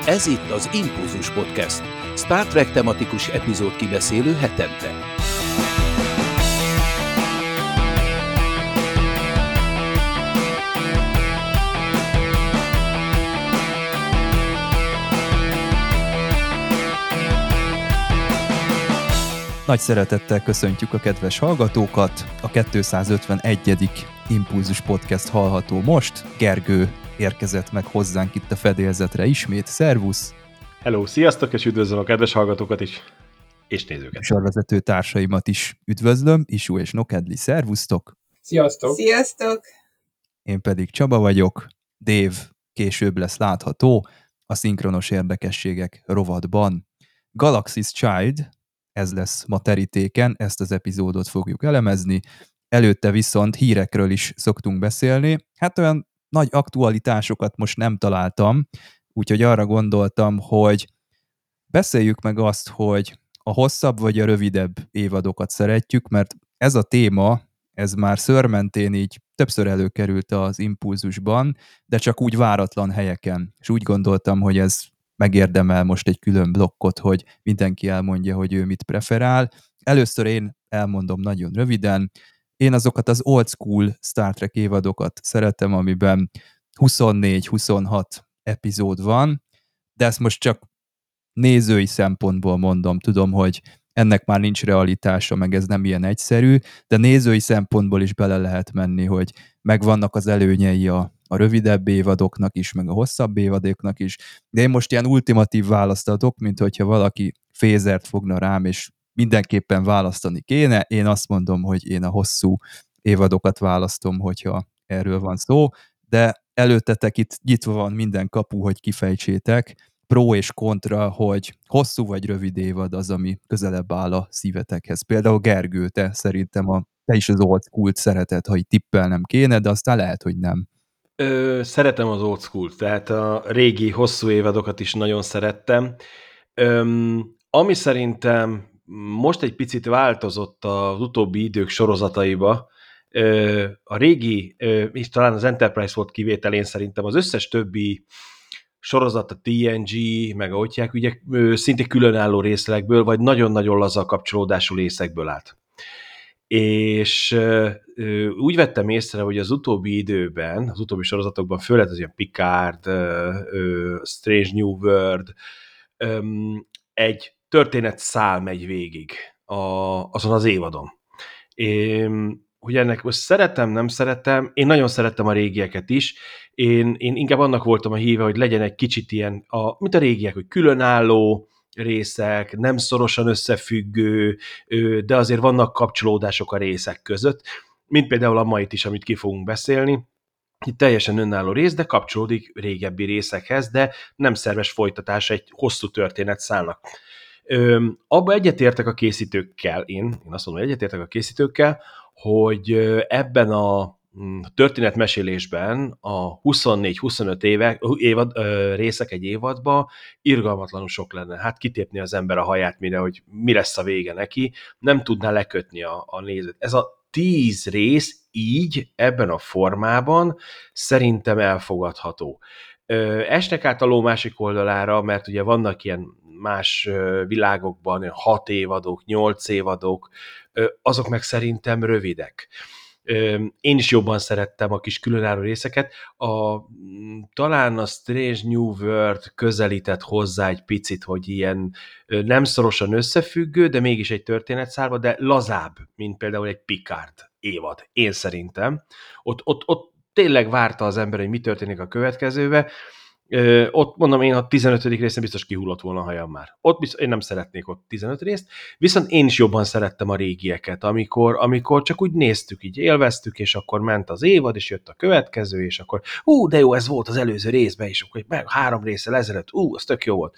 Ez itt az Impulzus Podcast, Star Trek tematikus epizód kibeszélő hetente. Nagy szeretettel köszöntjük a kedves hallgatókat, a 251. Impulzus Podcast hallható most. Gergő érkezett meg hozzánk itt a fedélzetre ismét. Szervusz! Hello, sziasztok, és üdvözlöm a kedves hallgatókat is, és nézőket. Sorvezető társaimat is üdvözlöm, Isú és Nokedli, szervusztok! Sziasztok! Sziasztok! Én pedig Csaba vagyok, Dave később lesz látható a szinkronos érdekességek rovatban. Galaxy's Child, ez lesz ma terítéken, ezt az epizódot fogjuk elemezni, előtte viszont hírekről is szoktunk beszélni, hát olyan nagy aktualitásokat most nem találtam, úgyhogy arra gondoltam, hogy beszéljük meg azt, hogy a hosszabb vagy a rövidebb évadokat szeretjük, mert ez a téma, ez már szőrmentén így többször előkerült az Impulzusban, de csak úgy váratlan helyeken, és úgy gondoltam, hogy ez megérdemel most egy külön blokkot, hogy mindenki elmondja, hogy ő mit preferál. Először én elmondom nagyon röviden, én azokat az old school Star Trek évadokat szeretem, amiben 24-26 epizód van, de ezt most csak nézői szempontból mondom, tudom, hogy ennek már nincs realitása, meg ez nem ilyen egyszerű, de nézői szempontból is bele lehet menni, hogy megvannak az előnyei a rövidebb évadoknak is, meg a hosszabb évadoknak is, de én most ilyen ultimatív választ adok, mint hogyha valaki fézert fogna rám, és mindenképpen választani kéne. Én azt mondom, hogy én a hosszú évadokat választom, hogyha erről van szó, de előttetek itt nyitva van minden kapu, hogy kifejtsétek, pro és kontra, hogy hosszú vagy rövid évad az, ami közelebb áll a szívetekhez. Például Gergő, te szerintem te is az old school-t szereted, ha így tippelnem kéne, de aztán lehet, hogy nem. Szeretem az old school-t, tehát a régi, hosszú évadokat is nagyon szerettem. Ami szerintem most egy picit változott az utóbbi idők sorozataiba, a régi, és talán az Enterprise volt kivételén szerintem az összes többi sorozat, a TNG, meg ahogy hívják, ugye szinte különálló részlegből, vagy nagyon-nagyon laza kapcsolódású részekből állt. És úgy vettem észre, hogy az utóbbi időben, az utóbbi sorozatokban, főleg az ilyen Picard, Strange New World, egy történetszál megy végig azon az évadon. Hogy ennek most szeretem, nem szeretem, én nagyon szerettem a régieket is, én inkább annak voltam a híve, hogy legyen egy kicsit ilyen, mint a régiek, hogy különálló részek, nem szorosan összefüggő, de azért vannak kapcsolódások a részek között, mint például a mait is, amit ki fogunk beszélni. Itt teljesen önálló rész, de kapcsolódik régebbi részekhez, de nem szerves folytatása egy hosszú történetszálnak. Abba egyetértek a készítőkkel, én azt mondom, hogy egyetértek a készítőkkel, hogy ebben a történetmesélésben a 24-25 részek egy évadba irgalmatlanul sok lenne. Hát kitépni az ember a haját, mire, hogy mi lesz a vége neki, nem tudná lekötni a nézőt. Ez a 10 rész így, ebben a formában szerintem elfogadható. Esnek át a ló másik oldalára, mert ugye vannak ilyen más világokban 6 évadok, 8 évadok, azok meg szerintem rövidek. Én is jobban szerettem a kis különálló részeket. Talán a Strange New World közelített hozzá egy picit, hogy ilyen nem szorosan összefüggő, de mégis egy történetszálba, de lazább, mint például egy Picard évad, én szerintem. Ott tényleg várta az ember, hogy mi történik a következőbe. Ott mondom, én a 15. részen biztos kihullott volna a hajam már. Én nem szeretnék ott 15 részt, viszont én is jobban szerettem a régieket, amikor csak úgy néztük, így élveztük, és akkor ment az évad, és jött a következő, és akkor de jó, ez volt az előző részben is, akkor meg 3 résszel ezelőtt, az tök jó volt.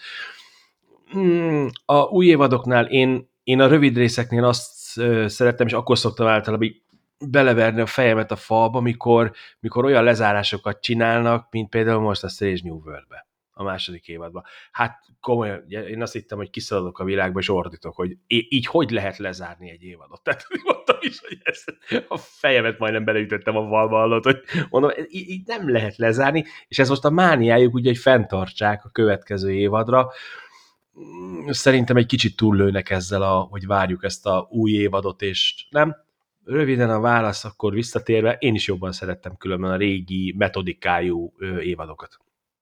A új évadoknál én a rövid részeknél azt szerettem, és akkor szoktam általában beleverni a fejemet a falba, mikor olyan lezárásokat csinálnak, mint például most a Strange New World-be. a második évadban. Hát komolyan, én azt hittem, hogy kiszaladok a világba, és ordítok, hogy így hogy lehet lezárni egy évadot. Tehát mondtam is, hogy ezt a fejemet majdnem beleütöttem a falba, hallott, hogy mondom, így nem lehet lezárni, és ez most a mániájuk, ugye, hogy fenntartsák a következő évadra. Szerintem egy kicsit túllőnek ezzel, hogy várjuk ezt a új évadot, és nem. Röviden a válasz, akkor visszatérve, én is jobban szerettem különben a régi metodikájú évadokat.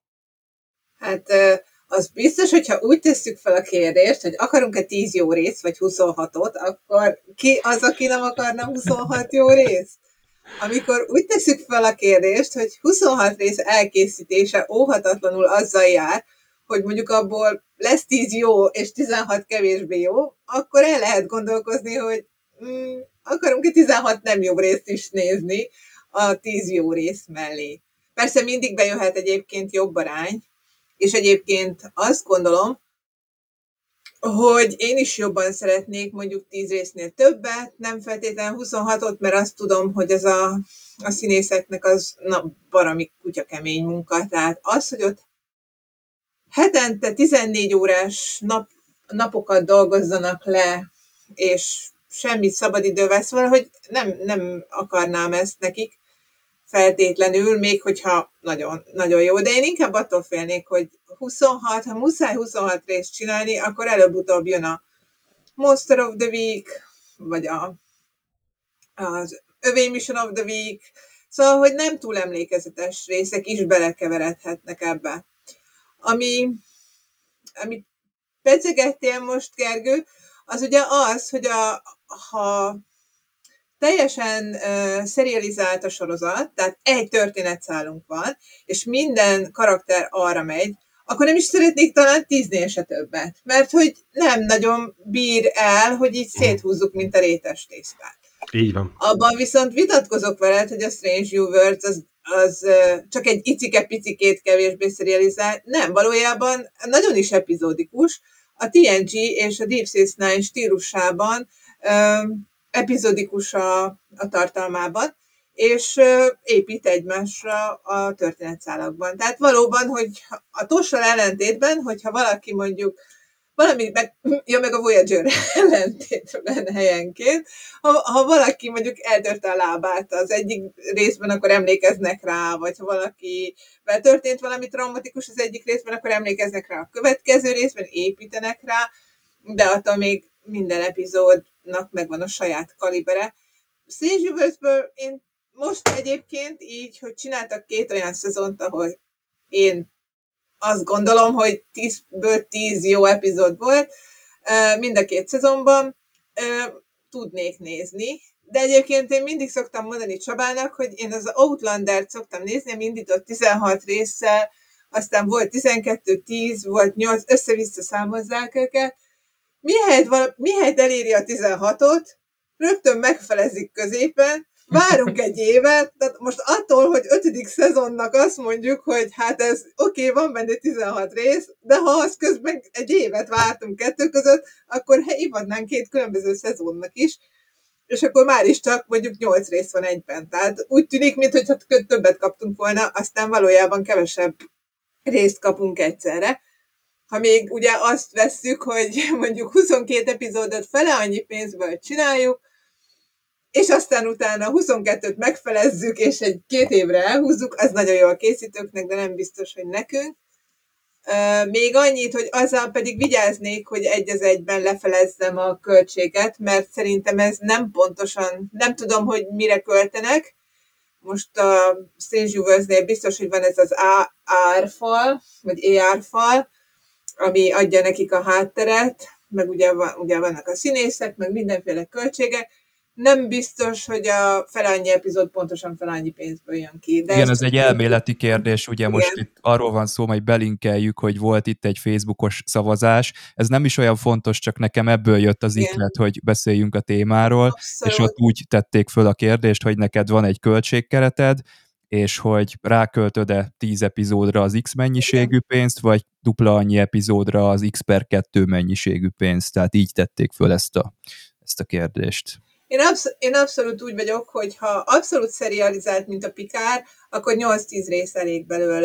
Hát az biztos, hogyha úgy tesszük fel a kérdést, hogy akarunk-e 10 jó részt, vagy 26-ot, akkor ki az, aki nem akarna 26 jó részt? Amikor úgy tesszük fel a kérdést, hogy 26 rész elkészítése óhatatlanul azzal jár, hogy mondjuk abból lesz 10 jó és 16 kevésbé jó, akkor el lehet gondolkozni, hogy akarunk-e 16 nem jó részt is nézni a 10 jó rész mellé. Persze mindig bejöhet egyébként jobb arány, és egyébként azt gondolom, hogy én is jobban szeretnék mondjuk 10 résznél többet, nem feltétlenül 26-ot, mert azt tudom, hogy ez a színészeknek az valami kutyakemény munka. Tehát az, hogy ott hetente 14 órás napokat dolgozzanak le, és semmit szabadidővel, szóval, hogy nem akarnám ezt nekik feltétlenül, még hogyha nagyon, nagyon jó, de én inkább attól félnék, hogy 26, ha muszáj 26 részt csinálni, akkor előbb-utóbb jön a Monster of the Week, vagy az Övé Mission of the Week, szóval, hogy nem túl emlékezetes részek is belekeveredhetnek ebbe. Amit pedzegettél most, Gergő, az ugye az, hogy ha teljesen serializált a sorozat, tehát egy történetszálunk van, és minden karakter arra megy, akkor nem is szeretnék talán 10-nél se többet, mert hogy nem nagyon bír el, hogy így széthúzzuk, mint a rétes tésztát. Így van. Abban viszont vitatkozok veled, hogy a Strange New Worlds az csak egy icike-picikét kevésbé serializált. Nem, valójában nagyon is epizódikus. A TNG és a Deep Space Nine stílusában epizódikus a tartalmában, és épít egymásra a történetszálakban. Tehát valóban, hogy a Tossal ellentétben, hogyha valaki mondjuk meg a Voyager ellentétben helyenként, ha valaki mondjuk eltörte a lábát az egyik részben, akkor emlékeznek rá, vagy ha valakivel történt valami traumatikus az egyik részben, akkor emlékeznek rá a következő részben, építenek rá, de attól még minden epizódnak megvan a saját kalibere. Strange Universe-ből én most egyébként így, hogy csináltak 2 olyan szezont, ahol én azt gondolom, hogy 10-ből 10 jó epizód volt, mind a 2 szezonban tudnék nézni, de egyébként én mindig szoktam mondani Csabának, hogy én az Outlander-t szoktam nézni, ami indított 16 résszel, aztán volt 12, 10, volt 8, össze-vissza számozzák őket. Mihelyt eléri a 16-ot, rögtön megfelezik középen, várunk egy évet, tehát most attól, hogy 5. szezonnak azt mondjuk, hogy hát ez oké, van benne 16 rész, de ha az közben egy évet vártunk 2 között, akkor hívhatnánk 2 különböző szezonnak is, és akkor már is csak mondjuk 8 rész van egyben. Tehát úgy tűnik, mintha többet kaptunk volna, aztán valójában kevesebb részt kapunk egyszerre. Ha még ugye azt vesszük, hogy mondjuk 22 epizódot fele annyi pénzből csináljuk, és aztán utána 22-t megfelezzük, és egy 2 évre elhúzzuk, az nagyon jó a készítőknek, de nem biztos, hogy nekünk. Még annyit, hogy azzal pedig vigyáznék, hogy egy az egyben lefelezzem a költséget, mert szerintem ez nem pontosan, nem tudom, hogy mire költenek. Most a Strange Universe-nél biztos, hogy van ez az AR-fal, vagy AR-fal, ami adja nekik a hátteret, meg ugye vannak a színészek, meg mindenféle költségek. Nem biztos, hogy a fele annyi epizód pontosan fele annyi pénzből jön ki. De igen, ez egy elméleti kérdés, ugye igen. Most itt arról van szó, majd belinkeljük, hogy volt itt egy Facebookos szavazás. Ez nem is olyan fontos, csak nekem ebből jött az iklet, hogy beszéljünk a témáról, abszolút. És ott úgy tették föl a kérdést, hogy neked van egy költségkereted, és hogy ráköltöd-e 10 epizódra az X mennyiségű pénzt, vagy dupla annyi epizódra az X/2 mennyiségű pénzt. Tehát így tették föl ezt a kérdést. Én abszolút úgy vagyok, hogy ha abszolút serializált, mint a Picard, akkor 8-10 rész elég belőle.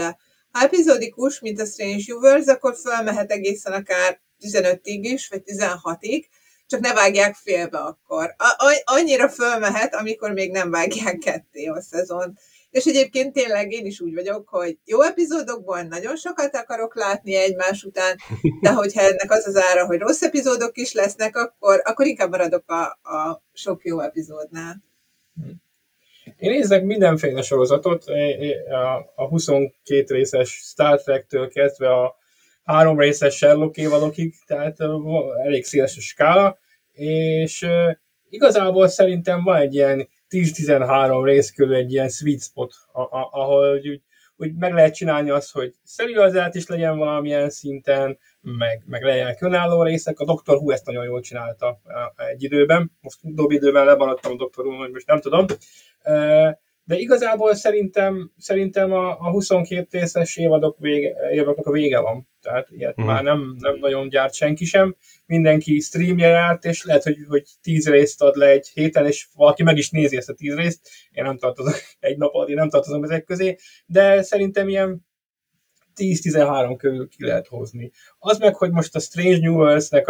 Ha epizódikus, mint a Strange Universe, akkor fölmehet egészen akár 15-ig is, vagy 16-ig, csak ne vágják félbe akkor. Annyira fölmehet, amikor még nem vágják ketté a szezon. És egyébként tényleg én is úgy vagyok, hogy jó epizódokból nagyon sokat akarok látni egymás után, de hogyha ennek az az ára, hogy rossz epizódok is lesznek, akkor inkább maradok a sok jó epizódnál. Én nézek mindenféle sorozatot, a 22 részes Star Trek-től kezdve a 3 részes Sherlock évadokig, tehát elég széles a skála, és igazából szerintem van egy ilyen 10-13 rész körül egy ilyen sweet spot, ahol úgy meg lehet csinálni azt, hogy szerializált is legyen valamilyen szinten, meg legyenek önálló részek. A Doctor Who ezt nagyon jól csinálta egy időben, most utóbbi időben lemaradtam a Doctor Who-n, hogy most nem tudom, de igazából szerintem a 22 részes évadoknak a vége van. Tehát ilyet már nem nagyon gyárt senki sem. Mindenki streamje járt, és lehet, hogy 10 részt ad le egy héten, és valaki meg is nézi ezt a 10 részt. Én nem tartozom egy nap alatt, én nem tartozom ezek közé, de szerintem ilyen 10-13 körül ki lehet hozni. Az meg, hogy most a Strange Universe-nek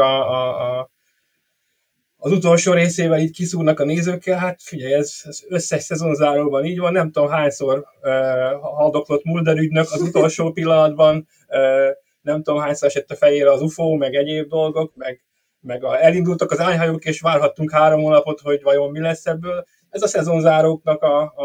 az utolsó részével így kiszúrnak a nézőkkel, hát figyelj, ez összes szezonzáróban így van, nem tudom hányszor haldoklott Mulder ügynök az utolsó pillanatban, nem tudom hányszor esett a fejére az UFO, meg egyéb dolgok, meg elindultak az ányhajók, és várhattunk 3 hónapot, hogy vajon mi lesz ebből. Ez a szezonzáróknak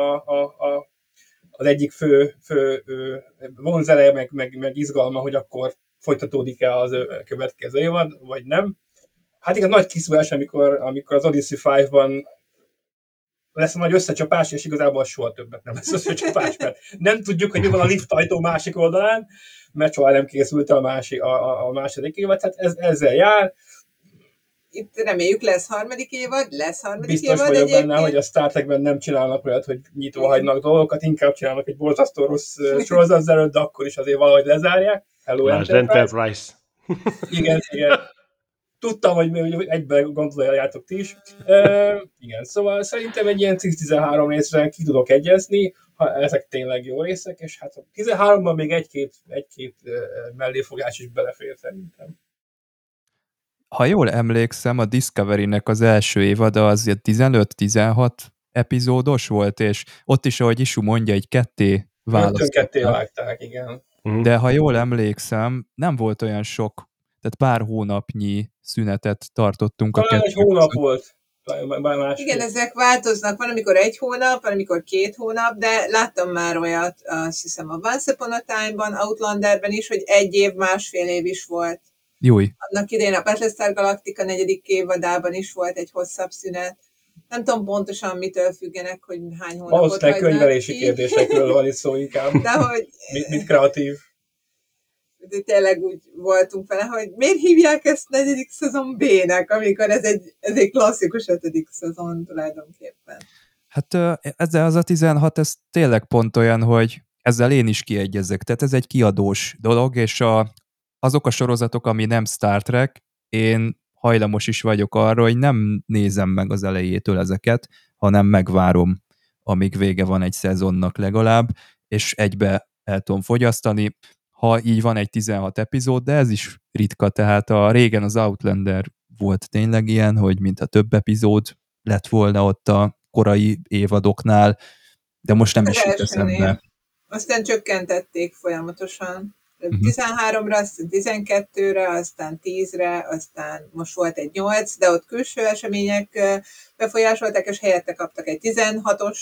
az egyik fő vonzele, meg izgalma, hogy akkor folytatódik-e az következő évad, vagy nem. Hát igen, nagy kiszúrás, amikor az Odyssey 5-ban lesz nagy összecsapás, és igazából soha többet nem lesz összecsapás, mert nem tudjuk, hogy mi van a lift ajtó másik oldalán, mert soha nem készült a második évad, hát ezzel jár. Itt reméljük lesz harmadik évad, Biztos vagyok egyébként benne, hogy a Star Trekben nem csinálnak olyat, hogy nyitva hagynak dolgokat, inkább csinálnak egy borzasztó rossz sorozatzelőt, de akkor is azért valahogy lezárják. Hello Enterprise. Igen. Tudtam, hogy egyben gondoljátok ti is. Igen, szóval szerintem egy ilyen 10-13 részre ki tudok egyezni, ha ezek tényleg jó részek, és hát 13-ban még egy-két melléfogás is belefér szerintem. Ha jól emlékszem, a Discovery-nek az első évada azért 15-16 epizódos volt, és ott is, ahogy Isu mondja, egy ketté választották. Ketté vágták, igen. De ha jól emlékszem, nem volt olyan sok, tehát pár hónapnyi szünetet tartottunk. Talán egy hónap volt. Igen, ezek változnak. Van, amikor 1 hónap, van, amikor 2 hónap, de láttam már olyat, azt hiszem a Once Upon a Time-ban, Outlanderben is, hogy 1 év, 1,5 év is volt. Júj. Annak idején a Battlestar Galactica 4. évadában is volt egy hosszabb szünet. Nem tudom pontosan mitől függenek, hogy hány hónapot valószínűleg könyvelési kérdésekről van itt szó inkább. De hogy... Mit kreatív. De tényleg úgy voltunk vele, hogy miért hívják ezt 4. szezon B-nek, amikor ez egy klasszikus 5. szezon tulajdonképpen. Hát ezzel az a 16, ez tényleg pont olyan, hogy ezzel én is kiegyezek. Tehát ez egy kiadós dolog, és azok a sorozatok, ami nem Star Trek, én hajlamos is vagyok arra, hogy nem nézem meg az elejétől ezeket, hanem megvárom, amíg vége van egy szezonnak legalább, és egybe el tudom fogyasztani. Ha így van egy 16 epizód, de ez is ritka, tehát régen az Outlander volt tényleg ilyen, hogy mintha több epizód lett volna ott a korai évadoknál, de most nem is jut eszembe. Aztán csökkentették folyamatosan. 13-ra, aztán 12-re, aztán 10-re, aztán most volt egy 8, de ott külső események befolyásolták, és helyette kaptak egy 16-os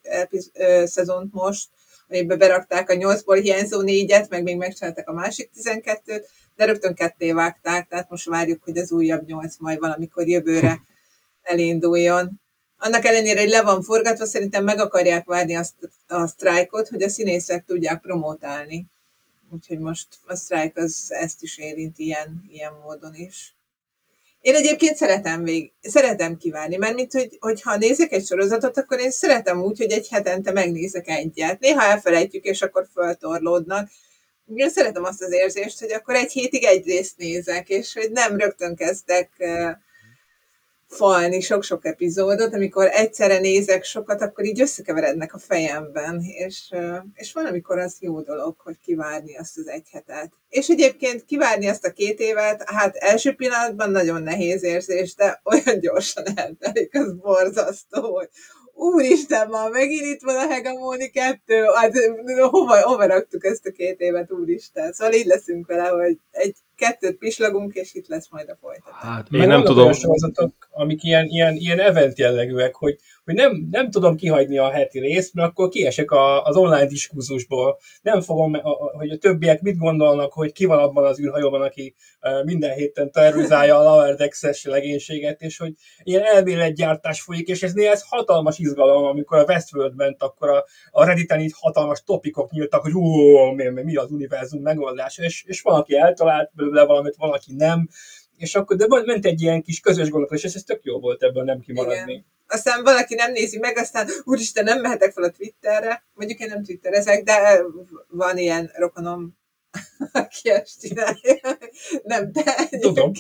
szezont most, amiben berakták a 8-ból hiányzó 4-et, meg még megcsináltak a másik 12-t, de rögtön ketté vágták, tehát most várjuk, hogy az újabb 8 majd valamikor jövőre elinduljon. Annak ellenére, hogy le van forgatva, szerintem meg akarják várni a sztrájkot, hogy a színészek tudják promotálni. Úgyhogy most a sztrájk ezt is érinti ilyen módon is. Én egyébként szeretem kivárni, mert hogyha nézek egy sorozatot, akkor én szeretem úgy, hogy egy hetente megnézek egyet. Néha elfelejtjük, és akkor föltorlódnak. Én szeretem azt az érzést, hogy akkor egy hétig egy részt nézek, és hogy nem rögtön kezdek falni sok-sok epizódot, amikor egyszerre nézek sokat, akkor így összekeverednek a fejemben, és van, amikor az jó dolog, hogy kivárni azt az egy hetet. És egyébként kivárni azt a 2 évet, hát első pillanatban nagyon nehéz érzés, de olyan gyorsan eltelik, az borzasztó, hogy úristen, már megint itt van a Hegemóni 2, hát hova raktuk ezt a 2 évet, úristen. Szóval így leszünk vele, hogy 1-2 pislagunk, és itt lesz majd a folytatás. Hát én nem tudom. Olyan sorozatok, amik ilyen event jellegűek, hogy nem tudom kihagyni a heti részt, mert akkor kiesek az online diskurzusból. Nem fogom, hogy a többiek mit gondolnak, hogy ki van abban az űrhajóban, aki minden héten terrorizálja a Lower Decks-es legénységet, és hogy ilyen elméletgyártás folyik, és ez hatalmas izgalom, amikor a Westworld ment, akkor a Redditen így hatalmas topikok nyíltak, hogy mi az univerzum megoldása, és van, aki eltalált belőle valamit, van, aki nem, és akkor de ment egy ilyen kis közös gondolkodás, és ez tök jó volt ebből nem kimaradni. Igen. Aztán valaki nem nézi meg, aztán úristen, nem mehetek fel a Twitterre, mondjuk én nem twitterezek, de van ilyen rokonom, aki ezt csinálja. Nem, de tudom.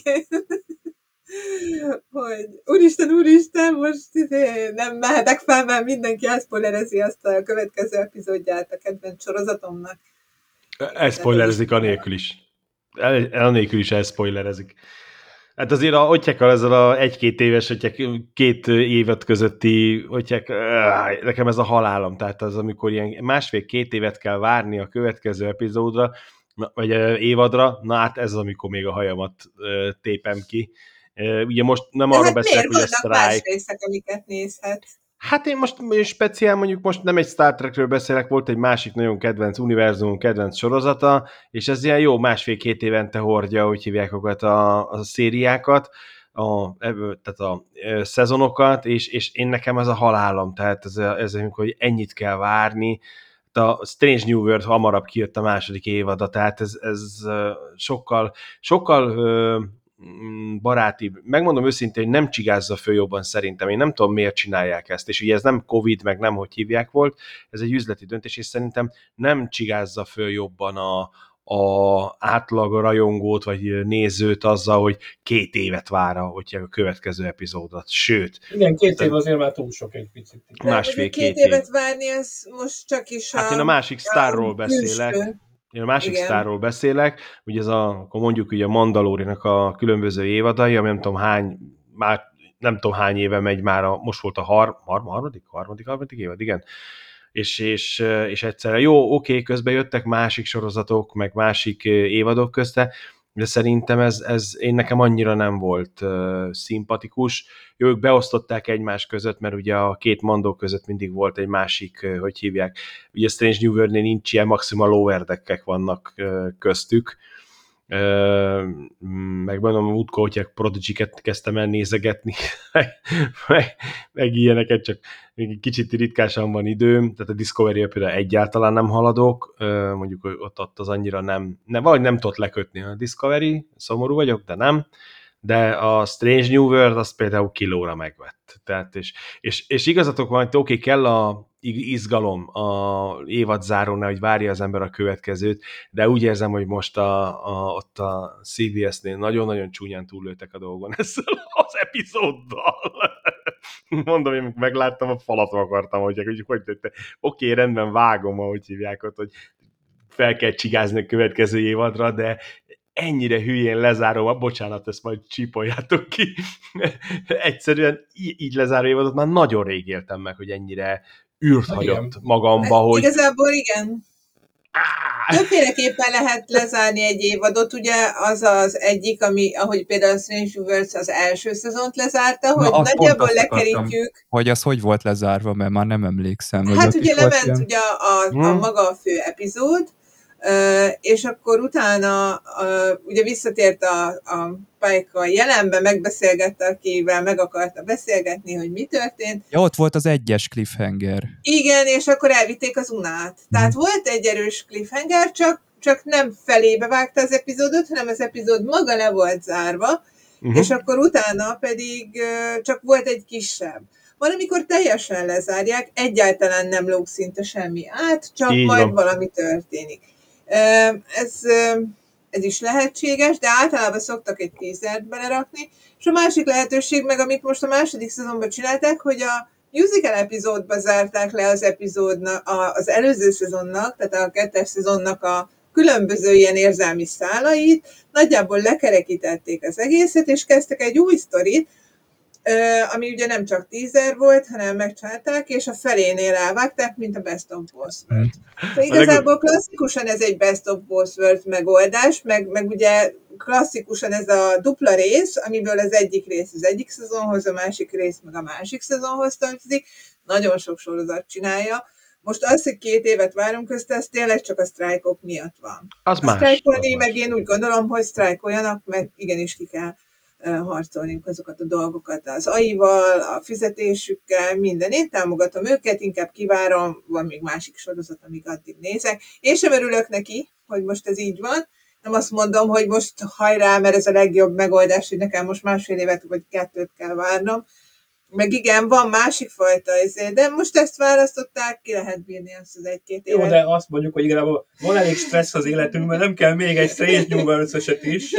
Hogy úristen, most nem mehetek fel, mert mindenki elszpoilerezi azt a következő epizódját a kedvenc sorozatomnak. Elszpoilerezik anélkül is. Anélkül is elszpoilerezik. Hát azért ezzel a 1-2 éves, 2 évet közötti, nekem ez a halálom. Tehát az, amikor ilyen 1,5-2 évet kell várni a következő epizódra, vagy évadra, na hát ez az, amikor még a hajamat tépem ki. Ugye most nem arra beszélek, hogy a sztrájk. Más részek, amiket nézhetsz? Hát én most speciál mondjuk most nem egy Star Trekről beszélek, volt egy másik nagyon kedvenc univerzum, kedvenc sorozata, és ez ilyen jó 1,5-2 évente hordja, úgy hívják őket a szériákat, tehát a szezonokat, és én nekem ez a halálom, tehát ez amikor ennyit kell várni. A Strange New World hamarabb kijött a második évada, tehát ez sokkal barátibb. Megmondom őszintén, hogy nem csigázza föl jobban szerintem. Én nem tudom, miért csinálják ezt. És ugye ez nem Covid, meg nem hogy hívják volt, ez egy üzleti döntés, és szerintem nem csigázza föl jobban a átlag rajongót, vagy nézőt azzal, hogy 2 évet vár a következő epizódot. Sőt. Igen, 2 év azért már túl sok egy picit. 1,5-2 évet várni, ez most csak is Hát én a másik sztárról beszélek. Én a másik sztárról beszélek, ugye akkor mondjuk ugye a Mandaloriannak a különböző évadai, ami nem tudom hány éve megy már, most volt a harmadik évad, igen. És egyszerűen jó, oké, közben jöttek másik sorozatok, meg másik évadok közte, de szerintem én nekem annyira nem volt szimpatikus. Ők beosztották egymás között, mert ugye a 2 mandó között mindig volt egy másik, hogy hívják, ugye Strange New World-nél nincs ilyen, maximum lower deckek vannak köztük. Meg mondom, múltkor, hogy Prodigy-ket kezdtem el nézegetni, meg ilyeneket, csak kicsit ritkásan van időm, tehát a Discovery-re például egyáltalán nem haladok, mondjuk ott az annyira nem, valahogy nem tudott lekötni a Discovery, szomorú vagyok, de nem, de a Strange New World az például kilóra megvett. Tehát, és igazatok van, hogy oké, kell a izgalom a évadzárónál, hogy várja az ember a következőt, de úgy érzem, hogy most ott a CBS-nél nagyon-nagyon csúnyán túllőttek a dolgon ezzel az epizóddal. Mondom, én megláttam, a falat akartam, hogy oké, rendben vágom, ahogy hívják ott, hogy fel kell csigázni a következő évadra, de ennyire hülyén lezárom, bocsánat, ezt majd csípoljátok ki. Egyszerűen így lezáró évadot már nagyon rég éltem meg, hogy ennyire űrt hagyott magamba, hogy... Igazából igen. Többféleképpen lehet lezárni egy évadot, ugye az egyik, ahogy például a Strange New Worlds az első szezont lezárta, hogy nagyjából lekerítjük. Hogy az hogy volt lezárva, mert már nem emlékszem. Hát ugye lement ugye a maga a fő epizód, és akkor utána ugye visszatért a Pike a jelenbe, megbeszélgette, akivel meg akarta beszélgetni, hogy mi történt. Ja, ott volt az 1-es cliffhanger. Igen, és akkor elvitték az Unát. Tehát volt egy erős cliffhanger, csak nem felébe vágta az epizódot, hanem az epizód maga le volt zárva, és akkor utána pedig csak volt egy kisebb. Van, amikor teljesen lezárják, egyáltalán nem lóg szinte semmi át, csak így majd van. Valami történik. Ez ez is lehetséges, de általában szoktak egy teasert belerakni, és a másik lehetőség meg, amit most a második szezonban csinálták, hogy a musical epizódba zárták le az epizódnak, az előző szezonnak, tehát a 2. szezonnak a különböző ilyen érzelmi szálait, nagyjából lekerekítették az egészet, és kezdtek egy új sztorit, ami ugye nem csak teaser volt, hanem megcsinálták, és a felénél elvágták, mint a Best of Both Worlds. Igazából klasszikusan ez egy Best of Both Worlds megoldás, meg ugye klasszikusan ez a dupla rész, amiből az egyik rész az egyik szezonhoz, a másik rész meg a másik szezonhoz tartozik. Nagyon sok sorozat csinálja. Most az, hogy 2 évet várunk közte, ez tényleg csak a sztrájkok miatt van. Az más. Sztrájkolni, meg én úgy gondolom, hogy sztrájkoljanak, meg igenis ki kell harcolni azokat a dolgokat az AI-val, a fizetésükkel, minden. Én támogatom őket, inkább kivárom, van még másik sorozat, amíg addig nézek. Én sem örülök neki, hogy most ez így van. Nem azt mondom, hogy most hajrá, mert ez a legjobb megoldás, hogy nekem most 1,5 évet vagy 2 kell várnom. Meg igen, van másik fajta, de most ezt választották, ki lehet bírni azt az 1-2 évet. Jó, de azt mondjuk, hogy igazából van elég stressz az életünkben, nem kell még egy Strange New Worlds-eset is.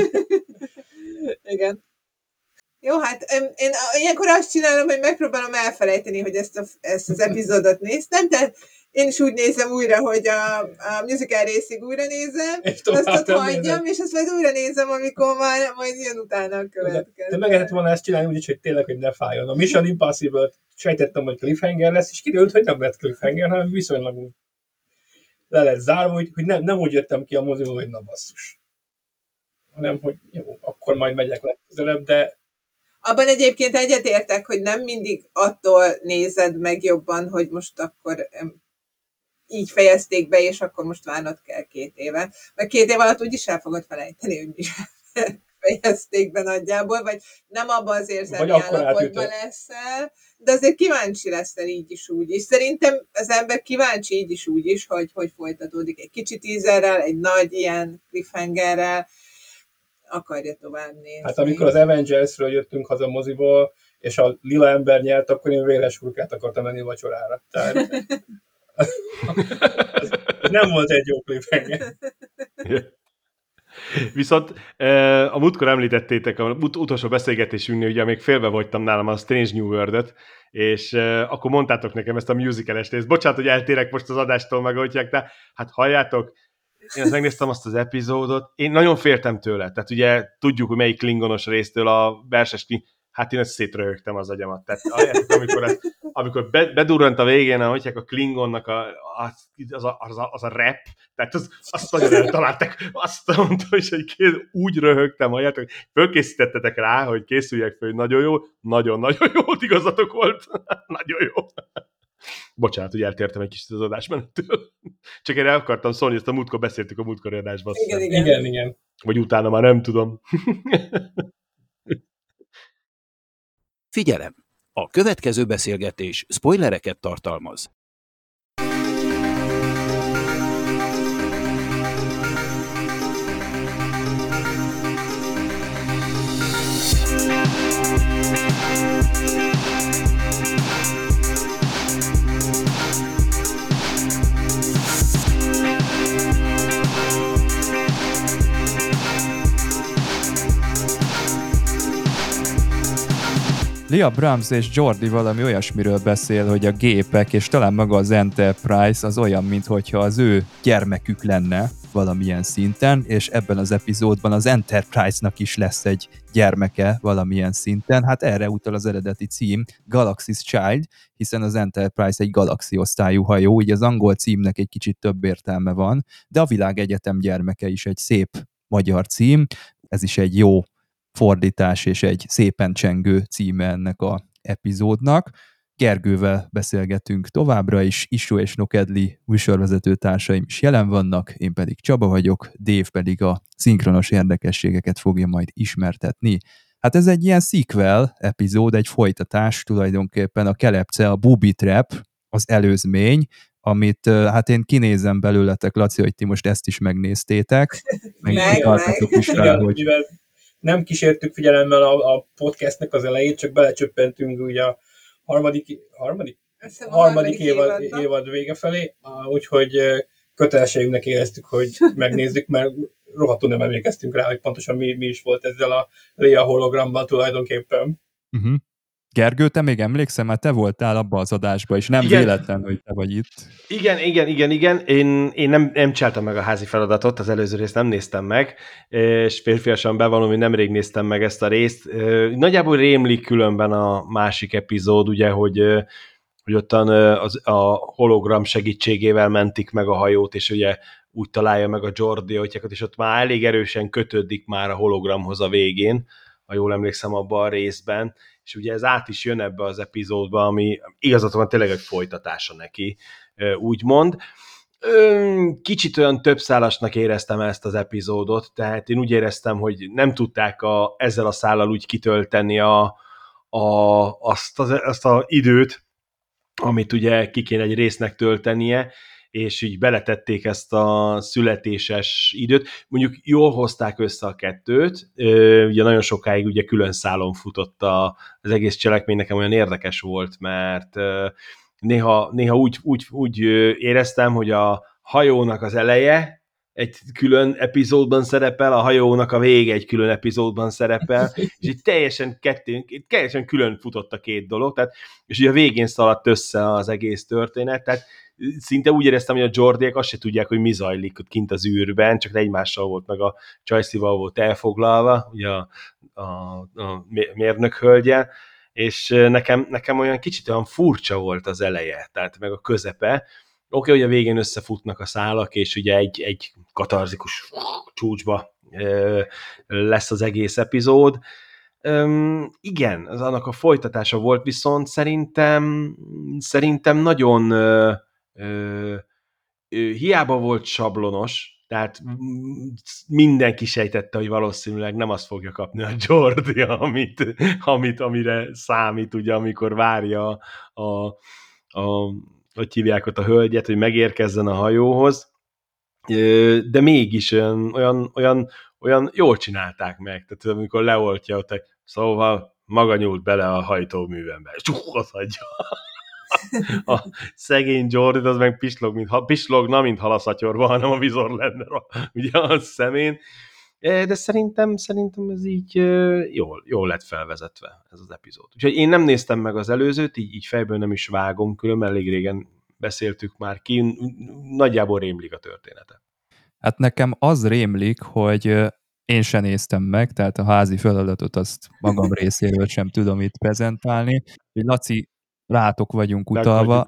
Igen. Jó, hát én ilyenkor azt csinálom, hogy megpróbálom elfelejteni, hogy ezt az epizódot néztem, tehát én is úgy nézem újra, hogy a musical részig újra nézem, azt ott hagyjam, és azt majd újra nézem, amikor majd jön utána a következő. De meg lehetett volna ezt csinálni úgyis, hogy tényleg, hogy ne fájjon. A Mission Impossible-t sejtettem, hogy cliffhanger lesz, és kiderült, hogy nem lett cliffhanger, hanem viszonylag úgy le lett zárva, hogy nem úgy jöttem ki a moziból, hogy na basszus. Hanem, hogy jó, akkor majd megyek legközelebb, de abban egyébként egyetértek, hogy nem mindig attól nézed meg jobban, hogy most akkor így fejezték be, és akkor most várnod kell 2 évet. Meg 2 év alatt úgyis el fogod felejteni, hogy mi fejezték be nagyjából, vagy nem abban az érzelmi állapotban leszel, de azért kíváncsi leszel így is úgy is. Szerintem az ember kíváncsi így is úgy is, hogy folytatódik egy kicsi teaserrel, egy nagy ilyen cliffhangerrel, akarja tovább nézni. Hát amikor az Avengers-ről jöttünk haza moziból, és a lila ember nyert, akkor én véres hurkát akartam menni vacsorára. Tehát ez nem volt egy jó cliffhanger. Viszont a múltkor említettétek, a utolsó beszélgetésünknél, ugye még félbe voltam nálam a Strange New World-et, és akkor mondtátok nekem ezt a musical-es részt. Bocsánat, hogy eltérek most az adástól megoldják, de hát halljátok, én megnéztem azt az epizódot, én nagyon féltem tőle, tehát ugye tudjuk, hogy melyik klingonos résztől a verses hát én ezt szétröhögtem az agyamat. Tehát amikor bedurrant a végén, ahogy a klingonnak az a rap, tehát azt nagyon eltaláltak, azt mondta, hogy úgy röhögtem, halljátok, fölkészítettetek rá, hogy készüljek föl, hogy nagyon jó, nagyon-nagyon jó, igazatok volt, nagyon jó. Bocsánat, hogy eltértem egy kicsit az adásmenettől. Csak erre akartam szólni, ezt a múltkor beszéltük a múltkori adásban. Igen. Vagy utána már nem tudom. Figyelem! A következő beszélgetés spoilereket tartalmaz. Leah Brahms és Jordi valami olyasmiről beszél, hogy a gépek, és talán maga az Enterprise az olyan, mintha az ő gyermekük lenne valamilyen szinten, és ebben az epizódban az Enterprise-nak is lesz egy gyermeke valamilyen szinten. Hát erre utal az eredeti cím, Galaxy's Child, hiszen az Enterprise egy galaxiosztályú hajó, így az angol címnek egy kicsit több értelme van, de a Világegyetem gyermeke is egy szép magyar cím, ez is egy jó fordítás és egy szépen csengő címe ennek a epizódnak. Gergővel beszélgetünk továbbra is, Isó és Nokedli műsorvezető társaim is jelen vannak, én pedig Csaba vagyok, Dave pedig a szinkronos érdekességeket fogja majd ismertetni. Hát ez egy ilyen sequel epizód, egy folytatás, tulajdonképpen a kelepce, a Booby Trap, az előzmény, amit hát én kinézem belőletek, Laci, hogy ti most ezt is megnéztétek. Meg. Is rá, hogy nem kísértük figyelemmel a podcastnek az elejét, csak belecsöppentünk ugye a harmadik évad vége felé, úgyhogy kötelességünknek éreztük, hogy megnézzük, mert rohadtul nem emlékeztünk rá, hogy pontosan mi is volt ezzel a Leia hologramban tulajdonképpen. Uh-huh. Gergő, te még emlékszem, mert te voltál abban az adásban, és nem Igen. véletlen, hogy te vagy itt. Igen. Én nem csináltam meg a házi feladatot, az előző részt nem néztem meg, és férfiasan bevallom, hogy nemrég néztem meg ezt a részt. Nagyjából rémlik különben a másik epizód, ugye, hogy ottan a hologram segítségével mentik meg a hajót, és ugye úgy találja meg a Geordi atyákat, és ott már elég erősen kötődik már a hologramhoz a végén, ha jól emlékszem abban a részben, és ugye ez át is jön ebbe az epizódba, ami igazad van, tényleg egy folytatása neki, úgymond. Kicsit olyan többszálasnak éreztem ezt az epizódot, tehát én úgy éreztem, hogy nem tudták ezzel a szállal úgy kitölteni azt az időt, amit ugye ki kéne egy résznek töltenie, és így beletették ezt a születéses időt. Mondjuk jól hozták össze a kettőt, ugye nagyon sokáig ugye külön szálon futott az egész cselekmény, nekem olyan érdekes volt, mert néha úgy éreztem, hogy a hajónak az eleje egy külön epizódban szerepel, a hajónak a vége egy külön epizódban szerepel, és így teljesen külön futott a két dolog, tehát, és ugye a végén szaladt össze az egész történet, tehát szinte úgy éreztem, hogy a Geordiek azt se tudják, hogy mi zajlik ott kint az űrben, csak egymással volt, meg a Csajszival volt elfoglalva, ugye a mérnök hölgye, és nekem olyan kicsit olyan furcsa volt az eleje, tehát meg a közepe. Oké, hogy a végén összefutnak a szálak, és ugye egy katarzikus csúcsba lesz az egész epizód. Igen, az annak a folytatása volt, viszont szerintem nagyon hiába volt sablonos, tehát mindenki sejtette, hogy valószínűleg nem azt fogja kapni a Geordi, amire számít, ugye, amikor várja hogy hívják ott a hölgyet, hogy megérkezzen a hajóhoz, de mégis olyan jól csinálták meg, tehát amikor leoltja ott, szóval maga nyúlt bele a hajtóművembe, és az hagyja. A szegény Geordi, az meg pislogna, mint halaszatyorban, hanem a vizor lenne ugye a szemén. De szerintem ez így jól lett felvezetve, ez az epizód. Úgyhogy én nem néztem meg az előzőt, így fejből nem is vágom, különben elég régen beszéltük már ki, nagyjából rémlik a története. Hát nekem az rémlik, hogy én sem néztem meg, tehát a házi feladatot azt magam részéről sem tudom itt prezentálni. Laci, rátok vagyunk utalva.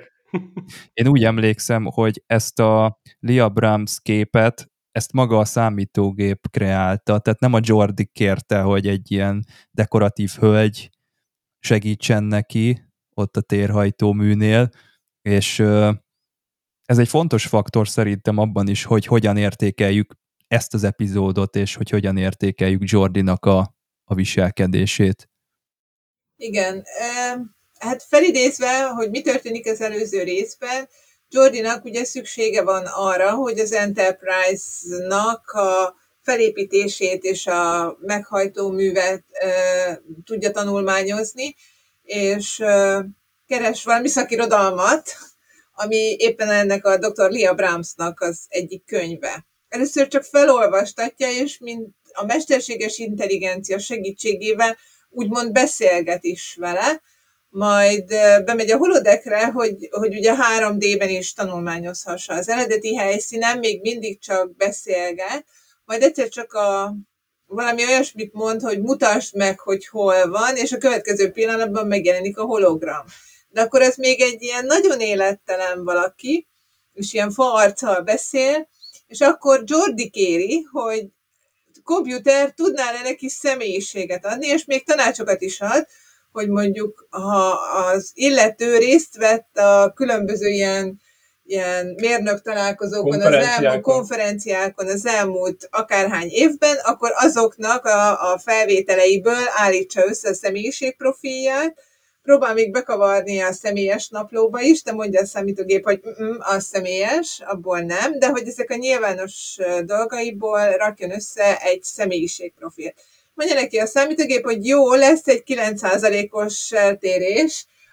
Én úgy emlékszem, hogy ezt a Leah Brahms képet, ezt maga a számítógép kreálta, tehát nem a Geordi kérte, hogy egy ilyen dekoratív hölgy segítsen neki ott a térhajtóműnél, és ez egy fontos faktor szerintem abban is, hogy hogyan értékeljük ezt az epizódot, és hogy hogyan értékeljük Geordinak a viselkedését. Igen, hát felidézve, hogy mi történik az előző részben, Geordinak ugye szüksége van arra, hogy az Enterprise-nak a felépítését és a meghajtó művet tudja tanulmányozni, és keres valami szakirodalmat, ami éppen ennek a Dr. Leah Brahmsnak az egyik könyve. Először csak felolvastatja, és mint a mesterséges intelligencia segítségével úgymond beszélget is vele, majd bemegy a holodekre, hogy ugye 3D-ben is tanulmányozhassa az eredeti helyszínen, még mindig csak beszélget, majd egyszer csak valami olyasmit mond, hogy mutasd meg, hogy hol van, és a következő pillanatban megjelenik a hologram. De akkor ez még egy ilyen nagyon élettelen valaki, és ilyen faarccal beszél, és akkor Geordi kéri, hogy komputer tudnál-e neki személyiséget adni, és még tanácsokat is ad, hogy mondjuk, ha az illető részt vett a különböző ilyen mérnök találkozókon, konferenciákon az elmúlt akárhány évben, akkor azoknak a felvételeiből állítsa össze a személyiségprofilját, próbál még bekavarni a személyes naplóba is, de mondja a számítógép, hogy az személyes, abból nem, de hogy ezek a nyilvános dolgaiból rakjon össze egy személyiségprofilt. Mondja neki a számítógép, hogy jó, lesz egy 9%-os eltérés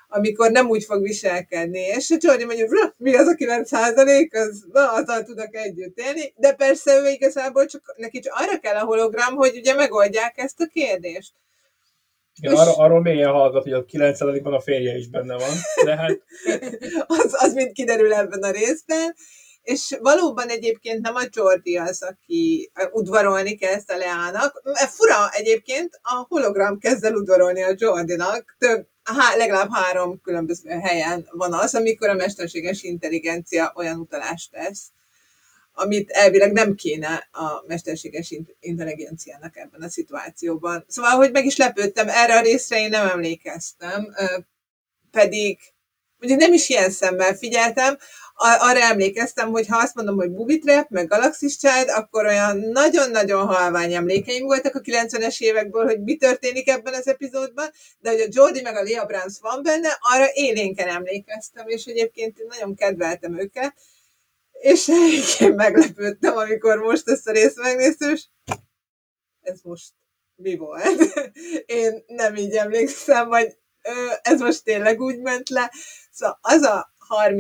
amikor nem úgy fog viselkedni. És a Jordi mondja, mi az a 9%, azzal tudok együtt élni, de persze ő igazából neki csak arra kell a hologram, hogy ugye megoldják ezt a kérdést. Igen, arról mélyen hallgat, hogy a 9%-ban a férje is benne van, de hát... az mind kiderül ebben a részben, és valóban egyébként nem a Jordi az, aki udvarolni kezd a Leának. Fura egyébként, a hologram kezd el udvarolni a Jordinak. Legalább 3 különböző helyen van az, amikor a mesterséges intelligencia olyan utalást tesz, amit elvileg nem kéne a mesterséges intelligenciának ebben a szituációban. Szóval, hogy meg is lepődtem, erre a részre én nem emlékeztem, pedig ugye nem is ilyen szemmel figyeltem, arra emlékeztem, hogy ha azt mondom, hogy Booby Trap, meg Galaxy Child, akkor olyan nagyon-nagyon halvány emlékeim voltak a 90-es évekből, hogy mi történik ebben az epizódban, de hogy a Jordi meg a Leah Brahms van benne, arra élénken emlékeztem, és egyébként én nagyon kedveltem őket, és eléggé meglepődtem, amikor most ezt a részt megnéztem, és ez most mi volt? Én nem így emlékszem, vagy ez most tényleg úgy ment le. Szóval az a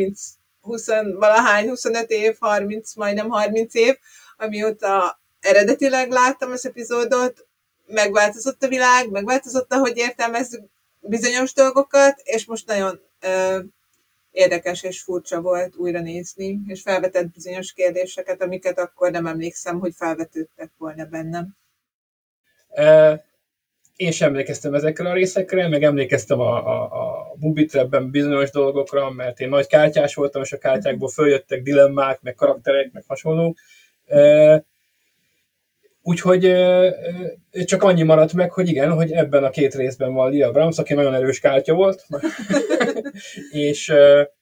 25 év, 30, majdnem 30 év, amióta eredetileg láttam az epizódot, megváltozott a világ, megváltozott, ahogy értelmezzük bizonyos dolgokat, és most nagyon érdekes és furcsa volt újra nézni, és felvetett bizonyos kérdéseket, amiket akkor nem emlékszem, hogy felvetődtek volna bennem. Én sem emlékeztem ezekre a részekre, meg emlékeztem a Booby Trapben bizonyos dolgokra, mert én nagy kártyás voltam, és a kártyákból följöttek dilemmák, meg karakterek, meg hasonlók. Úgyhogy csak annyi maradt meg, hogy igen, hogy ebben a 2 részben van Leah Brahms, aki nagyon erős kártya volt, és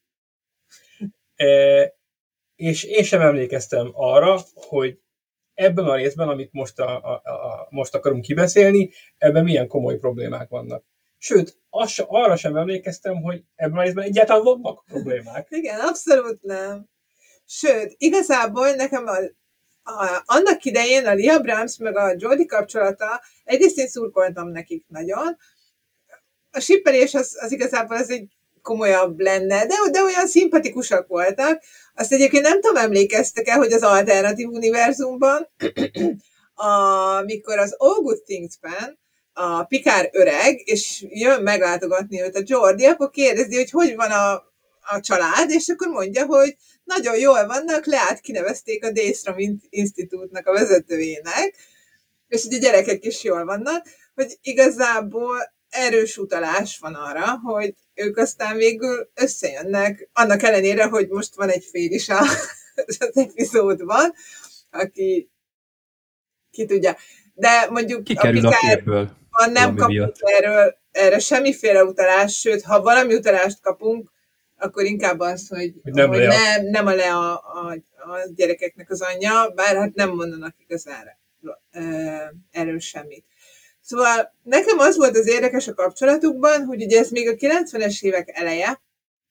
én sem emlékeztem arra, hogy ebben a részben, amit most akarunk kibeszélni, ebben milyen komoly problémák vannak. Sőt, arra sem emlékeztem, hogy ebben a részben egyáltalán vannak problémák. Igen, abszolút nem. Sőt, igazából nekem annak idején a Leah Brahms meg a Jordi kapcsolata, egyrészt én szurkoltam nekik nagyon. A sippelés az igazából az egy komolyabb lenne, de olyan szimpatikusak voltak. Azt egyébként nem tudom, emlékeztek-e, hogy az alternatív univerzumban, amikor az All Good Things-ben a Picard öreg, és jön meglátogatni őt a Jordi, akkor kérdezi, hogy van a család, és akkor mondja, hogy nagyon jól vannak, Leát kinevezték a Daystrom Institute-nak a vezetőjének, és ugye a gyerekek is jól vannak, hogy igazából erős utalás van arra, hogy ők aztán végül összejönnek, annak ellenére, hogy most van egy fél is az epizódban, aki ki tudja. De mondjuk kikerül a képből. Nem kapunk erre semmiféle utalást, sőt, ha valami utalást kapunk, akkor inkább az, hogy nem a Lea a gyerekeknek az anyja, bár hát nem mondanak igazán erről semmit. Szóval nekem az volt az érdekes a kapcsolatukban, hogy ugye ez még a 90-es évek eleje,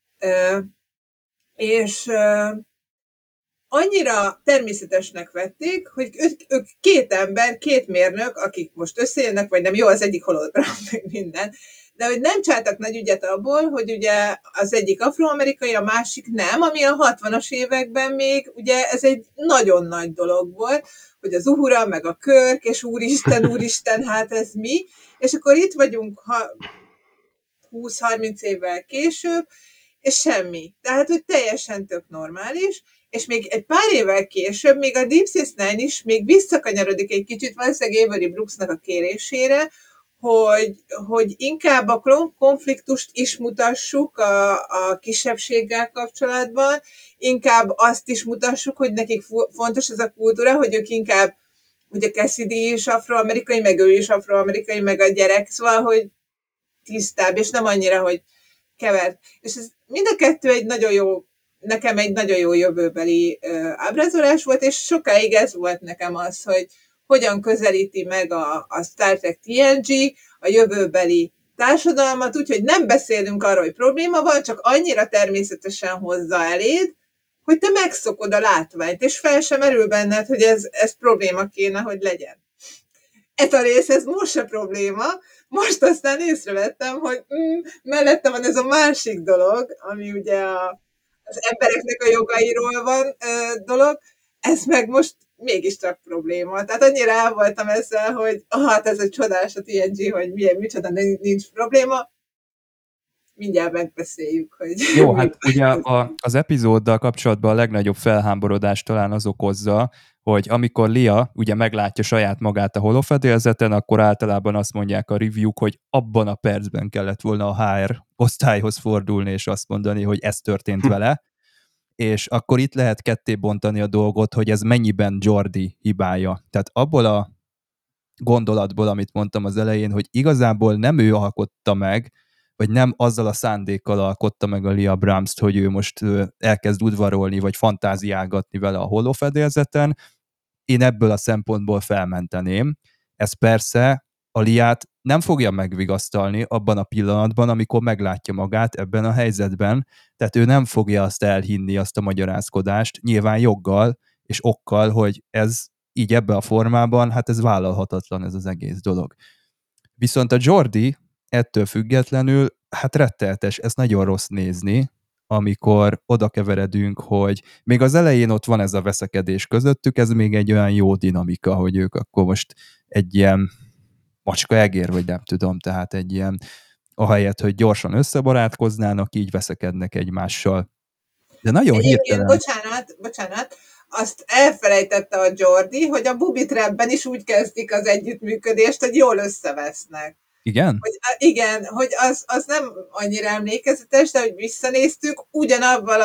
és annyira természetesnek vették, hogy ők 2 ember, 2 mérnök, akik most összejönnek, vagy nem, jó, az egyik hologram, meg minden, de hogy nem csináltak nagy ügyet abból, hogy ugye az egyik afroamerikai, a másik nem, ami a 60-as években még, ugye ez egy nagyon nagy dolog volt, hogy az Uhura, meg a Kirk, és úristen, hát ez mi? És akkor itt vagyunk 20-30 évvel később, és semmi. Tehát, hogy teljesen tök normális, és még egy pár évvel később, még a Deep Space Nine is még visszakanyarodik egy kicsit valószínűleg Avery Brooksnak a kérésére, hogy inkább a konfliktust is mutassuk a kisebbséggel kapcsolatban, inkább azt is mutassuk, hogy nekik fontos ez a kultúra, hogy ők inkább, ugye Cassidy is afroamerikai, meg ő is afroamerikai, meg a gyerek, szóval, hogy tisztább, és nem annyira, hogy kevert. És ez mind a 2 nekem egy nagyon jó jövőbeli ábrázolás volt, és sokáig ez volt nekem az, hogy hogyan közelíti meg a Star Trek TNG a jövőbeli társadalmat, úgyhogy nem beszélünk arról, hogy probléma van, csak annyira természetesen hozza eléd, hogy te megszokod a látványt, és fel sem merül benned, hogy ez probléma kéne, hogy legyen. Ez a rész, ez most se probléma, most aztán észrevettem, hogy mellette van ez a másik dolog, ami ugye az embereknek a jogairól van dolog, ez meg most mégiscsak probléma. Tehát annyira el voltam ezzel, hogy hát ez egy csodás a TNG, hogy micsoda nincs probléma. Mindjárt megbeszéljük, hogy... Jó, hát ugye az epizóddal kapcsolatban a legnagyobb felháborodást talán az okozza, hogy amikor Lia ugye meglátja saját magát a holofedélzeten, akkor általában azt mondják a review-k, hogy abban a percben kellett volna a HR osztályhoz fordulni, és azt mondani, hogy ez történt vele, és akkor itt lehet ketté bontani a dolgot, hogy ez mennyiben Geordi hibája. Tehát abból a gondolatból, amit mondtam az elején, hogy igazából nem ő alkotta meg, vagy nem azzal a szándékkal alkotta meg a Lia Brahms-t, hogy ő most elkezd udvarolni, vagy fantáziálgatni vele a holofedélzeten. Én ebből a szempontból felmenteném. Ez persze a Liát nem fogja megvigasztalni abban a pillanatban, amikor meglátja magát ebben a helyzetben, tehát ő nem fogja azt elhinni, azt a magyarázkodást, nyilván joggal és okkal, hogy ez így ebben a formában, hát ez vállalhatatlan ez az egész dolog. Viszont a Geordi ettől függetlenül, hát retteltes, ez nagyon rossz nézni, amikor oda keveredünk, hogy még az elején ott van ez a veszekedés közöttük, ez még egy olyan jó dinamika, hogy ők akkor most egy ilyen macska-egér, vagy nem tudom, tehát egy ilyen, ahelyett, hogy gyorsan összebarátkoznának, így veszekednek egymással. De nagyon hirtelen... Bocsánat, azt elfelejtette a Geordi, hogy a Booby Trapben is úgy kezdik az együttműködést, hogy jól összevesznek. Igen? Igen, hogy az nem annyira emlékezetes, de hogy visszanéztük, ugyanabban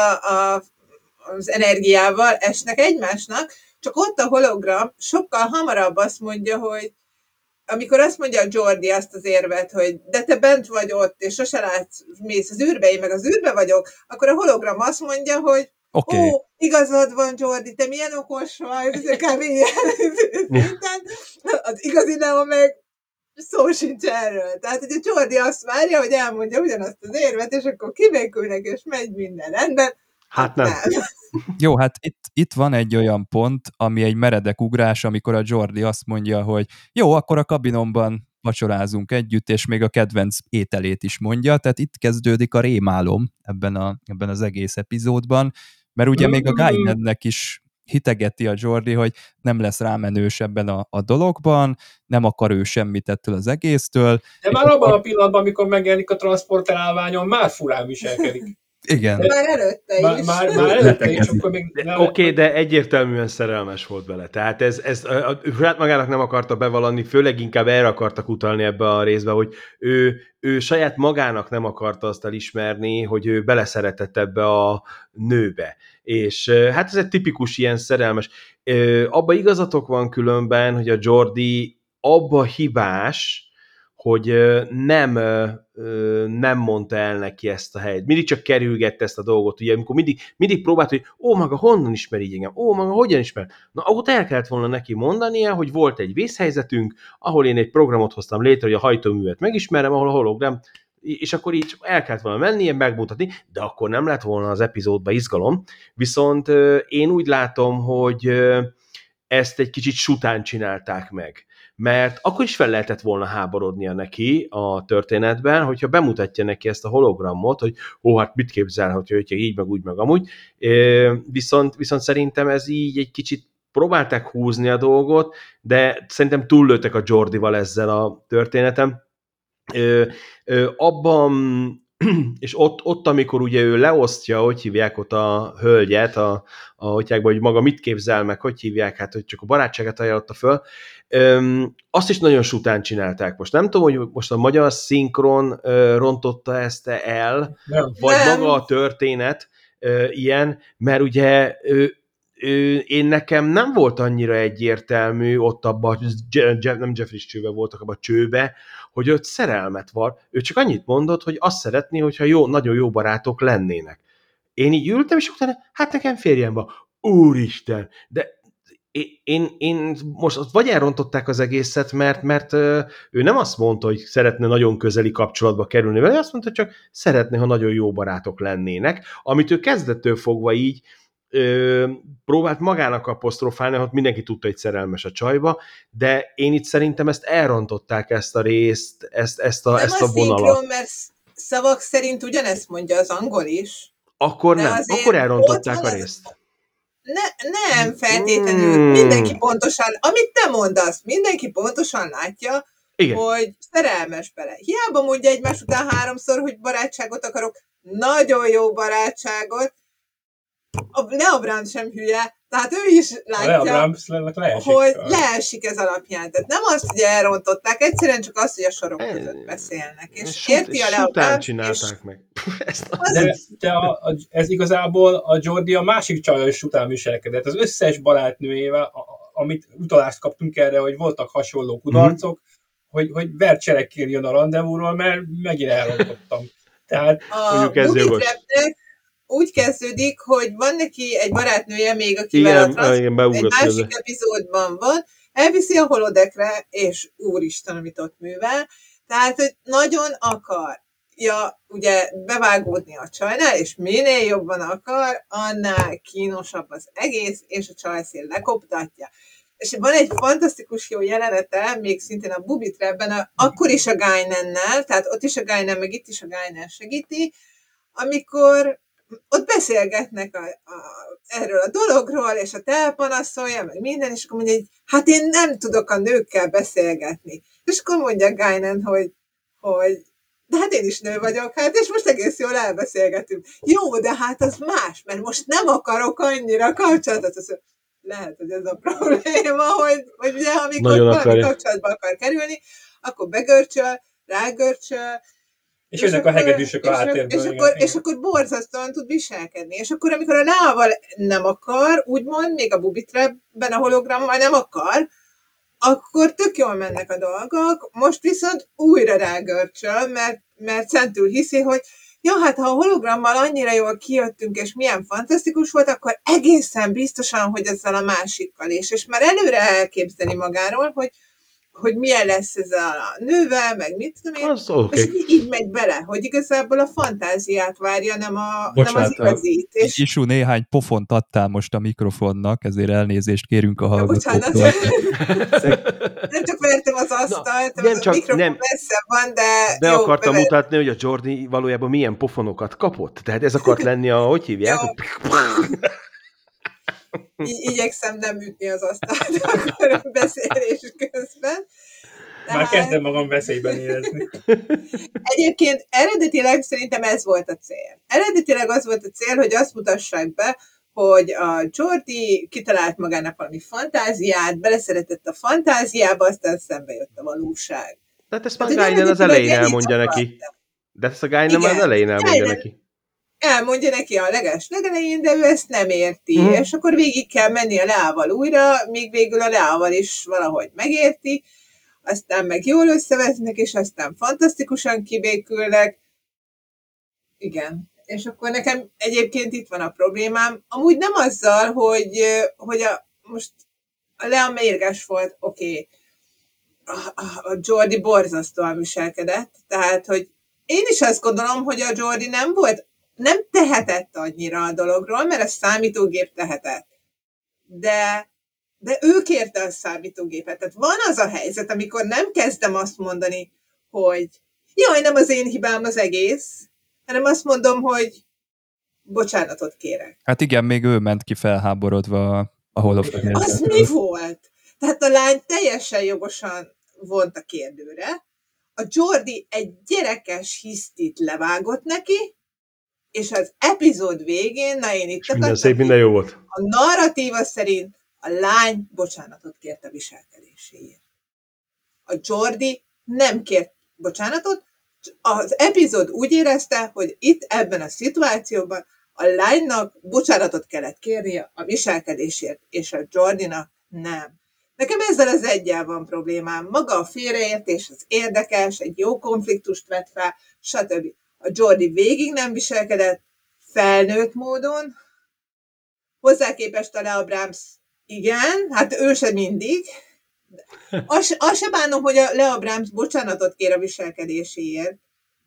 az energiával esnek egymásnak, csak ott a hologram sokkal hamarabb azt mondja, hogy amikor azt mondja a Geordi azt az érvet, hogy de te bent vagy ott, és sose látsz, mész az űrbe, én meg az űrbe vagyok, akkor a hologram azt mondja, hogy igazad van, Geordi, te milyen okos vagy, kb. Az igazi Neo meg szó sincs erről. Tehát, hogy a Geordi azt várja, hogy elmondja ugyanazt az érvet, és akkor kivékülnek, és megy minden rendben. Hát nem. Jó, hát itt van egy olyan pont, ami egy meredek ugrás, amikor a Geordi azt mondja, hogy jó, akkor a kabinomban vacsorázunk együtt, és még a kedvenc ételét is mondja, tehát itt kezdődik a rémálom ebben az egész epizódban, mert ugye még a Guinednek is hitegeti a Geordi, hogy nem lesz rámenős ebben a dologban, nem akar ő semmit ettől az egésztől. De már abban a pillanatban, amikor megjelenik a transporterálványon, már furán viselkedik. Igen. Már előtte is. Már előtte is, akkor még... Oké, de egyértelműen szerelmes volt bele. Tehát ez saját magának nem akarta bevallani, főleg inkább erre akartak utalni ebbe a részbe, hogy ő saját magának nem akarta azt elismerni, hogy ő beleszeretett ebbe a nőbe. És hát ez egy tipikus ilyen szerelmes. Abba igazatok van különben, hogy a Geordi abba hibás, hogy nem mondta el neki ezt a helyet. Mindig csak kerülgette ezt a dolgot, ugye, amikor mindig próbált, hogy maga honnan ismer így engem? Maga hogyan ismer? Na, ott el kellett volna neki mondania, hogy volt egy vészhelyzetünk, ahol én egy programot hoztam létre, hogy a hajtóművet megismerem, ahol a hologram, és akkor így el kellett volna mennie, megmutatni, de akkor nem lett volna az epizódban izgalom. Viszont én úgy látom, hogy ezt egy kicsit sután csinálták meg. Mert akkor is fel lehetett volna háborodnia neki a történetben, hogyha bemutatja neki ezt a hologramot, hogy hát mit képzelhet, hogy így, meg úgy, meg amúgy. Viszont szerintem ez így egy kicsit próbálták húzni a dolgot, de szerintem túllőttek a Geordival ezzel a történetem. Abban, és ott, amikor ugye ő leosztja, hogy hívják ott a hölgyet, hogy maga mit képzel meg, hogy hívják, hát hogy csak a barátságát ajánlotta föl, azt is nagyon sután csinálták. Most nem tudom, hogy most a magyar szinkron rontotta ezt el, vagy maga a történet ilyen, mert ugye én nekem nem volt annyira egyértelmű ott abban, nem Jeffrey csőbe voltak, abban a csőbe, hogy ott szerelmet van. Ő csak annyit mondott, hogy azt szeretné, hogyha nagyon jó barátok lennének. Én így ültem, és utána, hát nekem férjem van. Úristen! De én most vagy elrontották az egészet, mert ő nem azt mondta, hogy szeretne nagyon közeli kapcsolatba kerülni vele, azt mondta, csak szeretne, ha nagyon jó barátok lennének, amit ő kezdettől fogva így próbált magának apostrofálni, hogy mindenki tudta, hogy szerelmes a csajba, de én itt szerintem ezt elrontották, ezt a részt, ezt a vonalat. Szinkron, mert szavak szerint ugyanezt mondja az angol is. Akkor nem, akkor elrontották a részt. Nem feltétlenül. Mindenki pontosan, amit te mondasz, mindenki pontosan látja, igen, hogy szerelmes bele. Hiába mondja egymás után 3-szor, hogy barátságot akarok, nagyon jó barátságot. Lea Brown sem hülye, tehát ő is látja, hogy leesik ez alapján. Tehát nem azt, hogy elrontották, egyszerűen csak azt, hogy a sorok között beszélnek. És érti a Lea Brown, csinálták meg. Ez igazából a Jordi a másik csajos után viselkedett. Az összes barátnőjével, amit utalást kaptunk erre, hogy voltak hasonló kudarcok, hogy vercselek kérjön a rendezvúról, mert megint elrontottam. Tehát a Boogie Trapnek úgy kezdődik, hogy van neki egy barátnője még, akivel egy másik epizódban van, elviszi a holodekre, és úristen, amit ott művel. Tehát, hogy nagyon akarja ugye bevágódni a csajnál, és minél jobban akar, annál kínosabb az egész, és a csajszél lekoptatja. És van egy fantasztikus jó jelenete, még szintén a Boogie Trapben, akkor is a Guinannel, tehát ott is a Guinan, meg itt is a Guinan segíti, amikor ott beszélgetnek erről a dologról, és a telpanaszolja, meg minden, és akkor mondja, hogy hát én nem tudok a nőkkel beszélgetni. És akkor mondja Guinan, hogy de hát én is nő vagyok, hát, és most egész jól elbeszélgetünk. Jó, de hát az más, mert most nem akarok annyira kapcsolatot. Lehet, hogy ez a probléma, hogy ugye, amikor valami kapcsolatba akar kerülni, akkor begörcsöl, rágörcsöl, és ezek a hegedűsök a háttérben. És akkor borzasztóan tud viselkedni. És akkor, amikor a Leával nem akar, úgymond, még a Boogie Trapben a hologrammal nem akar, akkor tök jól mennek a dolgok, most viszont újra rágörcsöl, mert szentül hiszi, hogy ja, hát ha a hologrammal annyira jól kijöttünk, és milyen fantasztikus volt, akkor egészen biztosan, hogy ezzel a másikkal is. És már előre elképzeli magáról, hogy milyen lesz ezzel a nővel, meg mit tudom én, és így megy bele, hogy igazából a fantáziát várja, nem az igazit. És Isu, néhány pofont adtál most a mikrofonnak, ezért elnézést kérünk a hallgatóktól. Nem csak vertem az asztalt, a mikrofon messze van, de be akartam mutatni, hogy a Jordi valójában milyen pofonokat kapott. Tehát ez akart lenni hogy hívják? Igyekszem nem ütni az asztalt akkor a beszélés közben. Már kezdem magam veszélyben érezni. Egyébként eredetileg szerintem ez volt a cél. Eredetileg az volt a cél, hogy azt mutassák be, hogy a Jordi kitalált magának valami fantáziát, beleszeretett a fantáziába, aztán szembe jött a valóság. Tehát ezt már Guinan az elején elmondja neki. De ezt a Guinan az elején elmondja neki. Elmondja neki a legelején, de ő ezt nem érti, és akkor végig kell menni a Leával újra, míg végül a Leával is valahogy megérti, aztán meg jól összevetnek, és aztán fantasztikusan kibékülnek. Igen. És akkor nekem egyébként itt van a problémám. Amúgy nem azzal, hogy most a Lea mérges volt, oké. A Jordi borzasztóan viselkedett, tehát, hogy én is azt gondolom, hogy a Jordi nem tehetett annyira a dologról, mert a számítógép tehetett. De ő kérte a számítógépet. Tehát van az a helyzet, amikor nem kezdem azt mondani, hogy jaj, nem az én hibám az egész, hanem azt mondom, hogy bocsánatot kérek. Hát igen, még ő ment ki felháborodva a holofenél. Az mi volt? Tehát a lány teljesen jogosan vont a kérdőre, a Jordi egy gyerekes hisztit levágott neki, és az epizód végén, na én itt minden szép, minden jó volt. A narratíva szerint a lány bocsánatot kért a viselkedéséért. A Jordi nem kért bocsánatot, az epizód úgy érezte, hogy itt ebben a szituációban a lánynak bocsánatot kellett kérnie a viselkedésért, és a Jordinak nem. Nekem ezzel az egyel van problémám. Maga a félreértés, az érdekes, egy jó konfliktust vett fel, stb. A Jordi végig nem viselkedett felnőtt módon. Hozzá képest a Lea Brahms igen, hát ő sem mindig. Azt sem bánom, hogy a Lea Brahms bocsánatot kér a viselkedéséért,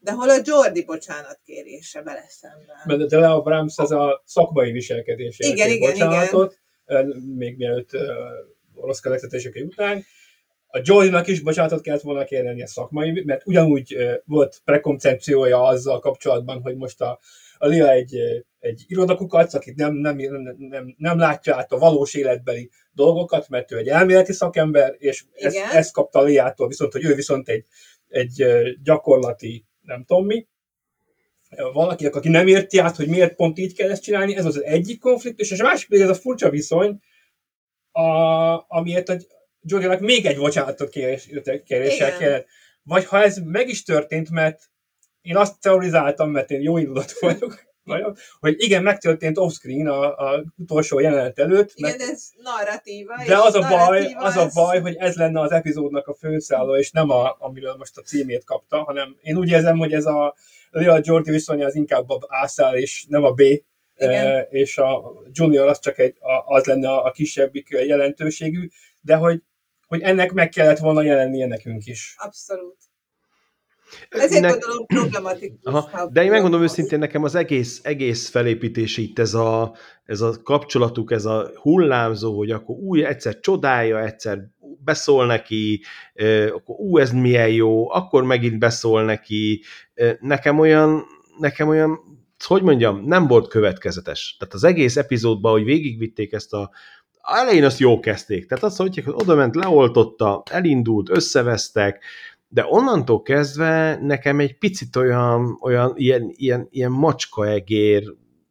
de hol a Jordi bocsánatkérése vele szemben. De Lea Brahms ez a szakmai viselkedésére Igen. bocsánatot, még mielőtt orosz keletkezések után. A Jordinak is bocsánatot kellett volna kérni a szakmai, mert ugyanúgy volt prekoncepciója azzal kapcsolatban, hogy most a Lea egy irodakukac, akit nem látja át a valós életbeli dolgokat, mert ő egy elméleti szakember, és ezt kapta a Leától, viszont hogy ő viszont egy gyakorlati nem tudom mi, valaki, aki nem érti át, hogy miért pont így kell ezt csinálni, ez az egyik konfliktus, és a másik pedig ez a furcsa viszony, amiért a Jordinak még egy bocsánatot kéréssel kellett. Vagy ha ez meg is történt, mert én azt teorizáltam, mert én jó indulatú vagyok, hogy igen, megtörtént off-screen a utolsó jelenet előtt. Igen, ez narratíva. De az a baj, hogy ez lenne az epizódnak a főszálló, és nem amiről most a címét kapta, hanem én úgy érzem, hogy ez a Lea Jordi viszonya az inkább a A szál, és nem a B. És a Junior az csak az lenne a kisebbik jelentőségű, de hogy ennek meg kellett volna jelennie nekünk is. Abszolút. Ezért gondolom problematikus. De én megmondom őszintén, nekem az egész felépítés itt ez a kapcsolatuk, ez a hullámzó, hogy akkor egyszer csodálja, egyszer beszól neki, akkor ez milyen jó, akkor megint beszól neki. Nekem olyan, hogy mondjam, nem volt következetes. Tehát az egész epizódban, hogy végigvitték ezt elején azt jól kezdték. Tehát azt mondják, hogy oda ment, leoltotta, elindult, összevesztek, de onnantól kezdve nekem egy picit olyan ilyen macskaegér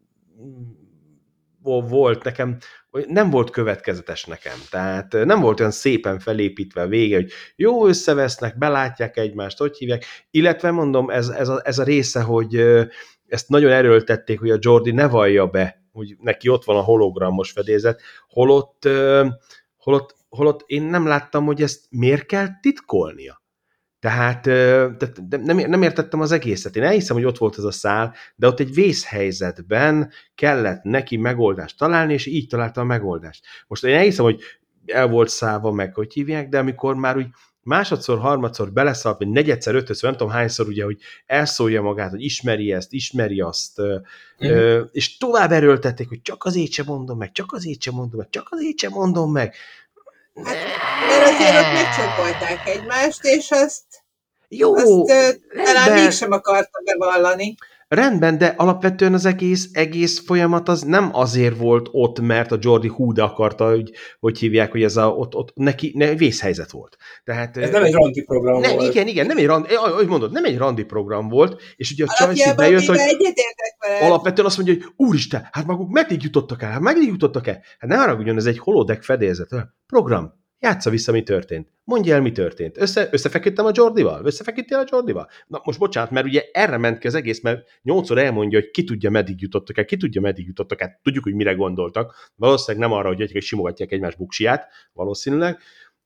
volt nekem, nem volt következetes nekem, tehát nem volt olyan szépen felépítve a vége, hogy jó összevesznek, belátják egymást, hogy hívják, illetve mondom, ez a része, hogy ezt nagyon erőltették, hogy a Jordi ne vallja be, hogy neki ott van a hologramos fedélzet, holott én nem láttam, hogy ezt miért kell titkolnia. Tehát nem értettem az egészet. Én elhiszem, hogy ott volt ez a szál, de ott egy vészhelyzetben kellett neki megoldást találni, és így találta a megoldást. Most én elhiszem, hogy el volt szállva meg, hogy hívják, de amikor már úgy másodszor, harmadszor beleszállt, vagy negyedszer, ötöször, nem tudom hányszor, ugye, hogy elszólja magát, hogy ismeri ezt, ismeri azt, és tovább erőltették, hogy csak azért sem mondom meg, csak azért sem mondom meg, csak azért sem mondom meg. Hát, mert azért ott megcsókolták egymást, és azt talán mégsem akarta bevallani. Rendben, de alapvetően az egész folyamat az nem azért volt ott, mert a Jordi de akarta, hogy hívják, hogy ez ott neki vészhelyzet volt. Tehát, ez nem egy randi program volt. Igen, nem egy randi, ahogy mondod, nem egy randi program volt, és ugye a Csajci bejött, hogy alapvetően azt mondja, hogy úristen, hát maguk meddig jutottak el? Hát ne haragudjon, ez egy holodeck fedélzet. Program. Játsza vissza, mi történt. Mondja el, mi történt. Összefeküdtem a Jordival? Összefeküdtél a Jordival? Na, most bocsánat, mert ugye erre ment ki az egész, mert 8-szor elmondja, hogy ki tudja, meddig jutottak el, tudjuk, hogy mire gondoltak. Valószínűleg nem arra, hogy simogatják egymás buksiját, valószínűleg.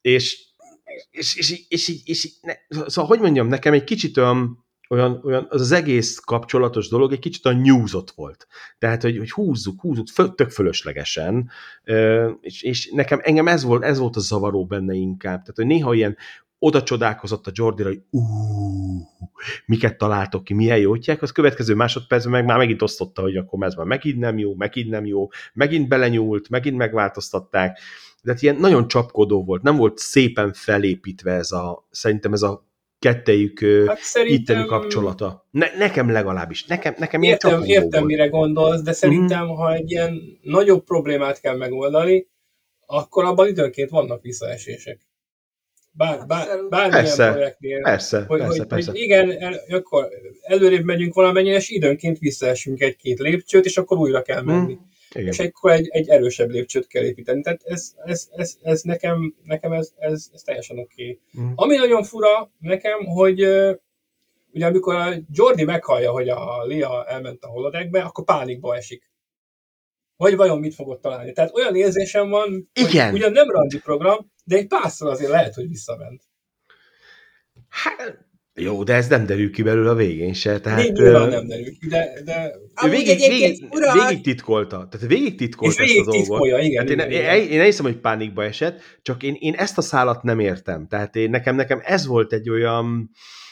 Szóval, hogy mondjam, nekem egy kicsit olyan az egész kapcsolatos dolog egy kicsit a newsot volt. Tehát, hogy húzzuk, tök fölöslegesen, és engem ez volt a zavaró benne inkább. Tehát, hogy néha ilyen oda csodálkozott a Jordira, hogy miket találtok ki, milyen jótják, az következő másodpercben meg már megint osztotta, hogy akkor ez már megint nem jó, megint belenyúlt, megint megváltoztatták. Tehát ilyen nagyon csapkodó volt, nem volt szépen felépítve szerintem ez a kettejük itteni kapcsolata. Nekem legalábbis. Nekem értem mire gondolsz, de szerintem, ha egy ilyen nagyobb problémát kell megoldani, akkor abban időnként vannak visszaesések. Bármilyen projektnél. Persze. Hogy igen, akkor előrébb megyünk valamennyire, és időnként visszaesünk egy-két lépcsőt, és akkor újra kell menni. Igen. És akkor egy erősebb lépcsőt kell építeni. Tehát ez nekem ez teljesen oké. Ami nagyon fura nekem, hogy ugye amikor a Jordi meghallja, hogy a Lea elment a holodeckbe, akkor pánikba esik. Vagy vajon mit fogod találni? Tehát olyan érzésem van, hogy ugyan nem randi program, de egy párszor azért lehet, hogy visszament. Hát, jó, de ez nem derül ki belőle a végén se. Tehát, nyilván nem derül ki, de végig titkolta. Tehát végig titkolta ezt a dolgot. Igen, hát én elhiszem, hogy pánikba esett, csak én ezt a szálat nem értem. Tehát nekem ez volt egy olyan,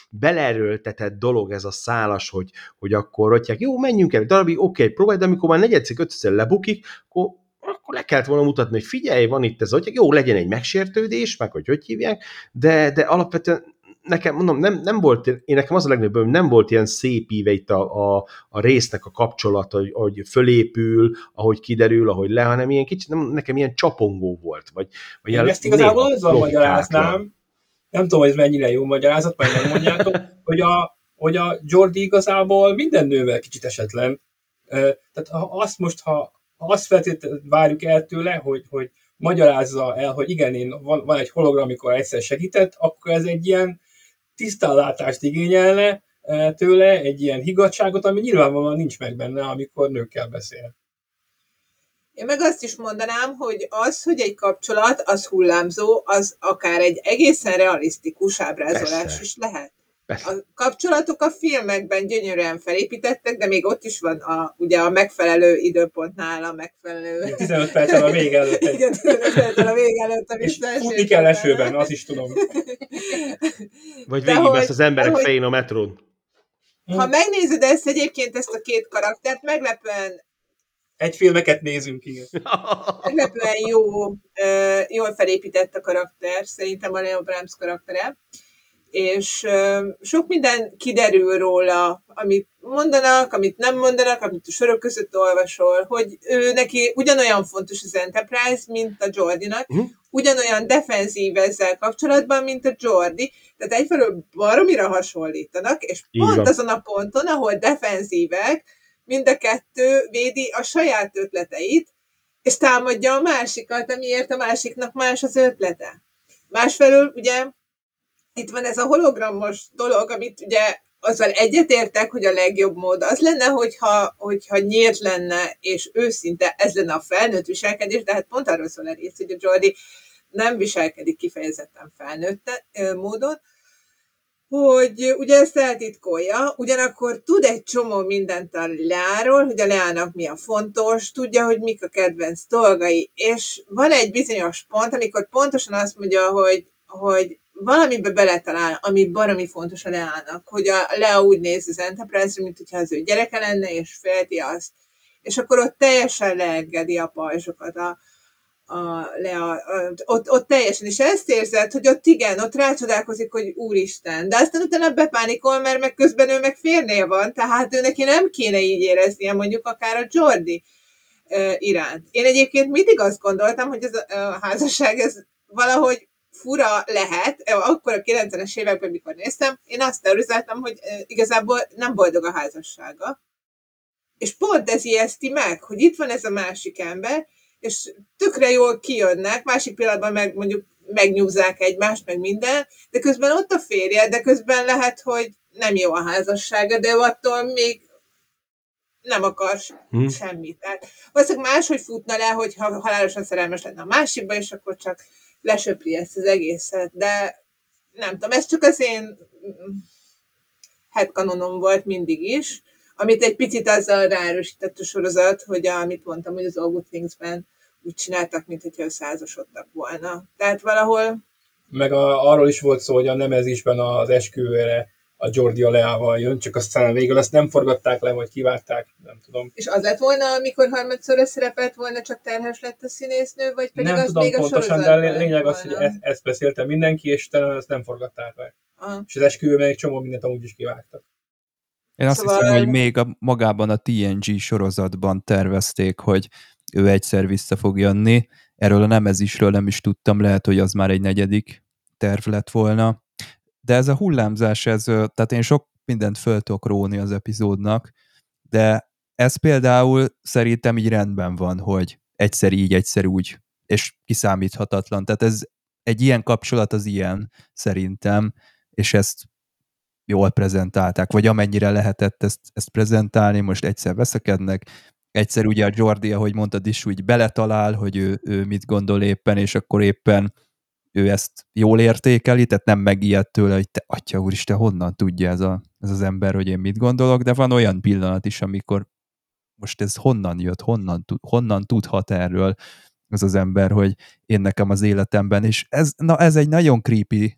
beleerőltetett dolog ez a szálas, hogy akkor rottják, jó, menjünk el egy darabig, oké, próbálj, de amikor már negyedszer, ötödszer lebukik, akkor le kellett volna mutatni, hogy figyelj, van itt ez, hogy jó, legyen egy megsértődés, meg hogy hívják, de alapvetően nekem, mondom, nem volt, nekem az a legnagyobb, hogy nem volt ilyen szép íve itt a résznek a kapcsolat, hogy fölépül, ahogy kiderül, ahogy le, hanem ilyen kicsit, nekem ilyen csapongó volt. Vagy én ezt igazából azzal magyaráznám, nem tudom, hogy ez mennyire jó magyarázat, majd megmondjátok, hogy a Jordi igazából minden nővel kicsit esetlen. Tehát ha azt feltétlenül várjuk el tőle, hogy magyarázza el, hogy igen, van egy hologram, amikor egyszer segített, akkor ez egy ilyen tisztánlátást igényelne tőle, egy ilyen higgadtságot, ami nyilvánvalóan nincs meg benne, amikor nőkkel beszél. Én meg azt is mondanám, hogy az, hogy egy kapcsolat, az hullámzó, az akár egy egészen realisztikus ábrázolás Persze. is lehet. Persze. A kapcsolatok a filmekben gyönyörűen felépítettek, de még ott is van ugye a megfelelő időpontnál a megfelelő... 15 perccel a vége előtt. Igen, 15 perccel a vége előtt. És futni kell esőben, azt is tudom. Vagy végigvesz az emberek fején a metrón. Ha megnézed egyébként ezt a két karaktert, meglepően egy filmeket nézünk, igen. Meglepően jól felépített a karakter, szerintem a Leo Brahms karaktere, és sok minden kiderül róla, amit mondanak, amit nem mondanak, amit a sorok között olvasol, hogy ő neki ugyanolyan fontos az Enterprise, mint a Jordinak, ugyanolyan defenzív ezzel kapcsolatban, mint a Jordi, tehát egyfelől baromira hasonlítanak, és pont azon a ponton, ahol defenzívek, mind a kettő védi a saját ötleteit, és támadja a másikat, amiért a másiknak más az ötlete. Másfelől ugye itt van ez a hologramos dolog, amit ugye azzal egyetértek, hogy a legjobb mód az lenne, hogyha nyílt lenne, és őszinte ez lenne a felnőtt viselkedés, de hát pont arról szól a rész, hogy a Jordi nem viselkedik kifejezetten felnőtt módon, hogy ugye ezt eltitkolja, ugyanakkor tud egy csomó mindent a Leáról, hogy a Leának mi a fontos, tudja, hogy mik a kedvenc dolgai, és van egy bizonyos pont, amikor pontosan azt mondja, hogy valamibe beletalál, ami baromi fontos a Leának, hogy a Lea úgy néz az Enterprise-ra, mint hogyha az ő gyereke lenne, és félti azt. És akkor ott teljesen leengedi a pajzsokat a Lea, ott teljesen, és ezt érzed, hogy ott rácsodálkozik, hogy úristen, de aztán utána bepánikol, mert meg közben ő meg férnél van, tehát ő neki nem kéne így éreznie, mondjuk akár a Jordi iránt. Én egyébként mindig azt gondoltam, hogy ez a házasság, ez valahogy fura lehet, akkor a 90-es években, mikor néztem, én azt teorizáltam, hogy igazából nem boldog a házassága. És pont ez ijeszti meg, hogy itt van ez a másik ember, és tökre jól kijönnek, másik pillanatban meg mondjuk megnyúzzák egymást, meg minden, de közben ott a férje, de közben lehet, hogy nem jó a házassága, de attól még nem akar semmit. Tehát valószínűleg máshogy futna le, hogyha halálosan szerelmes lenne a másikba, és akkor csak lesöpri ezt az egészet, de nem tudom, ez csak az én headcanonom volt mindig is, amit egy picit azzal ráerősített a sorozat, hogy amit mondtam, hogy az All Good Things-ben úgy csináltak, mintha összeházasodtak volna. Tehát valahol... Meg arról is volt szó, hogy a nemezésben az esküvőre a Jordi a Leával jön, csak aztán végül ezt nem forgatták le, vagy kivágták, nem tudom. És az lett volna, amikor harmadszorra szerepelt volna, csak terhes lett a színésznő, vagy pedig nem az tudom még a pontosan, de a lényeg az, hogy ezt beszélte mindenki, és talán ezt nem forgatták le. És az esküvőben egy csomó mindent amúgy is kivágtak. Én azt hiszem, hogy még magában a TNG sorozatban tervezték, hogy ő egyszer vissza fog jönni. Erről a nemezisről nem is tudtam, lehet, hogy az már egy negyedik terv lett volna. De ez a hullámzás, tehát én sok mindent föl tudok róni az epizódnak, de ez például szerintem így rendben van, hogy egyszer így, egyszer úgy, és kiszámíthatatlan. Tehát ez egy ilyen kapcsolat az ilyen, szerintem, és ezt jól prezentálták, vagy amennyire lehetett ezt prezentálni, most egyszer veszekednek, egyszer ugye a Jordi, ahogy mondtad is, úgy beletalál, hogy ő mit gondol éppen, és akkor éppen ő ezt jól értékeli, tehát nem megijed tőle, hogy te atya úristen, honnan tudja ez az ember, hogy én mit gondolok, de van olyan pillanat is, amikor most ez honnan jött, honnan tudhat erről az ember, hogy én nekem az életemben, és ez egy nagyon creepy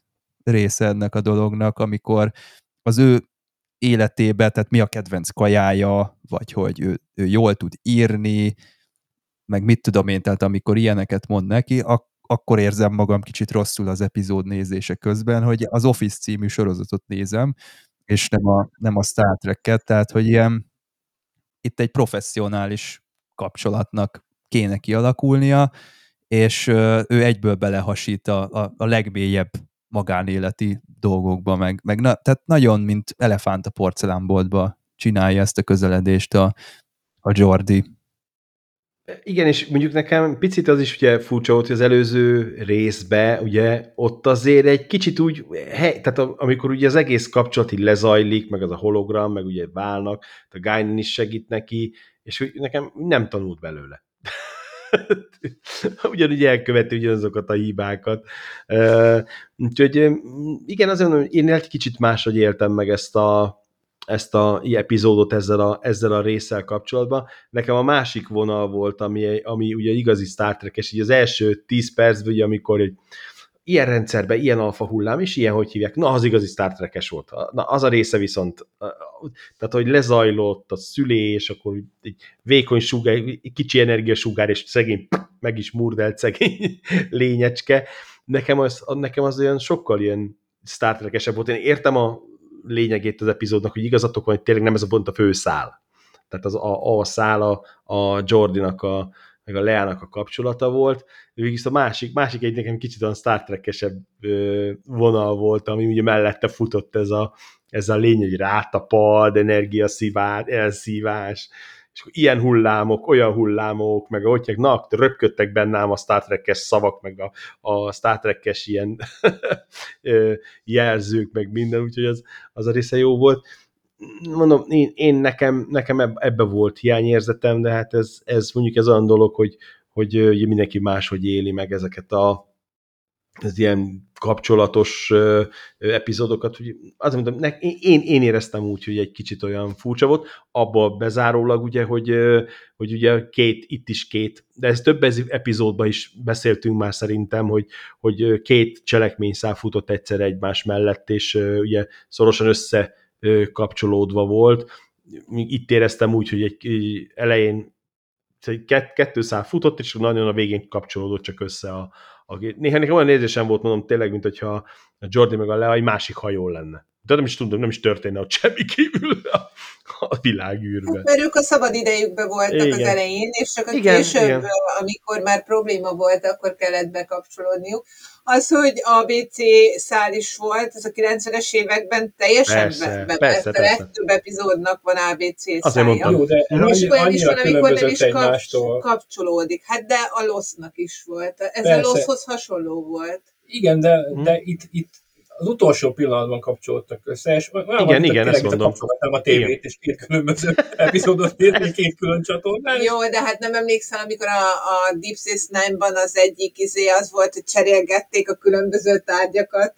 része ennek a dolognak, amikor az ő életébe, tehát mi a kedvenc kajája, vagy hogy ő jól tud írni, meg mit tudom én, tehát amikor ilyeneket mond neki, akkor érzem magam kicsit rosszul az epizód nézése közben, hogy az Office című sorozatot nézem, és nem a Star Trek-et, tehát hogy ilyen itt egy professzionális kapcsolatnak kéne kialakulnia, és ő egyből belehasít a legmélyebb magánéleti dolgokba, tehát nagyon, mint elefánt a porcelánboltba csinálja ezt a közeledést a Geordi. Igen, és mondjuk nekem picit az is ugye furcsa volt, hogy az előző részbe, ugye ott azért egy kicsit úgy, tehát amikor ugye az egész kapcsolat így lezajlik, meg az a hologram, meg ugye válnak, a Guinan is segít neki, és nekem nem tanult belőle. Ugyanúgy elköveti ugyanazokat a hibákat. Úgyhogy igen, azért mondom, én egy kicsit máshogy éltem meg ezt a epizódot ezzel a résszel kapcsolatban. Nekem a másik vonal volt, ami ugye igazi Star Trek-es, így az első 10 percben, ugye, amikor egy ilyen rendszerben, ilyen alfa hullám, és ilyen, hogy hívják, na, az igazi Star Trek-es volt. Na, az a része viszont, tehát, hogy lezajlott a szülés, akkor egy vékony sugár, egy kicsi energiasugár, és szegény, meg is murdelt szegény lényecske. Nekem az olyan sokkal ilyen Star Trek-esebb volt. Én értem a lényegét az epizódnak, hogy igazatok van, hogy tényleg nem ez a pont a fő szál. Tehát a szál a Geordinak meg a Leának a kapcsolata volt, viszont a másik egy nekem kicsit olyan Star Trek-esebb vonal volt, ami ugye mellette futott ez a lény, hogy rátapad, energiaszívás, elszívás, és ilyen hullámok, olyan hullámok, meg ahogy röpködtek bennem a Star Trek-es szavak, meg a Star Trek-es ilyen jelzők, meg minden, úgyhogy az a része jó volt. Mondom, nekem ebbe volt hiányérzetem, de hát ez mondjuk ez olyan dolog, hogy mindenki máshogy éli meg ezeket az ilyen kapcsolatos epizódokat, hogy azért mondom, én éreztem úgy, hogy egy kicsit olyan furcsa volt, abba bezárólag ugye, hogy ugye itt is két, de ez több epizódban is beszéltünk már szerintem, hogy két cselekményszál futott egyszer egymás mellett, és ugye szorosan összekapcsolódva volt. Itt éreztem úgy, hogy egy elején kettő szál futott, és nagyon a végén kapcsolódott csak össze néha nekem olyan nézésem volt, mondom, tényleg, mint hogyha a Geordi meg a Lea egy másik hajón lenne. De nem is tudom, nem is történne ott semmi kívül a világűrben. Mert ők a szabad idejükben voltak az elején, és csak később, amikor már probléma volt, akkor kellett bekapcsolódniuk. Az, hogy ABC szál is volt, az a 90-es években teljesen persze. Több epizódnak van ABC szálja. Jó, de és olyan is van, amikor nem is kapcsolódik. Hát de a Lost-nak is volt. Ez persze. A Lost-hoz hasonló volt. Igen, de itt az utolsó pillanatban kapcsolódtak össze, és igen, ezt mondom. Kapcsoltam a tévét, és két különböző epizódot nézni, két külön csatornán. Jó, de hát nem emlékszel, amikor a Deep Space Nine-ban az egyik az volt, hogy cserélgették a különböző tárgyakat,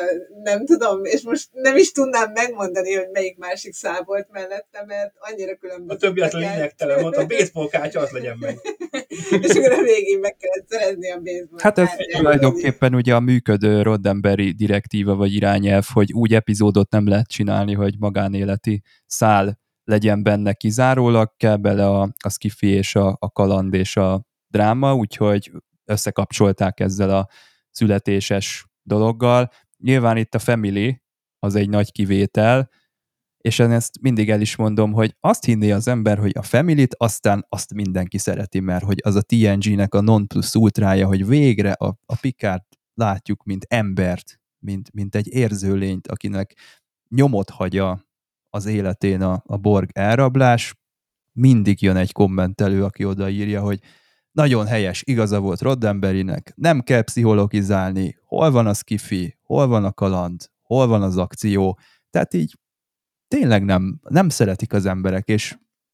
nem tudom, és most nem is tudnám megmondani, hogy melyik másik szál volt mellette, mert annyira különböző. A többi az lényegtelen volt, a baseball kártya, az legyen meg. És akkor a végén meg kellett szerezni a baseball. Hát ez tulajdonképpen ugye a működő Roddenberry direktíva vagy irányelv, hogy úgy epizódot nem lehet csinálni, hogy magánéleti szál legyen benne kizárólag, kell bele a sci-fi és a kaland és a dráma, úgyhogy összekapcsolták ezzel a születéses dologgal. Nyilván itt a Family az egy nagy kivétel, és én ezt mindig el is mondom, hogy azt hinné az ember, hogy a Family-t aztán azt mindenki szereti, mert hogy az a TNG-nek a non plus ultrája, hogy végre a Picard látjuk, mint embert, mint egy érző lényt, akinek nyomot hagy az életén a Borg elrablás, mindig jön egy kommentelő, aki odaírja, hogy nagyon helyes, igaza volt Roddenberrynek, nem kell pszichologizálni, hol van a sci-fi, hol van a kaland, hol van az akció, tehát így tényleg nem szeretik az emberek, és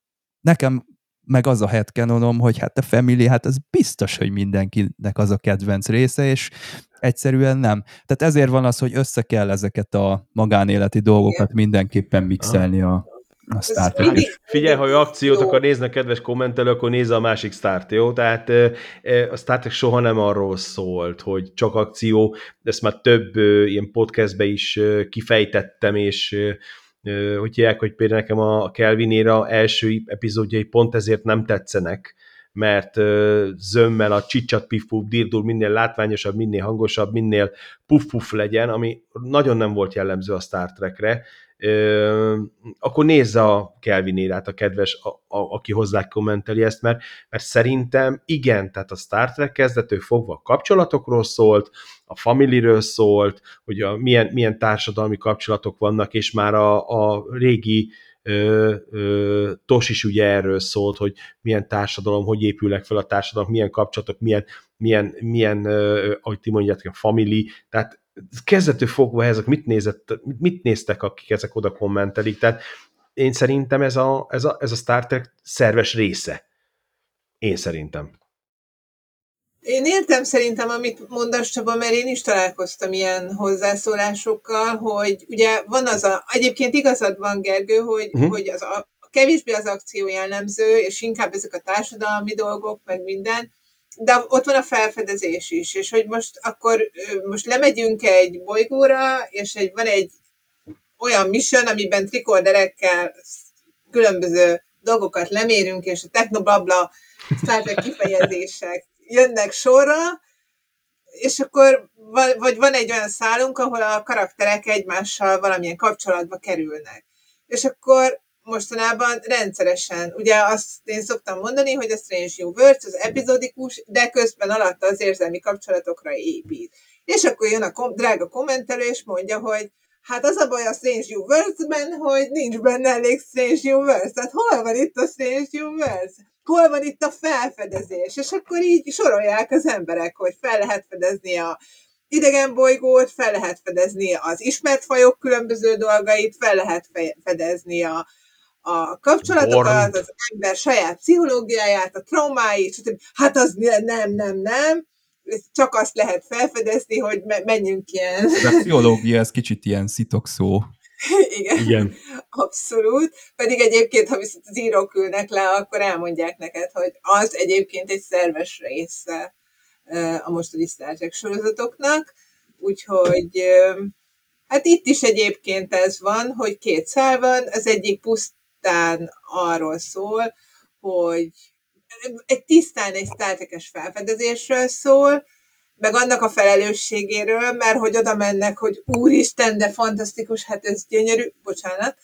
nekem meg az a headcanonom, hogy hát a Family, hát az biztos, hogy mindenkinek az a kedvenc része, és egyszerűen nem. Tehát ezért van az, hogy össze kell ezeket a magánéleti dolgokat mindenképpen mixelni a a Star Trek. Figyelj, ha akciót akar nézni a kedves kommentelő, akkor nézze a másik Star-t, jó? Tehát a Star Trek soha nem arról szólt, hogy csak akció, de ezt már több ilyen podcastbe is kifejtettem, és hogy hívják, hogy például nekem a Kelvin éra első epizódjai pont ezért nem tetszenek, mert zömmel a csicsat pif-puf dirdur minél látványosabb, minél hangosabb, minél puff-puff legyen, ami nagyon nem volt jellemző a Star Trekre, akkor nézze a Kelvin érát, a kedves, aki hozzá kommenteli ezt, mert szerintem igen, tehát a Star Trek kezdetől fogva a kapcsolatokról szólt, a familyről szólt, hogy milyen társadalmi kapcsolatok vannak, és már a régi TOS is ugye erről szólt, hogy milyen társadalom, hogy épülnek fel a társadalom, milyen kapcsolatok, milyen ahogy ti mondjátok, a family, tehát kezdetől fogva ezek mit néztek, akik ezek oda kommentelik, tehát én szerintem ez a Star Trek szerves része. Én szerintem. Én értem szerintem, amit mondasz, Csaba, mert én is találkoztam ilyen hozzászólásokkal, hogy ugye van egyébként igazad van, Gergő, hogy kevésbé az akció jellemző, és inkább ezek a társadalmi dolgok, meg minden, de ott van a felfedezés is, és hogy most lemegyünk egy bolygóra, és van egy olyan mission, amiben trikorderekkel különböző dolgokat lemérünk, és a technoblabla Star Trek kifejezések jönnek sorra, és akkor vagy van egy olyan szálunk, ahol a karakterek egymással valamilyen kapcsolatba kerülnek. És akkor mostanában rendszeresen, ugye azt én szoktam mondani, hogy a Strange New Worlds az epizódikus, de közben alatta az érzelmi kapcsolatokra épít. És akkor jön a drága kommentelő, és mondja, hogy hát az a baj a Strange New Worlds-ben, hogy nincs benne elég Strange New Worlds. Tehát hol van itt a Strange New Worlds? Hol van itt a felfedezés? És akkor így sorolják az emberek, hogy fel lehet fedezni a idegen bolygót, fel lehet fedezni az ismert fajok különböző dolgait, fel lehet fedezni a kapcsolatokat, az ember saját pszichológiáját, a traumáit, stb. Hát az nem. Csak azt lehet felfedezni, hogy menjünk ilyen... De a pszichológia, ez kicsit ilyen szitokszó. Igen, abszolút. Pedig egyébként, ha viszont az írók ülnek le, akkor elmondják neked, hogy az egyébként egy szerves része a mostani Star Trek sorozatoknak. Úgyhogy hát itt is egyébként ez van, hogy két szál van, az egyik pusztán arról szól, hogy tisztán egy Star Trek-es felfedezésről szól, meg annak a felelősségéről, mert hogy oda mennek, hogy úristen, de fantasztikus, hát ez gyönyörű, bocsánat,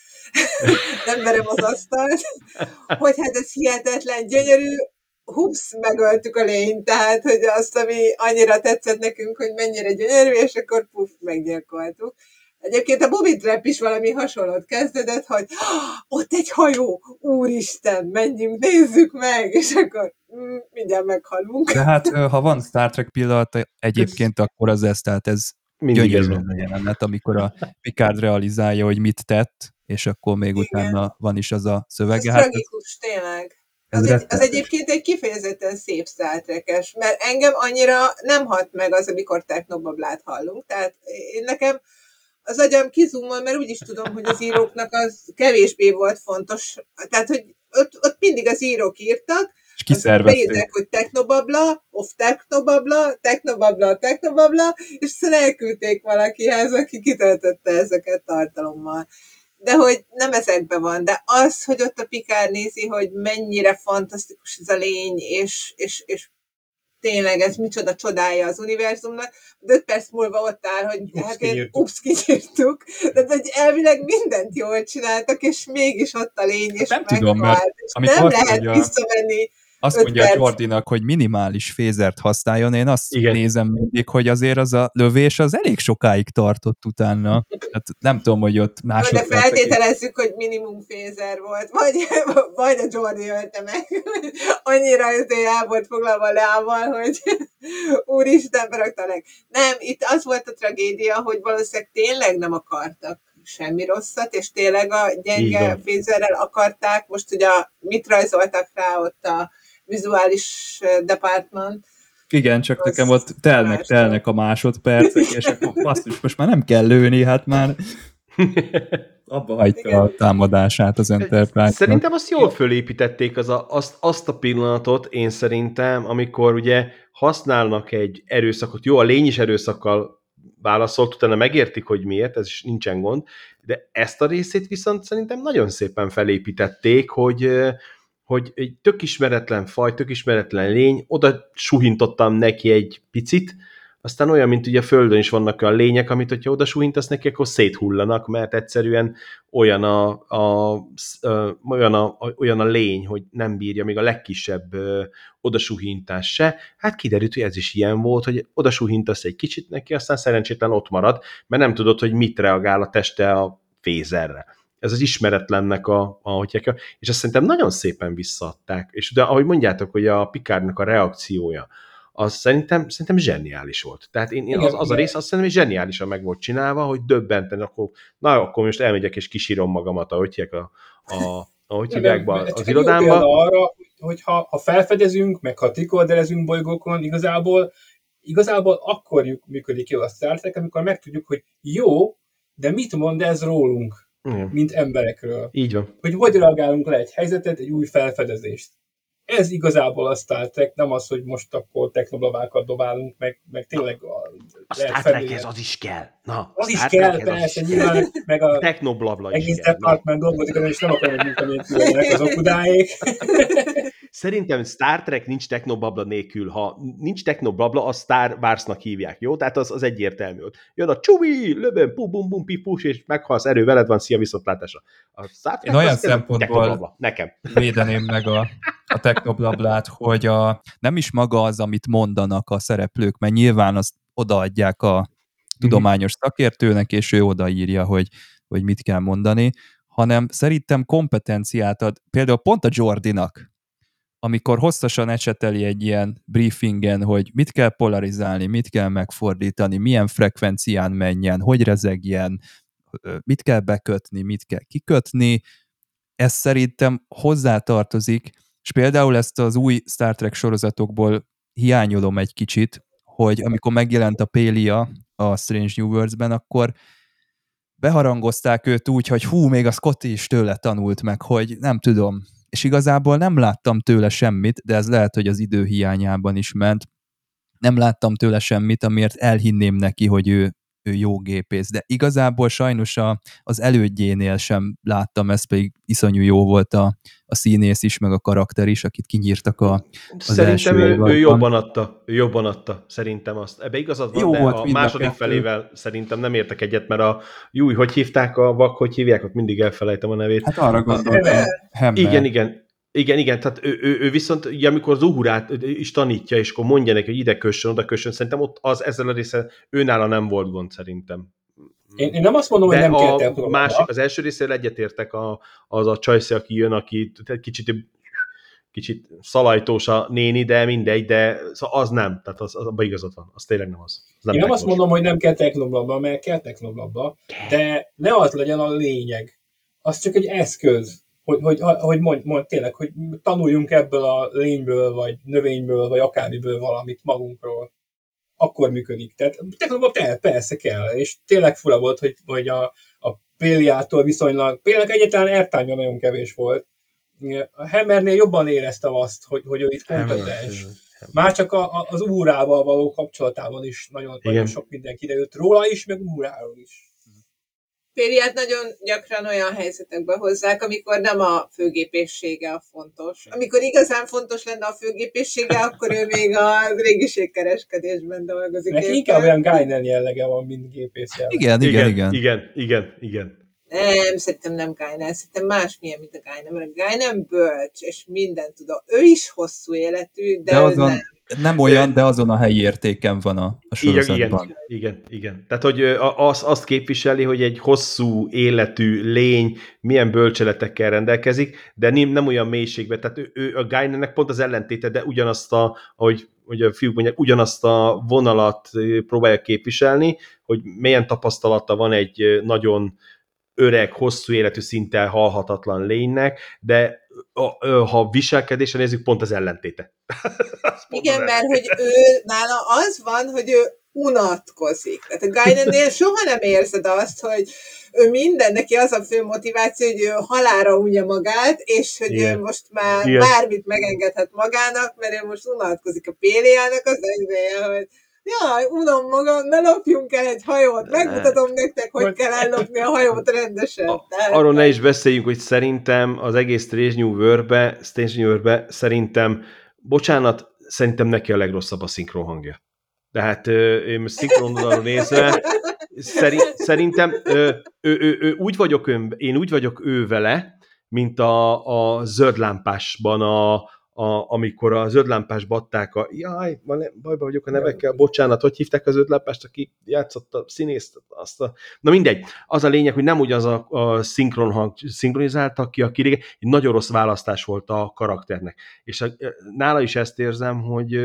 nem verem az asztalt, hogy hát ez hihetetlen gyönyörű, hups, megöltük a lényt, tehát, hogy azt, ami annyira tetszett nekünk, hogy mennyire gyönyörű, és akkor puff, meggyilkoltuk. Egyébként a Bobby Trap is valami hasonlót kezdődött, hogy ott egy hajó, úristen, menjünk, nézzük meg, és akkor mindjárt meghalunk. De hát, ha van Star Trek pillanat egyébként, akkor az ez, tehát ez gyönyörű a jelenet, amikor a Picard realizálja, hogy mit tett, és akkor még igen. Utána van is az a szövege. Ez tragikus, tényleg. Az egyébként egy kifejezetten szép Star Trek-es, mert engem annyira nem hat meg az, amikor technobablát hallunk, tehát én nekem az agyam kizúmol, mert úgy is tudom, hogy az íróknak az kevésbé volt fontos. Tehát, hogy ott mindig az írók írtak, és kiszervezték, hogy technobabla, technobabla, és aztán elküldték valakihez, aki kitöltötte ezeket tartalommal. De hogy nem ezekben van, de az, hogy ott a Picard nézi, hogy mennyire fantasztikus ez a lény, és tényleg ez micsoda csodája az univerzumnak, de 5 perc múlva ott áll, hogy kinyírtuk. De hogy elvileg mindent jól csináltak, és mégis ott a lény, és nem tudom, mert nem lehet visszamenni. Azt mondja a Jordinak, hogy minimális fézert használjon, én azt nézem mindig, hogy azért az a lövés az elég sokáig tartott utána. Hát nem tudom, hogy ott másodpercek... De feltételezzük, hogy minimum fézer volt, vagy a Jordi ölte meg. Annyira el volt foglalva Leával, hogy úristen, beraktalak. Nem, itt az volt a tragédia, hogy valószínűleg tényleg nem akartak semmi rosszat, és tényleg a gyenge fézerrel akarták. Most ugye mit rajzoltak rá ott a vizuális department. Igen, csak nekem ott telnek a másodpercek, és akkor basszus, most már nem kell lőni, hát már... abba hagyta a támadását az Enterprise-nak. Szerintem azt jól fölépítették azt a pillanatot, én szerintem, amikor ugye használnak egy erőszakot, jó, a lény is erőszakkal válaszolt, utána megértik, hogy miért, ez is nincsen gond, de ezt a részét viszont szerintem nagyon szépen felépítették, hogy egy tök ismeretlen faj, tök ismeretlen lény, oda suhintottam neki egy picit, aztán olyan, mint ugye a Földön is vannak olyan lények, amit hogyha oda suhintasz neki, akkor széthullanak, mert egyszerűen olyan a lény, hogy nem bírja még a legkisebb odasuhintás se. Hát kiderült, hogy ez is ilyen volt, hogy odasuhintasz egy kicsit neki, aztán szerencsétlen ott marad, mert nem tudod, hogy mit reagál a teste a fézerre. Ez az ismeretlennek és azt szerintem nagyon szépen visszaadták. És de ahogy mondjátok, hogy a Picardnak a reakciója, az szerintem zseniális volt. Tehát az a rész azt szerintem, hogy zseniálisan meg volt csinálva, hogy döbbenten, akkor most elmegyek és kisírom magamat, ahogy hívják az irodámba. Arra, hogy ha felfedezünk, meg ha trikolderezünk bolygókon, igazából akkor működik jól a Star Trek, amikor megtudjuk, hogy jó, de mit mond ez rólunk, mint emberekről. Így van. Hogy reagálunk le egy helyzetet, egy új felfedezést. Ez igazából a Star Trek, nem az, hogy most akkor technoblabákat dobálunk, meg tényleg a Star Trekhez az is kell. Na, az is kell, persze, nyilván, meg a technoblabla is egész kell. department dolgozik, és nem akarom munkanélkülnek az okudáék. Szerintem Star Trek nincs technoblabla nélkül. Ha nincs technoblabla, a Star Warsnak hívják, jó? Tehát az egyértelmű. Jön a csúvi, lövöm, pum, pipus, és meghalsz, erő veled van, szia, viszontlátásra. A Star Trek én olyan szempontból nekem védeném meg a technoblablát, hogy nem is maga az, amit mondanak a szereplők, mert nyilván azt odaadják a tudományos szakértőnek, és ő odaírja, hogy mit kell mondani, hanem szerintem kompetenciát ad, például pont a Jordinak, amikor hosszasan ecseteli egy ilyen briefingen, hogy mit kell polarizálni, mit kell megfordítani, milyen frekvencián menjen, hogy rezegjen, mit kell bekötni, mit kell kikötni, ez szerintem hozzátartozik, és például ezt az új Star Trek sorozatokból hiányolom egy kicsit, hogy amikor megjelent a Pelia a Strange New Worlds-ben, akkor beharangozták őt úgy, hogy még a Scotty is tőle tanult meg, hogy nem tudom. És igazából nem láttam tőle semmit, de ez lehet, hogy az idő hiányában is ment. Nem láttam tőle semmit, amiért elhinném neki, hogy ő jó gépész, de igazából sajnos az elődjénél sem láttam, ez pedig iszonyú jó volt a színész is, meg a karakter is, akit kinyírtak az szerintem első ő jobban adta, szerintem azt. Ebbe igazad van, jó de volt a második felével szerintem nem értek egyet, mert hogy hívták a vak, hogy hívják, ott mindig elfelejtem a nevét. Hát arra gondoltam, Hammer. Igen, tehát ő viszont, ugye, amikor az Uhurát is tanítja, és akkor mondja neki, hogy ide kössön, oda kössön, szerintem ott ezzel a része őnála nem volt gond, szerintem. Én nem azt mondom, hogy nem kértek másik, az első részével egyetértek az a csajszi, aki jön, aki kicsit szalajtós a néni, de mindegy, de az nem, tehát abban igazad van, az tényleg nem az. Én nem azt mondom, hogy nem kell technoblabla, mert kell technoblabla, de ne az legyen a lényeg. Az csak egy eszköz. Hogy mondj tényleg, hogy tanuljunk ebből a lényből, vagy növényből, vagy akármiből valamit magunkról. Akkor működik. Tehát technológia persze kell, és tényleg fura volt, hogy a Péliától viszonylag, Péliának egyáltalán airtime-ja nagyon kevés volt. A Hammernél jobban éreztem azt, hogy ő itt kompetens. Már csak az Uhurával való kapcsolatában is nagyon sok minden kiderült róla is, meg Uhuráról is. Péliát nagyon gyakran olyan helyzetekbe hozzák, amikor nem a főgépészsége a fontos. Amikor igazán fontos lenne a főgépészsége, akkor ő még a régiségkereskedésben dolgozik. Neki inkább olyan Guinan jellege van, mint gépész jellege. Igen. Nem, szerintem nem Guinan, szerintem másmilyen, mint a Guinan, mert a Guinan bölcs, és mindent tud. Ő is hosszú életű, de azon, nem. Nem olyan, de azon a helyi értéken van a sorozatban. Igen. Tehát, hogy azt képviseli, hogy egy hosszú életű lény milyen bölcseletekkel rendelkezik, de nem olyan mélységben. Tehát ő a Guinannek pont az ellentéte, de ugyanazt ahogy a fiúk mondják, ugyanazt a vonalat próbálja képviselni, hogy milyen tapasztalata van egy nagyon öreg, hosszú életű, szinte halhatatlan lénynek, de ha viselkedésre nézzük, pont az ellentéte. Igen, mert hogy ő nála az van, hogy ő unatkozik. Tehát a Guinannél soha nem érzed azt, hogy ő minden, neki az a fő motiváció, hogy ő halálra unja magát, és hogy ő most már bármit megengedhet magának, mert ő most unatkozik. A Péliának az ideje, hogy jaj, unom magam, ne lopjunk el egy hajót, megmutatom nektek, hogy kell ellopni a hajót rendesen. Arról ne is beszéljünk, hogy szerintem az egész Strange New World-be szerintem, bocsánat, szerintem neki a legrosszabb a szinkron hangja. Tehát én szinkron oldalról nézve, szerintem én úgy vagyok ő vele, mint a zöldlámpásban, amikor a zöldlámpásba adták jaj, bajba vagyok a nevekkel, bocsánat, hogy hívták a zöldlámpást, aki játszott a színészt, na mindegy, az a lényeg, hogy nem ugyanaz a szinkron hang szinkronizáltak ki, aki régen, egy nagyon rossz választás volt a karakternek. És nála is ezt érzem,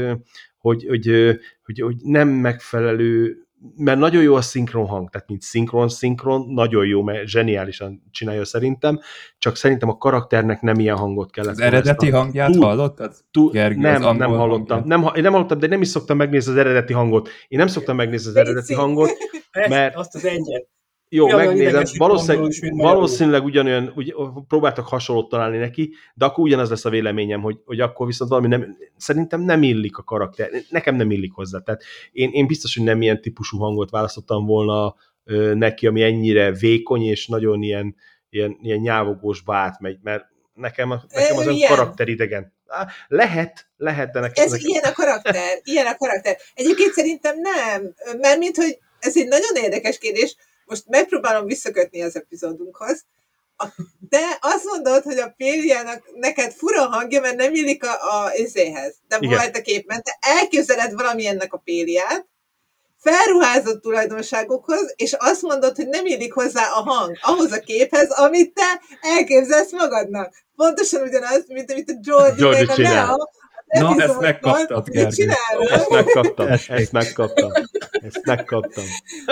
hogy nem megfelelő, mert nagyon jó a szinkron hang, tehát mint szinkron, nagyon jó, mert zseniálisan csinálja szerintem, csak szerintem a karakternek nem ilyen hangot kellett. Az eredeti hangját hallottad? Gergő, nem hallottam. Én nem hallottam, de nem is szoktam megnézni az eredeti hangot. Én nem szoktam megnézni az eredeti hangot, mert... Azt az egyet. Jó, megnézem. Valószínűleg ugyanolyan, próbáltak hasonlót találni neki, de akkor ugyanaz lesz a véleményem, hogy akkor viszont valami szerintem nem illik a karakter. Nekem nem illik hozzá. Tehát én biztos, hogy nem ilyen típusú hangot választottam volna neki, ami ennyire vékony, és nagyon ilyen nyávogósba átmegy, mert nekem az olyan karakteridegen. Lehet, de nekem... Ilyen a karakter. Egyébként szerintem nem, mert mint hogy ez egy nagyon érdekes kérdés, most megpróbálom visszakötni az epizódunkhoz, de azt mondod, hogy a Péliának neked fura hangja, mert nem illik a izéhez. De voltak éppen, te elképzeled valamilyennek a Péliát, felruházott tulajdonságokhoz, és azt mondod, hogy nem illik hozzá a hang, ahhoz a képhez, amit te elképzelsz magadnak. Pontosan ugyanaz, mint amit a Jordi meg a Lea. Na, ezt megkaptad, Gergő. Ezt megkaptam.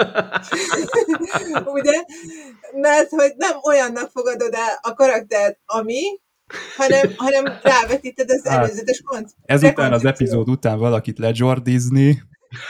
Ugye? Mert hogy nem olyannak fogadod el a karaktert, hanem rávetíted az előzetes koncepciót. Ezután az epizód után valakit lejordizni.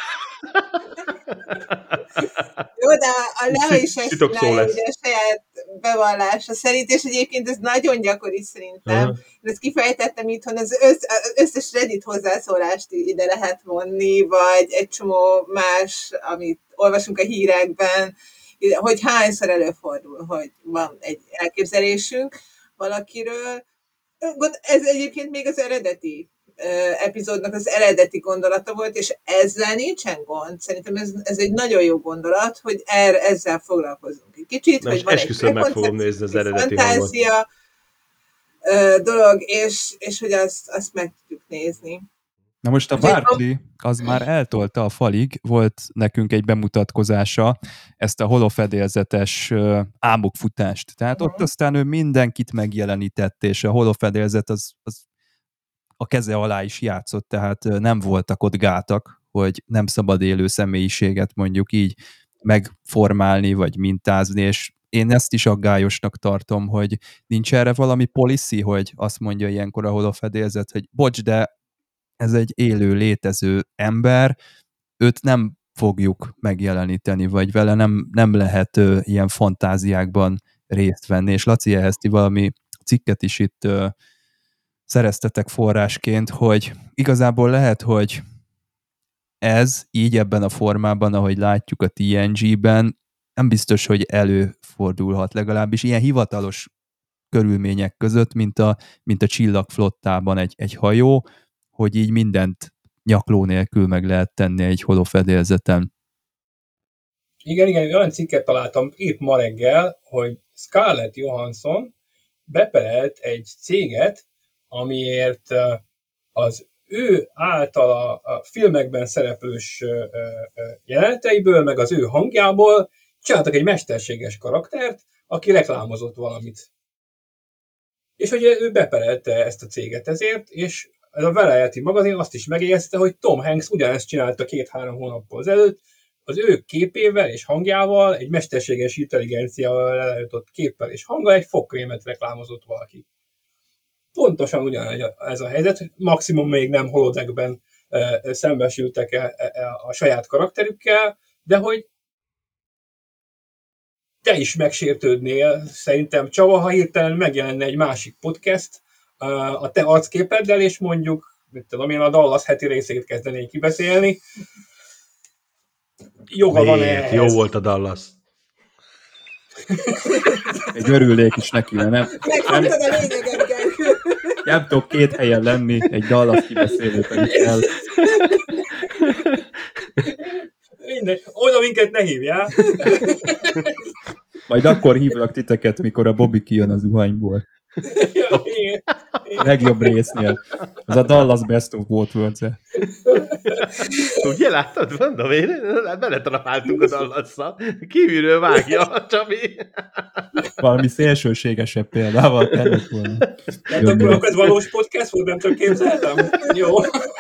Jó, de a Lea is ezt csinálja, ugye a saját bevallása szerint, és egyébként ez nagyon gyakori szerintem. Uh-huh. Ezt kifejtettem itthon, az összes Reddit hozzászólást ide lehet vonni, vagy egy csomó más, amit olvasunk a hírekben, hogy hányszor előfordul, hogy van egy elképzelésünk valakiről. Ez egyébként még az eredeti epizódnak az eredeti gondolata volt, és ezzel nincsen gond. Szerintem ez egy nagyon jó gondolat, hogy ezzel foglalkozunk egy kicsit, hogy van egy meg fogom nézni az eredeti fantázia dolog, és hogy azt meg tudjuk nézni. Na most a Barkley az már eltolta a falig, volt nekünk egy bemutatkozása, ezt a holofedélzetes álmokfutást. Tehát ott aztán ő mindenkit megjelenített, és a holofedélzet az a keze alá is játszott, tehát nem voltak ott gátak, hogy nem szabad élő személyiséget mondjuk így megformálni, vagy mintázni, és én ezt is aggályosnak tartom, hogy nincs erre valami policy, hogy azt mondja ilyenkor a holofedélzet, hogy bocs, de ez egy élő, létező ember, őt nem fogjuk megjeleníteni, vagy vele nem lehet ilyen fantáziákban részt venni, és Laci, ehhez ti valami cikket is itt szereztetek forrásként, hogy igazából lehet, hogy ez így ebben a formában, ahogy látjuk a TNG-ben, nem biztos, hogy előfordulhat legalábbis ilyen hivatalos körülmények között, mint a csillagflottában egy hajó, hogy így mindent nyakló nélkül meg lehet tenni egy holofedélzeten. Igen, olyan cikket találtam épp ma reggel, hogy Scarlett Johansson beperelt egy céget, amiért az ő általa a filmekben szereplős jeleneteiből, meg az ő hangjából csináltak egy mesterséges karaktert, aki reklámozott valamit. És hogy ő beperelte ezt a céget ezért, és ez a Variety magazin azt is megjegyezte, hogy Tom Hanks ugyanezt csinálta 2-3 hónappal ezelőtt, az ő képével és hangjával, egy mesterséges intelligenciával leállított képpel és hanggal egy fogkrémet reklámozott valaki. Pontosan ugyanez a helyzet, maximum még nem holodeckben szembesültek a saját karakterükkel, de hogy te is megsértődnél, szerintem Csaba, ha hirtelen megjelenne egy másik podcast a te arcképeddel, és mondjuk, mit tudom én, a Dallas heti részét kezdenék kibeszélni. Joga van ehhez. Jó volt a Dallas. Egy örülnék is neki, mert Megfogtad a lényeget, Gergő. nem tudok 2 helyen lenni, egy Dallas kibeszélő pedig kell. Mindegy, oda minket ne hívjál. Majd akkor hívlak titeket, mikor a Bobby kijön az zuhanyból. Ja, igen. Legjobb résznél. Az a Dallas Best of Both Worlds-e. Ugye láttad? Mondom én, beletaláltunk a Dallasszal. Kívülről vágja a Csabi. Valami szélsőségesebb példával kellett volna. Tehát akkor ez valós podcast volt, nem csak képzeltem? Jó.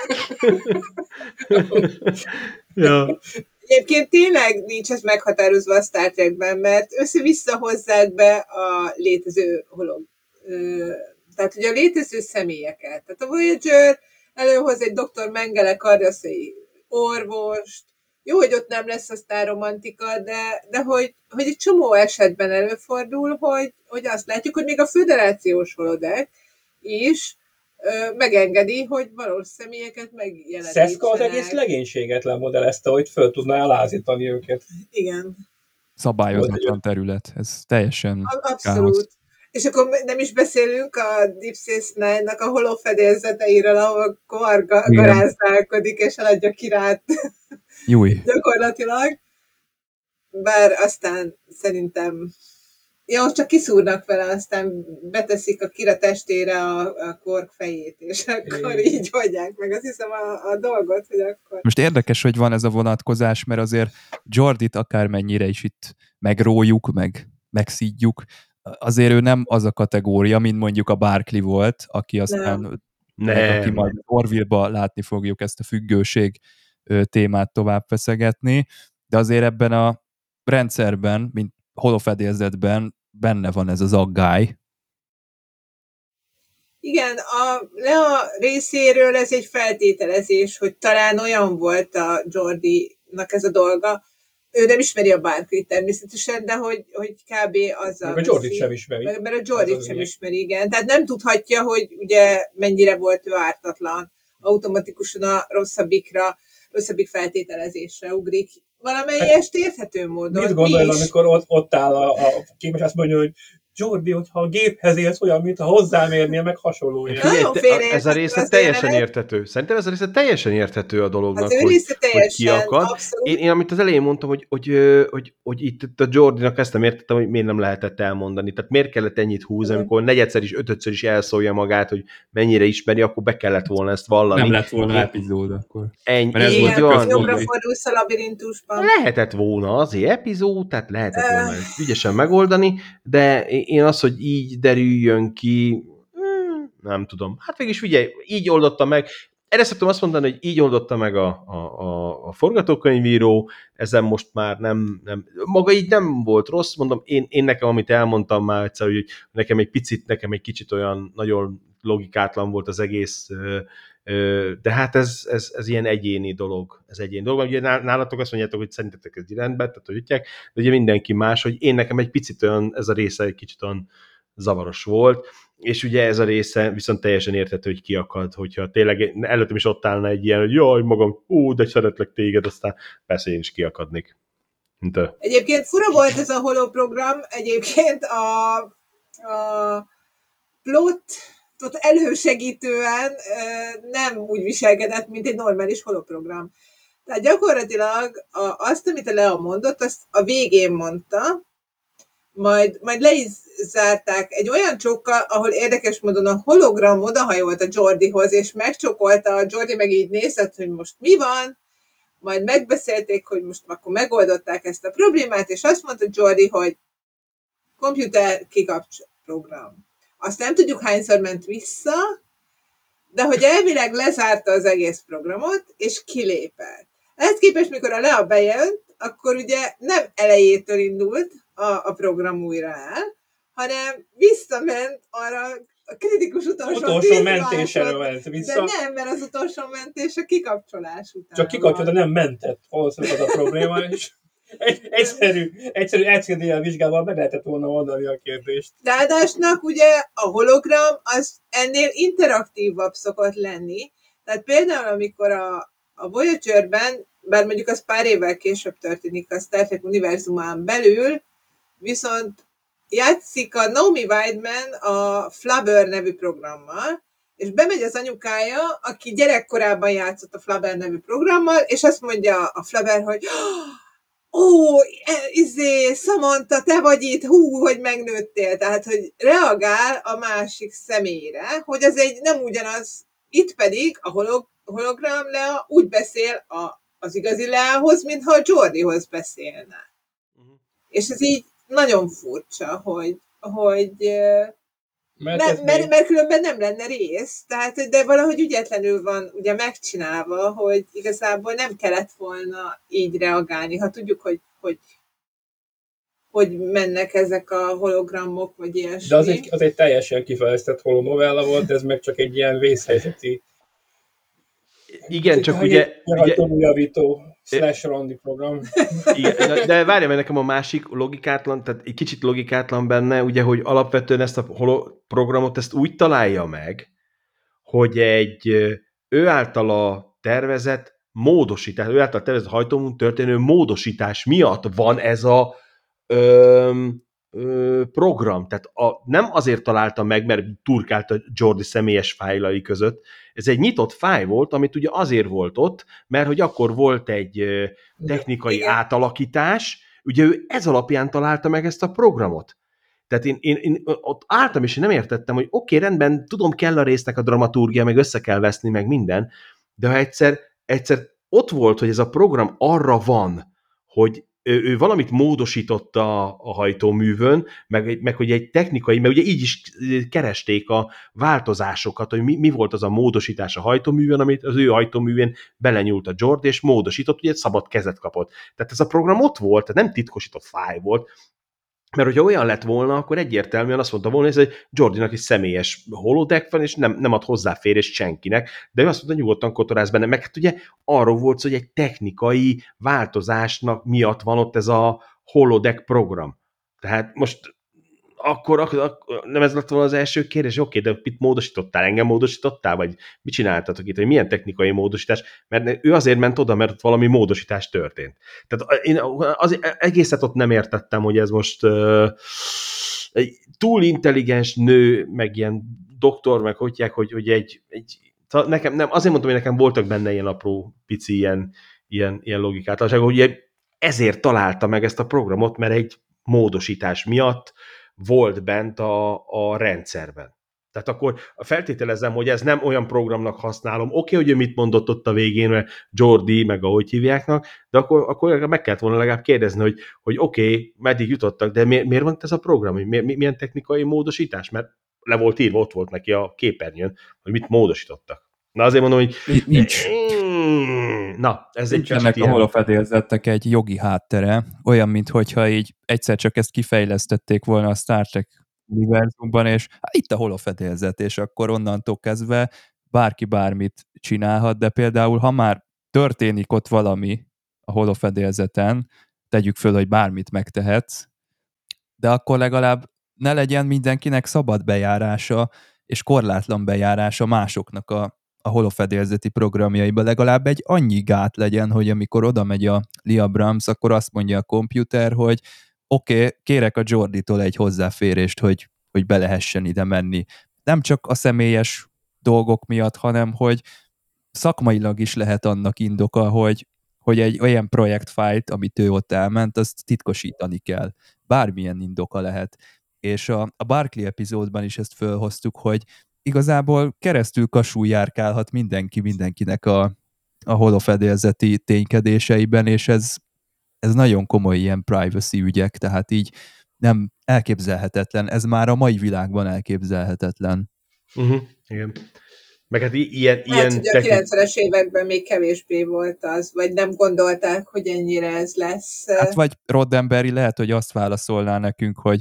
Ja. Egyébként tényleg nincs ez meghatározva a Star Trekben, mert össze-vissza hozzák be a létező tehát ugye a létező személyeket. Tehát a Voyager előhoz egy Dr. Mengele kardiaszai orvost, jó, hogy ott nem lesz aztán romantika, de hogy egy csomó esetben előfordul, hogy azt látjuk, hogy még a föderációs holodeck is megengedi, hogy valós személyeket megjelenítsenek. Szeszka az egész legénységet lemodellezte, hogy föl tudná lázítani őket. Igen. Szabályozatlan terület. Ez teljesen abszolút. káosz. És akkor nem is beszélünk a Deep Space Nine-nak a holófedélzeteiről, ahol Quark garázdálkodik, és eladja Kirát gyakorlatilag. Bár aztán szerintem jó, csak kiszúrnak vele, aztán beteszik a Kira testére a Quark fejét, és akkor így hagyják meg. Azt hiszem a dolgot, hogy akkor... Most érdekes, hogy van ez a vonatkozás, mert azért Geordi-t akármennyire is itt megrójuk, megszídjuk, azért ő nem az a kategória, mint mondjuk a Barclay volt, aki aztán aki majd Orville-ba látni fogjuk ezt a függőség témát tovább feszegetni, de azért ebben a rendszerben, mint holofedélzetben benne van ez az aggály. Igen, a Lea részéről ez egy feltételezés, hogy talán olyan volt a Geordi-nak ez a dolga, ő nem ismeri a Barclayt természetesen, de hogy kb. Azzal... Mert a Geordit sem ismeri. Mert a Geordit sem ismeri, igen. Tehát nem tudhatja, hogy ugye mennyire volt ő ártatlan. Automatikusan a rosszabbik feltételezésre ugrik. Valamelyest érthető módon. Mit gondolod, amikor ott áll a képes, azt mondja, hogy Geordi, hogyha a géphez élsz olyan, mintha hozzám érnél, meg hasonló. Ez a része teljesen érthető. Szerintem ez a része teljesen érthető a dolognak, hogy kiakad. Én amit az elején mondtam, hogy itt a Geordinak ezt nem értettem, hogy miért nem lehetett elmondani. Tehát miért kellett ennyit húzni, amikor negyedszer is, ötödször is elszólja magát, hogy mennyire ismeri, akkor be kellett volna ezt vallani. Nem lett volna epizód akkor. Ennyi. Jobbra fordulsz a labirintusban. Lehetett volna azért epizód, tehát lehetett volna ügyesen megoldani, de én az, hogy így derüljön ki, nem tudom. Hát végülis figyelj, így oldotta meg. Erre szoktam azt mondani, hogy így oldotta meg a forgatókönyvíró, ezen most már nem maga így nem volt rossz, mondom, én nekem, amit elmondtam már egyszer, hogy nekem egy kicsit olyan nagyon logikátlan volt az egész, de hát ez ilyen egyéni dolog. Ez egyéni dolog. Ugye nálatok azt mondjátok, hogy szerintetek ez rendben, tehát hogy ütják, de ugye mindenki más, hogy én nekem egy picit olyan, ez a része egy kicsit olyan zavaros volt, és ugye ez a része viszont teljesen érthető, hogy kiakad, hogyha tényleg előttem is ott állna egy ilyen, hogy jaj, magam, de szeretlek téged, aztán persze én is kiakadnék. Egyébként fura volt ez a holoprogram, egyébként a plotot elősegítően nem úgy viselkedett, mint egy normális holoprogram. Tehát gyakorlatilag azt, amit a Lea mondott, azt a végén mondta, majd le is zárták egy olyan csókkal, ahol érdekes módon a hologram odahajolt a Geordihoz, és megcsókolta, a Geordi meg így nézett, hogy most mi van, majd megbeszélték, hogy most akkor megoldották ezt a problémát, és azt mondta Geordi, hogy komputer kikapcsol program. Azt nem tudjuk, hányszor ment vissza, de hogy elvileg lezárta az egész programot, és kilépett. Ehhez képest, mikor a Lea bejött, akkor ugye nem elejétől indult a program újra el, hanem visszament arra kritikus utolsó 10 mentésre ment vissza. De nem, mert az utolsó mentés a kikapcsolás után. Csak kikapcsolta, nem mentett. Valószínűleg az a probléma is. Egyszerű vizsgával meg lehetett volna oldani a kérdést. Ráadásnak ugye a hologram az ennél interaktívabb szokott lenni. Tehát például, amikor a Voyager-ben, bár mondjuk az pár évvel később történik a Star Trek univerzumán belül, viszont játszik a Naomi Wildman a Flubber nevű programmal, és bemegy az anyukája, aki gyerekkorában játszott a Flubber nevű programmal, és azt mondja a Flubber, hogy Samantha, te vagy itt, hogy megnőttél. Tehát, hogy reagál a másik személyre, hogy ez egy nem ugyanaz. Itt pedig a hologram Lea úgy beszél az igazi Leához, mintha a Geordihoz beszélne. És ez így nagyon furcsa, hogy mert különben nem lenne rész, tehát, de valahogy ügyetlenül van ugye megcsinálva, hogy igazából nem kellett volna így reagálni, ha tudjuk, hogy mennek ezek a hologramok, vagy ilyesmi. De az egy teljesen kifejeztett holonovella volt, ez meg csak egy ilyen vészhelyzeti. Igen, csak ugye javító / Rondi program. Igen, de várjál, mert nekem a másik logikátlan, tehát egy kicsit logikátlan benne, ugye, hogy alapvetően ezt a programot ezt úgy találja meg, hogy egy ő általa tervezett módosítás, ő által tervezett hajtóműn történő módosítás miatt van ez a program. Tehát nem azért találta meg, mert turkált a Geordi személyes fájlai között. Ez egy nyitott fájl volt, amit ugye azért volt ott, mert hogy akkor volt egy technikai átalakítás, ugye ő ez alapján találta meg ezt a programot. Tehát én ott álltam, és én nem értettem, hogy oké, rendben, tudom, kell a résznek a dramaturgia, meg össze kell veszni, meg minden, de ha egyszer ott volt, hogy ez a program arra van, hogy ő valamit módosította a hajtóművön, meg hogy egy technikai, mert ugye így is keresték a változásokat, hogy mi volt az a módosítás a hajtóművön, amit az ő hajtóművén belenyúlt a Geordi, és módosított, ugye egy szabad kezet kapott. Tehát ez a program ott volt, tehát nem titkosított fájl volt, mert hogyha olyan lett volna, akkor egyértelműen azt mondta volna, hogy ez egy Geordinak egy személyes holodeck van, és nem ad hozzáférést senkinek, de ő azt mondta, nyugodtan kotorász benne, meg hát ugye arról volt szó, hogy egy technikai változásnak miatt van ott ez a holodeck program. Tehát most akkor nem ez lett volna az első kérdés, oké, de mit módosítottál? Engem módosítottál? Vagy mit csináltatok itt? Vagy milyen technikai módosítás? Mert ő azért ment oda, mert valami módosítás történt. Tehát én az egészet ott nem értettem, hogy ez most egy túl intelligens nő, meg ilyen doktor, meg hogy egy nekem, nem, azért mondtam, hogy nekem voltak benne ilyen apró, pici ilyen logikátlanságok, hogy ezért találta meg ezt a programot, mert egy módosítás miatt volt bent a rendszerben. Tehát akkor feltételezem, hogy ez nem olyan programnak használom. Oké, hogy ő mit mondott ott a végén, mert Geordi, meg ahogy hívjáknak, de akkor meg kellett volna legalább kérdezni, hogy oké, meddig jutottak, de miért van ez a program? Milyen technikai módosítás? Mert le volt írva, ott volt neki a képernyőn, hogy mit módosítottak. Na azért mondom, hogy nincs. Na, ez egy ennek a holofedélzetnek egy jogi háttere, olyan, minthogyha így egyszer csak ezt kifejlesztették volna a Star Trek univerzumban, és itt a holofedélzet, és akkor onnantól kezdve bárki bármit csinálhat, de például, ha már történik ott valami a holofedélzeten, tegyük föl, hogy bármit megtehetsz, de akkor legalább ne legyen mindenkinek szabad bejárása, és korlátlan bejárása másoknak a holofedélzeti programjaiba, legalább egy annyi gát legyen, hogy amikor oda megy a Lee Abrams, akkor azt mondja a komputer, hogy oké, kérek a Georditól egy hozzáférést, hogy be lehessen ide menni. Nem csak a személyes dolgok miatt, hanem hogy szakmailag is lehet annak indoka, hogy egy olyan projektfájlt, amit ő ott elment, azt titkosítani kell. Bármilyen indoka lehet. És a Barclay epizódban is ezt fölhoztuk, hogy igazából keresztül kasul járkálhat mindenkinek a holofedélzeti ténykedéseiben, és ez nagyon komoly ilyen privacy ügyek, tehát így nem elképzelhetetlen. Ez már a mai világban elképzelhetetlen. Igen. Meg hát ilyen hogy a 90-es években még kevésbé volt az, vagy nem gondolták, hogy ennyire ez lesz. Hát vagy Roddenberry lehet, hogy azt válaszolná nekünk, hogy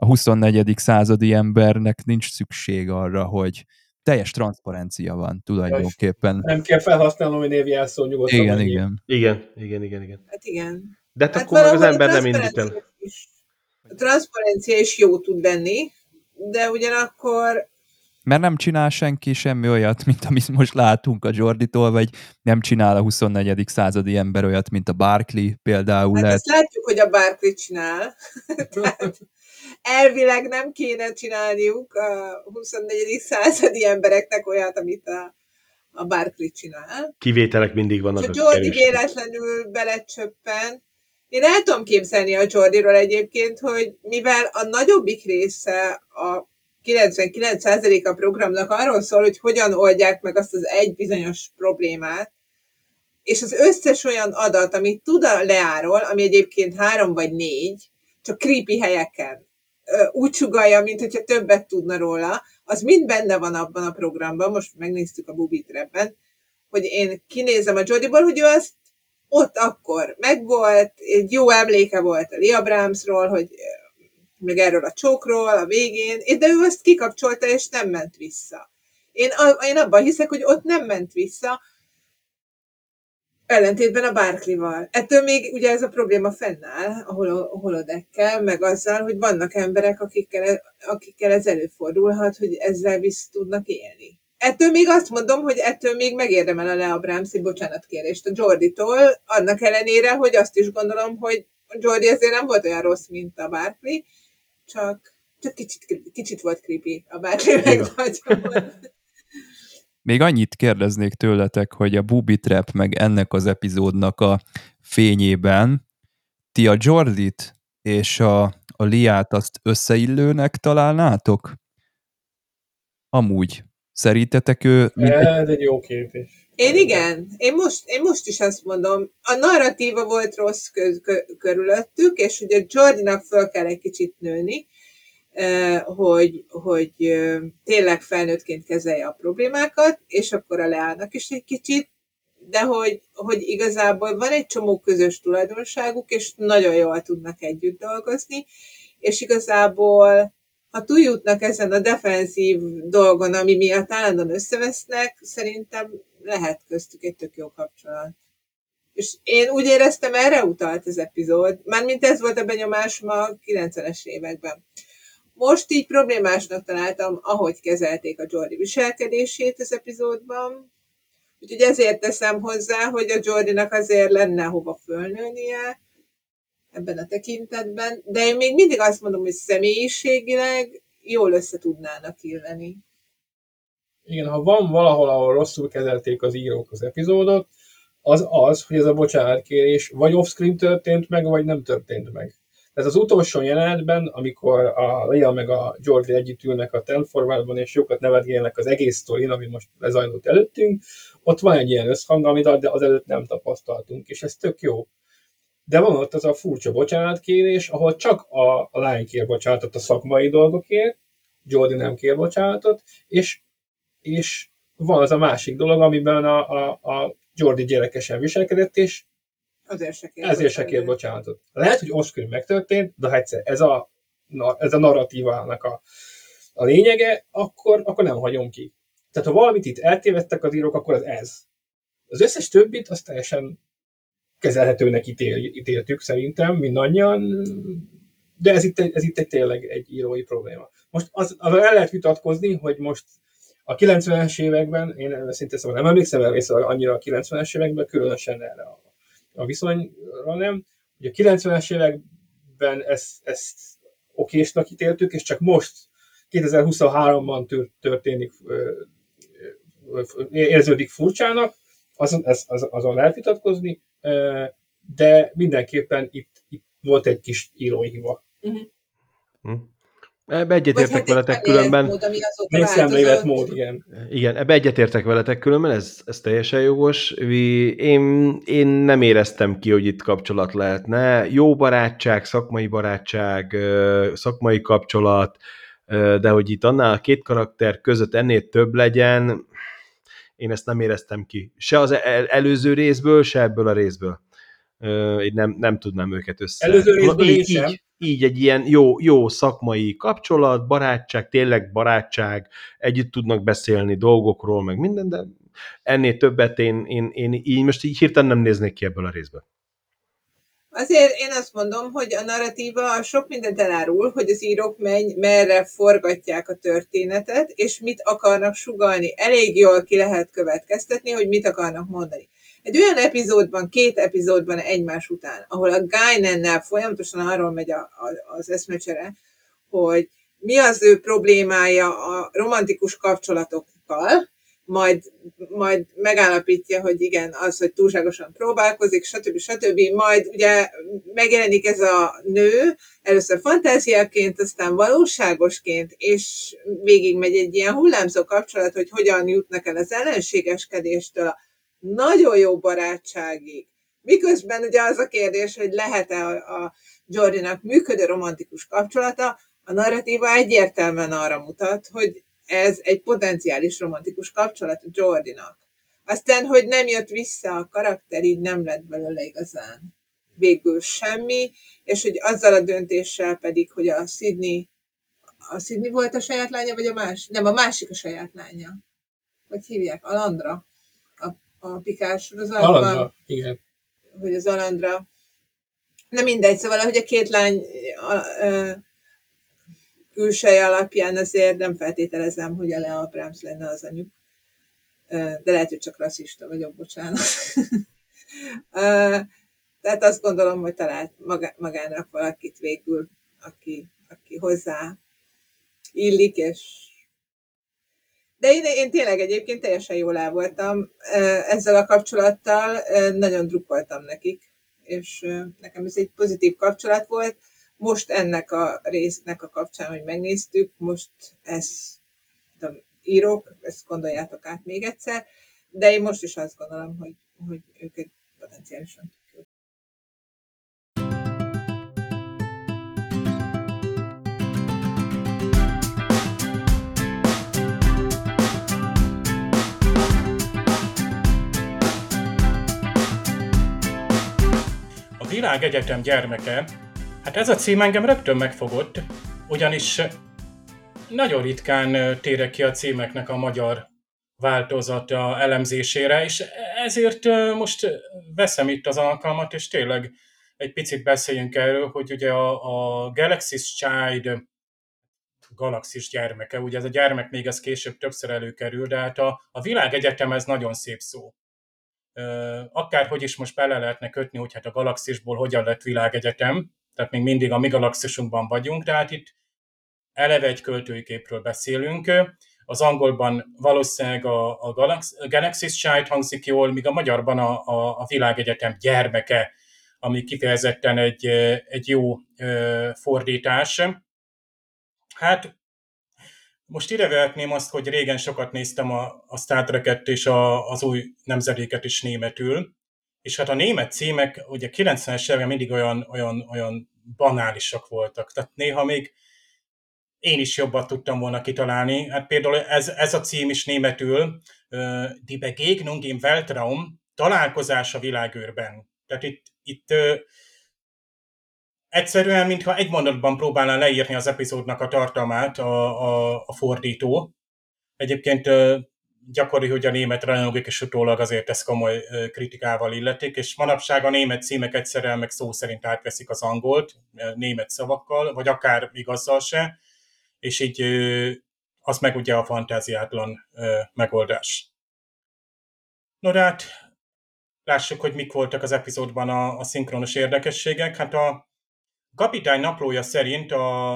a 24. századi embernek nincs szükség arra, hogy teljes transzparencia van tulajdonképpen. Nem kell felhasználni névjelszó nyugodtan. Igen, mennyi. igen. Igen. Hát igen. De hát akkor meg az valahol ember a nem indít el. A transzparencia is jó tud lenni, de ugyanakkor Mert nem csinál senki semmi olyat, mint amit most látunk a Jorditól, vagy nem csinál a 24. századi ember olyat, mint a Barkley például. hát ezt látjuk, hogy a Barkley csinál. Tehát elvileg nem kéne csinálniuk a 24. századi embereknek olyat, amit a Barkley csinál. Kivételek mindig vannak. És a Jordi véletlenül belecsöppen. Én el tudom képzelni a Jordiról egyébként, hogy mivel a nagyobbik része a 99%-a programnak arról szól, hogy hogyan oldják meg azt az egy bizonyos problémát, és az összes olyan adat, amit tud a Leáról, ami egyébként 3 vagy 4, csak creepy helyeken úgy sugallja, mint hogyha többet tudna róla, az mind benne van abban a programban, most megnéztük a Booby Trapben, hogy én kinézem a Jordiból, hogy ő azt ott akkor megvolt, egy jó emléke volt a Lee Abramsról, hogy meg erről a csókról a végén, de ő azt kikapcsolta, és nem ment vissza. Én abban hiszek, hogy ott nem ment vissza, ellentétben a Barkley-val. Ettől még ugye ez a probléma fennáll a holodeckkel, meg azzal, hogy vannak emberek, akikkel ez előfordulhat, hogy ezzel vissza tudnak élni. Ettől még azt mondom, hogy ettől még megérdemel a Lee Abrams egy bocsánatkérést a Jorditól, annak ellenére, hogy azt is gondolom, hogy a Jordi azért nem volt olyan rossz, mint a Barkley, csak kicsit volt creepy a Barkley meg nagyon. Még annyit kérdeznék tőletek, hogy a Booby Trap meg ennek az epizódnak a fényében ti a Jordit és a Liát azt összeillőnek találnátok? Amúgy. Szerintetek ő... Ez egy jó kérdés. Én igen. Én most is azt mondom, a narratíva volt rossz körülöttük, és ugye Jordinak föl kell egy kicsit nőni, hogy tényleg felnőttként kezelje a problémákat, és akkor a Leának is egy kicsit, de hogy igazából van egy csomó közös tulajdonságuk, és nagyon jól tudnak együtt dolgozni, és igazából ha túljutnak ezen a defenzív dolgon, ami miatt állandóan összevesznek, szerintem lehet köztük egy tök jó kapcsolat. És én úgy éreztem, erre utalt az epizód, mármint ez volt a benyomásom a 90-es években. Most így problémásnak találtam, ahogy kezelték a Jordi viselkedését az epizódban, úgyhogy ezért teszem hozzá, hogy a Jordinak azért lenne hova fölnőnie ebben a tekintetben, de én még mindig azt mondom, hogy személyiségileg jól össze tudnának illeni. Igen, ha van valahol, ahol rosszul kezelték az írók az epizódot, az, hogy ez a bocsánatkérés vagy off-screen történt meg, vagy nem történt meg. Tehát az utolsó jelenetben, amikor a Lea meg a Jordi együtt ülnek a Ten Forwardban, és jókat nevetgélnek az egész sztorin, ami most lezajlott előttünk, ott van egy ilyen összhang, amit az előtt nem tapasztaltunk, és ez tök jó. De van ott az a furcsa bocsánatkérés, ahol csak a lány kér bocsánatot a szakmai dolgokért, Jordi nem kér bocsánatot, és van az a másik dolog, amiben a Jordi gyerekesen viselkedett, és ezért se kér bocsánatot. Lehet, hogy off-screen megtörtént, de ha egyszer ez a narratívának a lényege, akkor nem hagyom ki. Tehát ha valamit itt eltévedtek az írók, akkor ez. Az összes többit azt teljesen kezelhetőnek ítéltük szerintem mindannyian, de ez itt tényleg egy írói probléma. Most az el lehet vitatkozni, hogy most a 90-es években, én szinte szóval nem emlékszem el annyira a 90-es években, különösen erre a viszonyra nem, hogy a 90-es években ezt okésnak ítéltük, és csak most 2023-ban történik, érződik furcsának, azon lehet vitatkozni, de mindenképpen itt volt egy kis írói hiba. Ebbe egyetértek veletek különben. Nincs szemléletmód, igen. Igen, ebbe egyetértek veletek különben, ez teljesen jogos. Én nem éreztem ki, hogy itt kapcsolat lehetne. Jó barátság, szakmai kapcsolat, de hogy itt annál a két karakter között ennél több legyen, én ezt nem éreztem ki. Se az előző részből, se ebből a részből. Én nem tudnám őket össze. Előző részből én sem. Így egy ilyen jó szakmai kapcsolat, barátság, tényleg barátság, együtt tudnak beszélni dolgokról, meg minden, de ennél többet én így most így hirtelen nem néznék ki ebből a részből. Azért én azt mondom, hogy a narratíva sok mindent elárul, hogy az írók merre forgatják a történetet, és mit akarnak sugallni. Elég jól ki lehet következtetni, hogy mit akarnak mondani. Egy olyan epizódban, 2 epizódban egymás után, ahol a Guinannel folyamatosan arról megy az eszmecsere, hogy mi az ő problémája a romantikus kapcsolatokkal, majd megállapítja, hogy igen, az, hogy túlságosan próbálkozik, stb. Majd ugye megjelenik ez a nő, először fantáziaként, aztán valóságosként, és végigmegy egy ilyen hullámzó kapcsolat, hogy hogyan jutnak el az ellenségeskedéstől a nagyon jó barátságig. Miközben ugye az a kérdés, hogy lehet-e a Jordinak működő romantikus kapcsolata, a narratíva egyértelműen arra mutat, hogy ez egy potenciális romantikus kapcsolat a Jordinak. Aztán, hogy nem jött vissza a karakter, így nem lett belőle igazán végül semmi, és hogy azzal a döntéssel pedig, hogy a Sydney volt a saját lánya, vagy a másik? Nem, a másik a saját lánya. Hogy hívják? Alandra? A Picard sorozatban. Alandra, igen. Hogy az Alandra. Nem mindegy, szóval, hogy a 2 lány külseje alapján azért nem feltételezem, hogy a Lea Abrams lenne az anyjuk. De lehet, hogy csak rasszista vagyok, bocsánat. Tehát azt gondolom, hogy talált magának valakit végül, aki hozzá illik, de én tényleg egyébként teljesen jól el voltam ezzel a kapcsolattal, nagyon drukkoltam nekik, és nekem ez egy pozitív kapcsolat volt. Most ennek a résznek a kapcsán, hogy megnéztük, most ezt írók, ezt gondoljátok át még egyszer, de én most is azt gondolom, hogy ők egy potenciálisan tök. A Világegyetem gyermeke, hát ez a cím engem rögtön megfogott, ugyanis nagyon ritkán térek ki a címeknek a magyar változata elemzésére, és ezért most veszem itt az alkalmat, és tényleg egy picit beszéljünk erről, hogy ugye a Galaxy's Child, Galaxis gyermeke, ugye ez a gyermek még ez később többször előkerül, de hát a Világegyetem ez nagyon szép szó. Akárhogy is most bele lehetne kötni, hogy hát a galaxisból hogyan lett világegyetem, tehát még mindig a mi galaxisunkban vagyunk, de hát itt eleve egy költői képről beszélünk. Az angolban valószínűleg a Galaxy's Child hangzik jól, míg a magyarban a Világegyetem gyermeke, ami kifejezetten egy jó fordítás. Hát most ide vehetném azt, hogy régen sokat néztem a Star Trek-et és az új nemzedéket is németül, és hát a német címek ugye 90-es években mindig olyan banálisak voltak, tehát néha még én is jobban tudtam volna kitalálni. Hát például ez a cím is németül, Die Begegnung im Weltraum, találkozás a világűrben. Tehát itt egyszerűen, mintha egy mondatban próbálná leírni az epizódnak a tartalmát a fordító. Egyébként gyakori, hogy a német rajongók is utólag azért ezt komoly kritikával illetik, és manapság a német címek egyszerűen meg szó szerint átveszik az angolt, német szavakkal, vagy akár még azzal se, és így az meg ugye a fantáziátlan megoldás. No de hát lássuk, hogy mik voltak az epizódban a szinkronos érdekességek. Hát a kapitány naplója szerint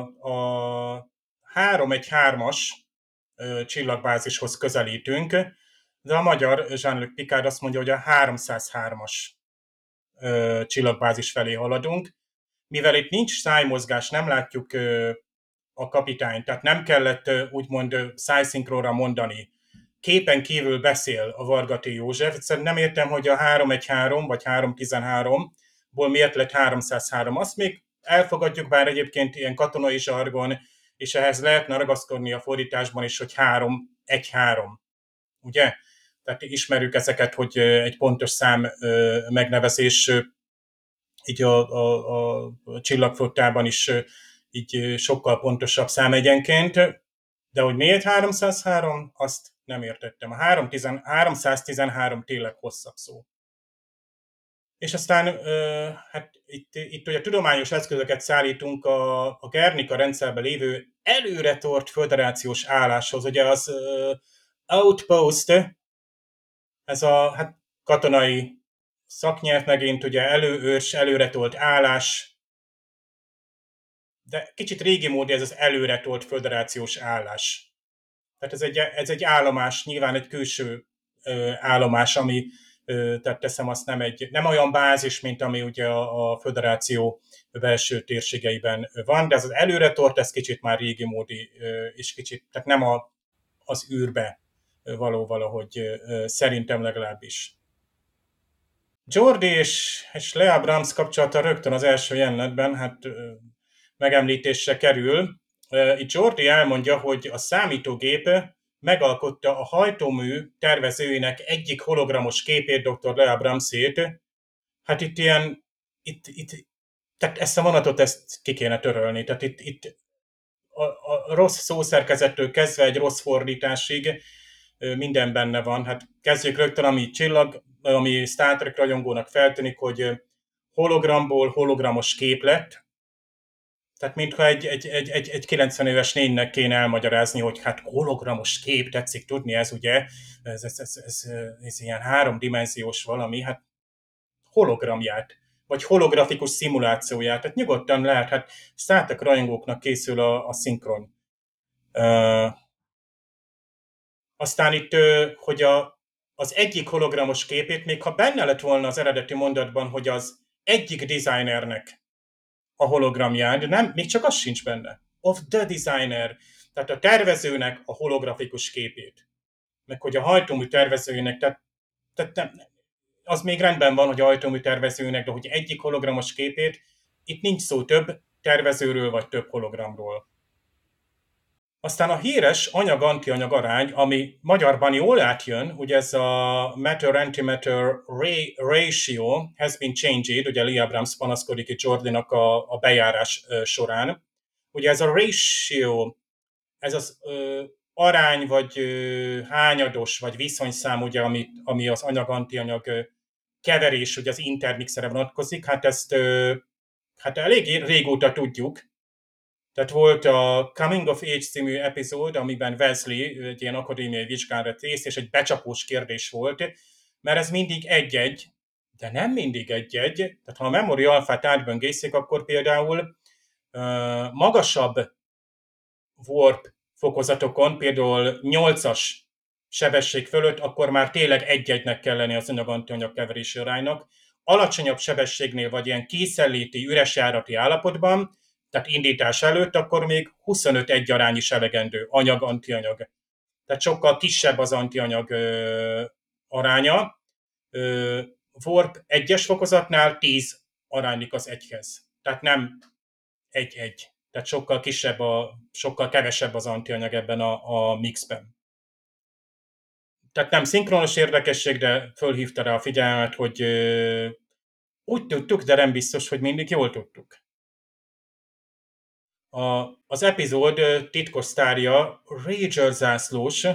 a 313-as csillagbázishoz közelítünk, de a magyar Jean-Luc Picard azt mondja, hogy a 303-as csillagbázis felé haladunk. Mivel itt nincs szájmozgás, nem látjuk a kapitányt, tehát nem kellett úgymond szájszinkronra mondani. Képen kívül beszél a Varga T. József. Egyszerűen nem értem, hogy a 313 vagy 313-ból miért lett 303. Azt még elfogadjuk, bár egyébként ilyen katonai zsargon, és ehhez lehetne ragaszkodni a fordításban is, hogy 313. Ugye? Tehát ismerjük ezeket, hogy egy pontos szám megnevezés így a csillagflottában is így sokkal pontosabb számegyenként, de hogy miért 303, azt nem értettem. A 313 tényleg hosszabb szó. És aztán hát itt ugye tudományos eszközöket szállítunk a Guernica rendszerben lévő előretort föderációs álláshoz. Ugye az outpost, ez a hát, katonai szaknyelv megint, ugye előőrs, előretolt állás, de kicsit régi módi ez az előretolt föderációs állás. Tehát ez egy állomás, nyilván egy külső állomás, ami tehát teszem azt nem olyan bázis, mint ami ugye a föderáció belső térségeiben van, de ez az előretort, ez kicsit már régi módi, és kicsit, tehát nem az űrbe való valahogy szerintem legalábbis. Geordi és Lea Brahms kapcsolata rögtön az első jelenetben hát megemlítésre kerül. Itt Geordi elmondja, hogy a számítógép megalkotta a hajtómű tervezőinek egyik hologramos képét, dr. Lea Brahmsét. Hát itt ilyen, tehát ezt a vonatot ki kéne törölni. Tehát itt a rossz szószerkezettől kezdve egy rossz fordításig minden benne van. Hát kezdjük rögtön, ami Star Trek rajongónak feltűnik, hogy hologramból hologramos kép lett. Tehát mintha egy 90 éves lénynek kéne elmagyarázni, hogy hát hologramos kép, tetszik tudni, ez ugye, ez ilyen háromdimenziós valami, hát hologramját, vagy holografikus szimulációját, tehát nyugodtan lehet, hát Star Trek rajongóknak készül a szinkron. Aztán itt, hogy az egyik hologramos képét, még ha benne lett volna az eredeti mondatban, hogy az egyik designernek a hologramján, de nem, még csak az sincs benne. Of the designer, tehát a tervezőnek a holografikus képét. Meg hogy a hajtómű tervezőjének, tehát nem, az még rendben van, hogy a hajtómű tervezőnek, de hogy egyik hologramos képét, itt nincs szó több tervezőről, vagy több hologramról. Aztán a híres anyag-antianyag arány, ami magyarban jól átjön, ugye ez a matter-antimatter ratio has been changed, ugye Lee Abrams panaszkodik itt Geordinak a bejárás során. Ugye ez a ratio, ez az arány, vagy hányados, vagy viszonyszám, ugye, ami az anyag-antianyag keverés, ugye az intermixere vonatkozik, hát ezt hát elég régóta tudjuk. Tehát volt a Coming of Age című epizód, amiben Wesley egy ilyen akadémiai vizsgán vett részt, és egy becsapós kérdés volt, mert ez mindig egy-egy, de nem mindig egy-egy. Tehát ha a Memory Alpha-t átböngészik, akkor például magasabb warp fokozatokon, például 8-as sebesség fölött, akkor már tényleg egy-egynek kell lenni az anyag-antianyag keverési aránynak. Alacsonyabb sebességnél, vagy ilyen készenléti, üres járati állapotban, tehát indítás előtt, akkor még 25-1 arány is elegendő, anyag-antianyag. Tehát sokkal kisebb az antianyag aránya. Warp 1-es fokozatnál 10 aránylik az 1-hez. Tehát nem 1-1. Tehát sokkal kevesebb az antianyag ebben a mixben. Tehát nem szinkronos érdekesség, de fölhívta rá a figyelmet, hogy úgy tudtuk, de nem biztos, hogy mindig jól tudtuk. Az epizód titkos sztárja Rager zászlós,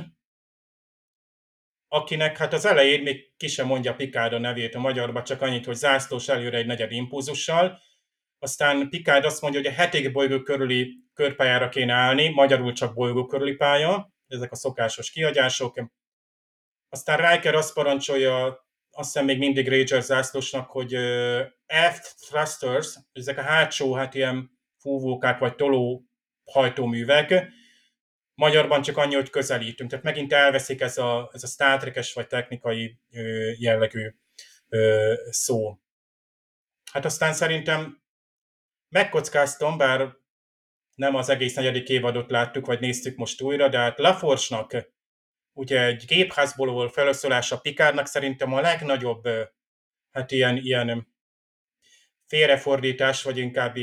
akinek hát az elején még ki sem mondja Picard a nevét a magyarba, csak annyit, hogy zászlós előre egy negyed impulzussal. Aztán Picard azt mondja, hogy a 7. bolygó körüli körpályára kéne állni, magyarul csak bolygó körüli pálya, ezek a szokásos kihagyások. Aztán Riker azt parancsolja, azt hiszem még mindig Rager zászlósnak, hogy aft thrusters, ezek a hátsó, hát ilyen fúvókák vagy toló hajtóművek, magyarban csak annyi, hogy közelítünk. Tehát megint elveszik ez a Star Trek-es vagy technikai jellegű szó. Hát aztán szerintem megkockáztam, bár nem az egész 4. évadot láttuk, vagy néztük most újra, de hát LaForge-nak ugye egy gépházból való felszólása Picardnak szerintem a legnagyobb hát ilyen félrefordítás, vagy inkább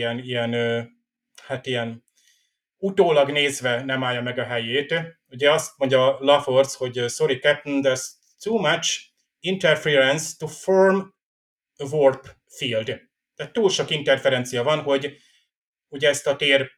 ilyen utólag nézve nem állja meg a helyét. Ugye azt mondja LaForge, hogy sorry Captain, there's too much interference to form a warp field. Tehát túl sok interferencia van, hogy ugye ezt a tér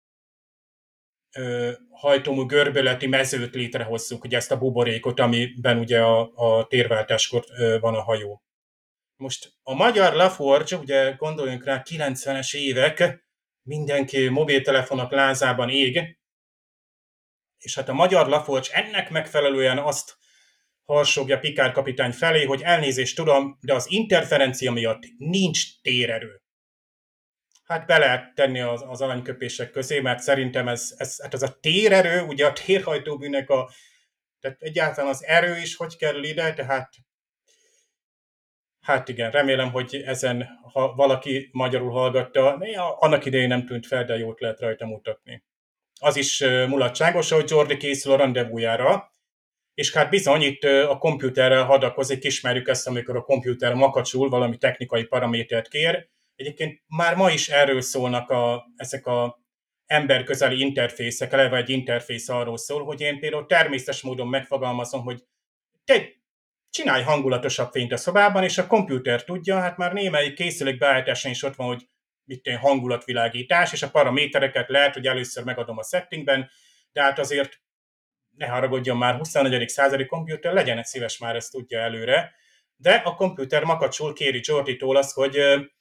hajtómű görbületi mezőt létrehozzuk, ugye ezt a buborékot, amiben ugye a térváltáskor van a hajó. Most a magyar Laforge, ugye gondoljunk rá, 90-es évek, mindenki mobiltelefonok lázában ég, és hát a magyar Laforge ennek megfelelően azt harsogja Picard kapitány felé, hogy elnézést tudom, de az interferencia miatt nincs térerő. Hát be lehet tenni az aranyköpések közé, mert szerintem hát az a térerő, ugye a térhajtóműnek tehát egyáltalán az erő is hogy kerül ide, tehát hát igen, remélem, hogy ezen, ha valaki magyarul hallgatta, annak idején nem tűnt fel, de jót lehet rajta mutatni. Az is mulatságos, hogy Jordi készül a rendezvújára, és hát bizony itt a komputerrel hadakozik, ismerjük ezt, amikor a komputer makacsul, valami technikai paramétert kér. Egyébként már ma is erről szólnak ezek a emberközeli interfészek, eleve egy interfész arról szól, hogy én például természetes módon megfogalmazom, hogy te csinálj hangulatosabb fényt a szobában, és a komputer tudja, hát már némelyik készülék beállításán is ott van, hogy mit tenni, hangulatvilágítás, és a paramétereket lehet, hogy először megadom a settingben, de hát azért ne haragudjon már, 24. századi komputer, legyen szíves, már ezt tudja előre, de a komputer makacsul kéri Jorditól azt, hogy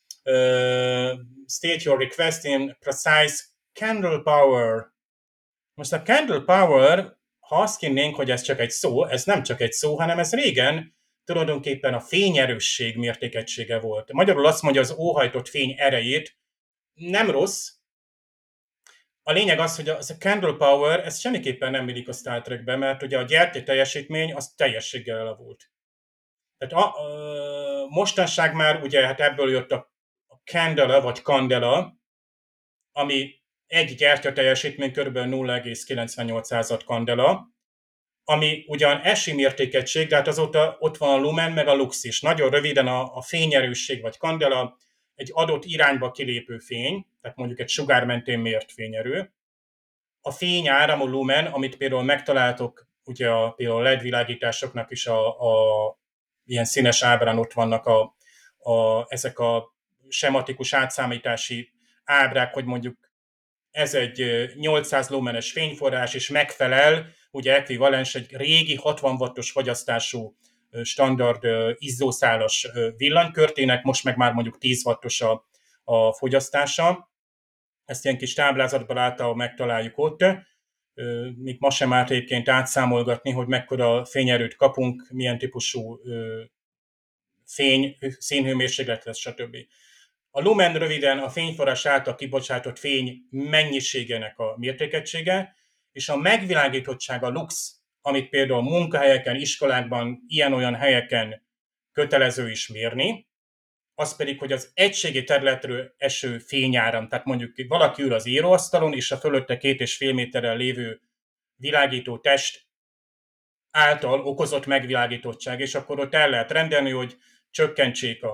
state your request in precise candle power. Most a candle power, ha azt hinnénk, hogy ez csak egy szó, ez nem csak egy szó, hanem ez régen tulajdonképpen a fényerősség mértékegysége volt. Magyarul azt mondja, az óhajtott fény erejét, nem rossz. A lényeg az, hogy a candle power, ez semmiképpen nem illik a Star Trekbe, mert ugye a gyertya teljesítmény az teljességgel elavult. Tehát mostanság már ugye hát ebből jött a candela vagy candela, ami egy gyertya teljesítmény kb. 0,98 candela, ami ugyan ESI mértékegység, de hát azóta ott van a lumen, meg a lux is. Nagyon röviden a fényerősség vagy candela egy adott irányba kilépő fény, tehát mondjuk egy sugár mentén mért fényerő. A fényáramú lumen, amit például megtaláltok, ugye például a LED világításoknak is a ilyen színes ábrán ott vannak ezek a sematikus átszámítási ábrák, hogy mondjuk ez egy 800 lumenes fényforrás, és megfelel, ugye ekvivalens egy régi 60 wattos fogyasztású standard izzószálas villanykörtének, most meg már mondjuk 10 wattos a fogyasztása. Ezt ilyen kis táblázatban által megtaláljuk ott, még ma sem árt egyébként átszámolgatni, hogy mekkora fényerőt kapunk, milyen típusú fény, színhőmérséklet lesz, stb. A lumen röviden a fényforrás által kibocsátott fény mennyiségének a mértékegysége, és a megvilágítottság, a lux, amit például munkahelyeken, iskolákban, ilyen-olyan helyeken kötelező is mérni, az pedig, hogy az egységi területről eső fényáram, tehát mondjuk valaki ül az íróasztalon, és a fölötte 2,5 méterrel lévő világító test által okozott megvilágítottság, és akkor ott el lehet rendelni, hogy csökkentsék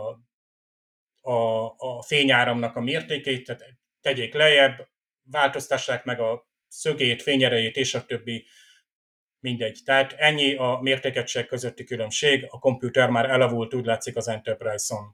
a fényáramnak a mértékét, tehát tegyék lejjebb, változtassák meg a szögét, fényerejét, és a többi, mindegy. Tehát ennyi a mértékegység közötti különbség, a komputer már elavult, úgy látszik az Enterprise-on.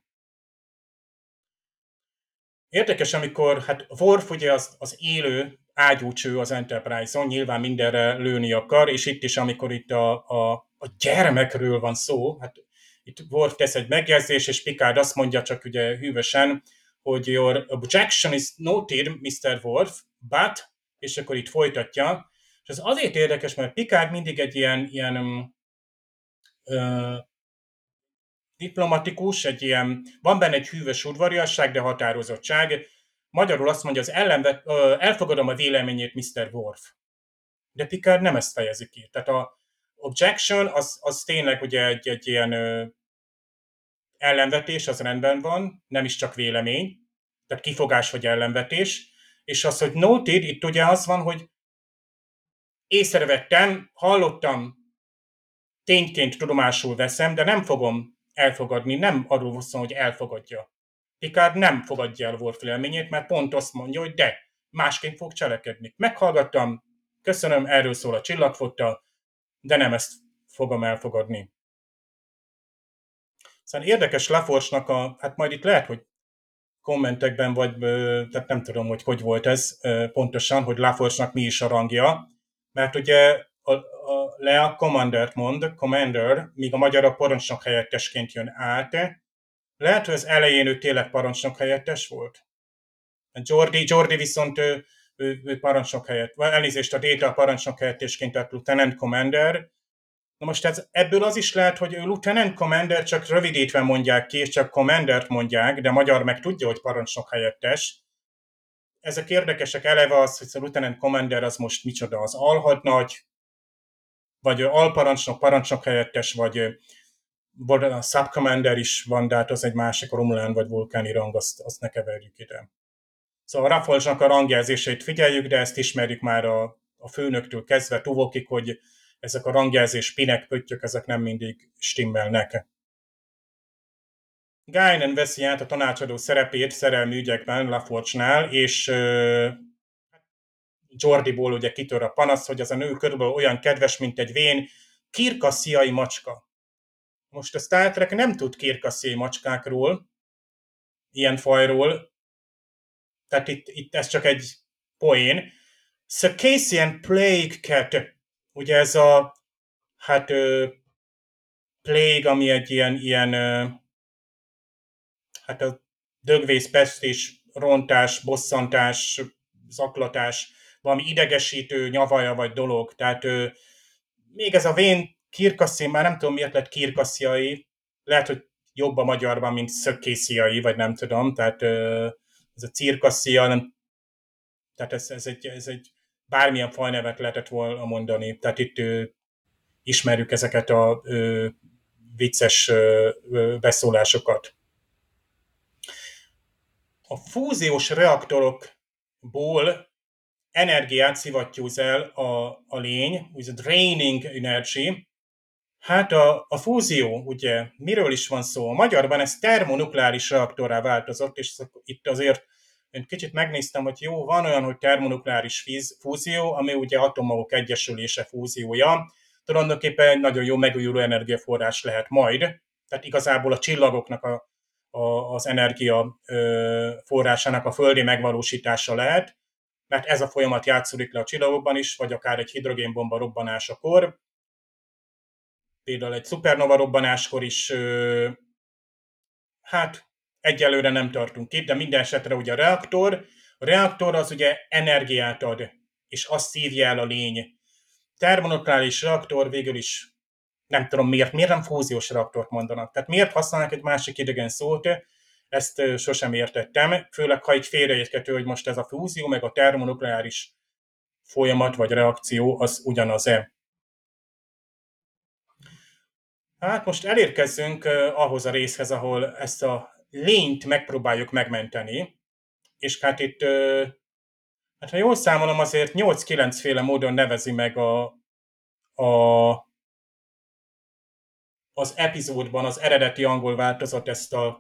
Érdekes, amikor, hát Worf ugye az élő ágyúcső az Enterprise-on, nyilván mindenre lőni akar, és itt is, amikor itt a gyermekről van szó, hát itt Worf tesz egy megjegyzés, és Picard azt mondja csak ugye hűvösen, hogy your objection is noted, Mr. Worf, but, és akkor itt folytatja, és ez azért érdekes, mert Picard mindig egy ilyen diplomatikus, van benne egy hűvös udvariasság, de határozottság. Magyarul azt mondja, elfogadom a véleményét, Mr. Worf. De Picard nem ezt fejezi ki. Tehát a objection az tényleg ugye egy ilyen ellenvetés, az rendben van, nem is csak vélemény, tehát kifogás vagy ellenvetés, és az, hogy noted, itt ugye az van, hogy észrevettem, hallottam, tényként tudomásul veszem, de nem fogom elfogadni, nem arról van szó, hogy elfogadja. Picard nem fogadja el Worf véleményét, mert pont azt mondja, hogy de, másként fog cselekedni. Meghallgattam, köszönöm, erről szól a Csillagfotta, de nem ezt fogom elfogadni. Szóval érdekes Laforge-nak hát majd itt lehet, hogy kommentekben, vagy tehát nem tudom, hogy volt ez pontosan, hogy LaForge-nak mi is a rangja, mert ugye a Lea Commandert mond, Commander, míg a magyar a parancsnok helyettesként jön át. Lehet, hogy az elején ő tényleg parancsnok helyettes volt? Jordi viszont ő parancsnok helyett, elnézést, a Data parancsnok helyettesként, tehát Lieutenant Commander. Na most ebből az is lehet, hogy ő Lieutenant Commander, csak rövidítve mondják ki, és csak Commandert mondják, de magyar meg tudja, hogy parancsnok helyettes. Ezek érdekesek, eleve az, hogy a Lieutenant Commander az most micsoda, az alhadnagy, vagy alparancsnok, parancsnok helyettes, vagy a Subcommander is van, de hát az egy másik romulán vagy vulkáni rang, azt ne keverjük ide. Szóval a Raffles-nak a rangjelzéseit figyeljük, de ezt ismerjük már a főnöktől kezdve Tuvokig, hogy ezek a rangjelzés pinek, pöttyök, ezek nem mindig stimmelnek. Guinan veszi át a tanácsadó szerepét szerelmi ügyekben LaForge-nál, és Jordiból ugye kitör a panasz, hogy az a nő körülbelül olyan kedves, mint egy vén kirkassziai macska. Most a Star Trek nem tud kirkassziai macskákról, ilyen fajról, tehát itt ez csak egy poén. Circassian Plague Cat, ugye ez a plague, ami egy ilyen a dögvész, pestés, rontás, bosszantás, zaklatás, valami idegesítő nyavaja vagy dolog. Tehát még ez a vén kirkassziai, már nem tudom miért lett kirkassziai, lehet, hogy jobb a magyarban, mint szökkésziai, vagy nem tudom, tehát ez a cirkasszia, nem, tehát ez egy bármilyen fajnevet lehetett volna mondani, tehát itt ismerjük ezeket a vicces beszólásokat. A fúziós reaktorokból energiát szivattyúz el a lény, ugye draining energy. Hát a fúzió, ugye, miről is van szó? A magyarban ez termonukleáris reaktorrá változott, és itt azért én kicsit megnéztem, hogy jó, van olyan, hogy termonukleáris fúzió, ami ugye atomok egyesülése fúziója. Tulajdonképpen egy nagyon jó megújuló energiaforrás lehet majd. Tehát igazából a csillagoknak az energia forrásának a földi megvalósítása lehet, mert ez a folyamat játszódik le a csillagokban is, vagy akár egy hidrogénbomba robbanásakor. Például egy szupernova robbanáskor is, hát egyelőre nem tartunk itt, de minden esetre ugye a reaktor az ugye energiát ad, és azt szívja el a lény. Termonukleáris reaktor végül is nem tudom miért nem fúziós reaktort mondanak. Tehát miért használnak egy másik idegen szót, ezt sosem értettem, főleg ha egy félreérthető, hogy most ez a fúzió, meg a termonukleáris folyamat vagy reakció az ugyanaz-e. Hát most elérkezzünk ahhoz a részhez, ahol ezt a lényt megpróbáljuk megmenteni, és hát itt, hát ha jól számolom, azért 8-9 féle módon nevezi meg az epizódban az eredeti angol változat ezt a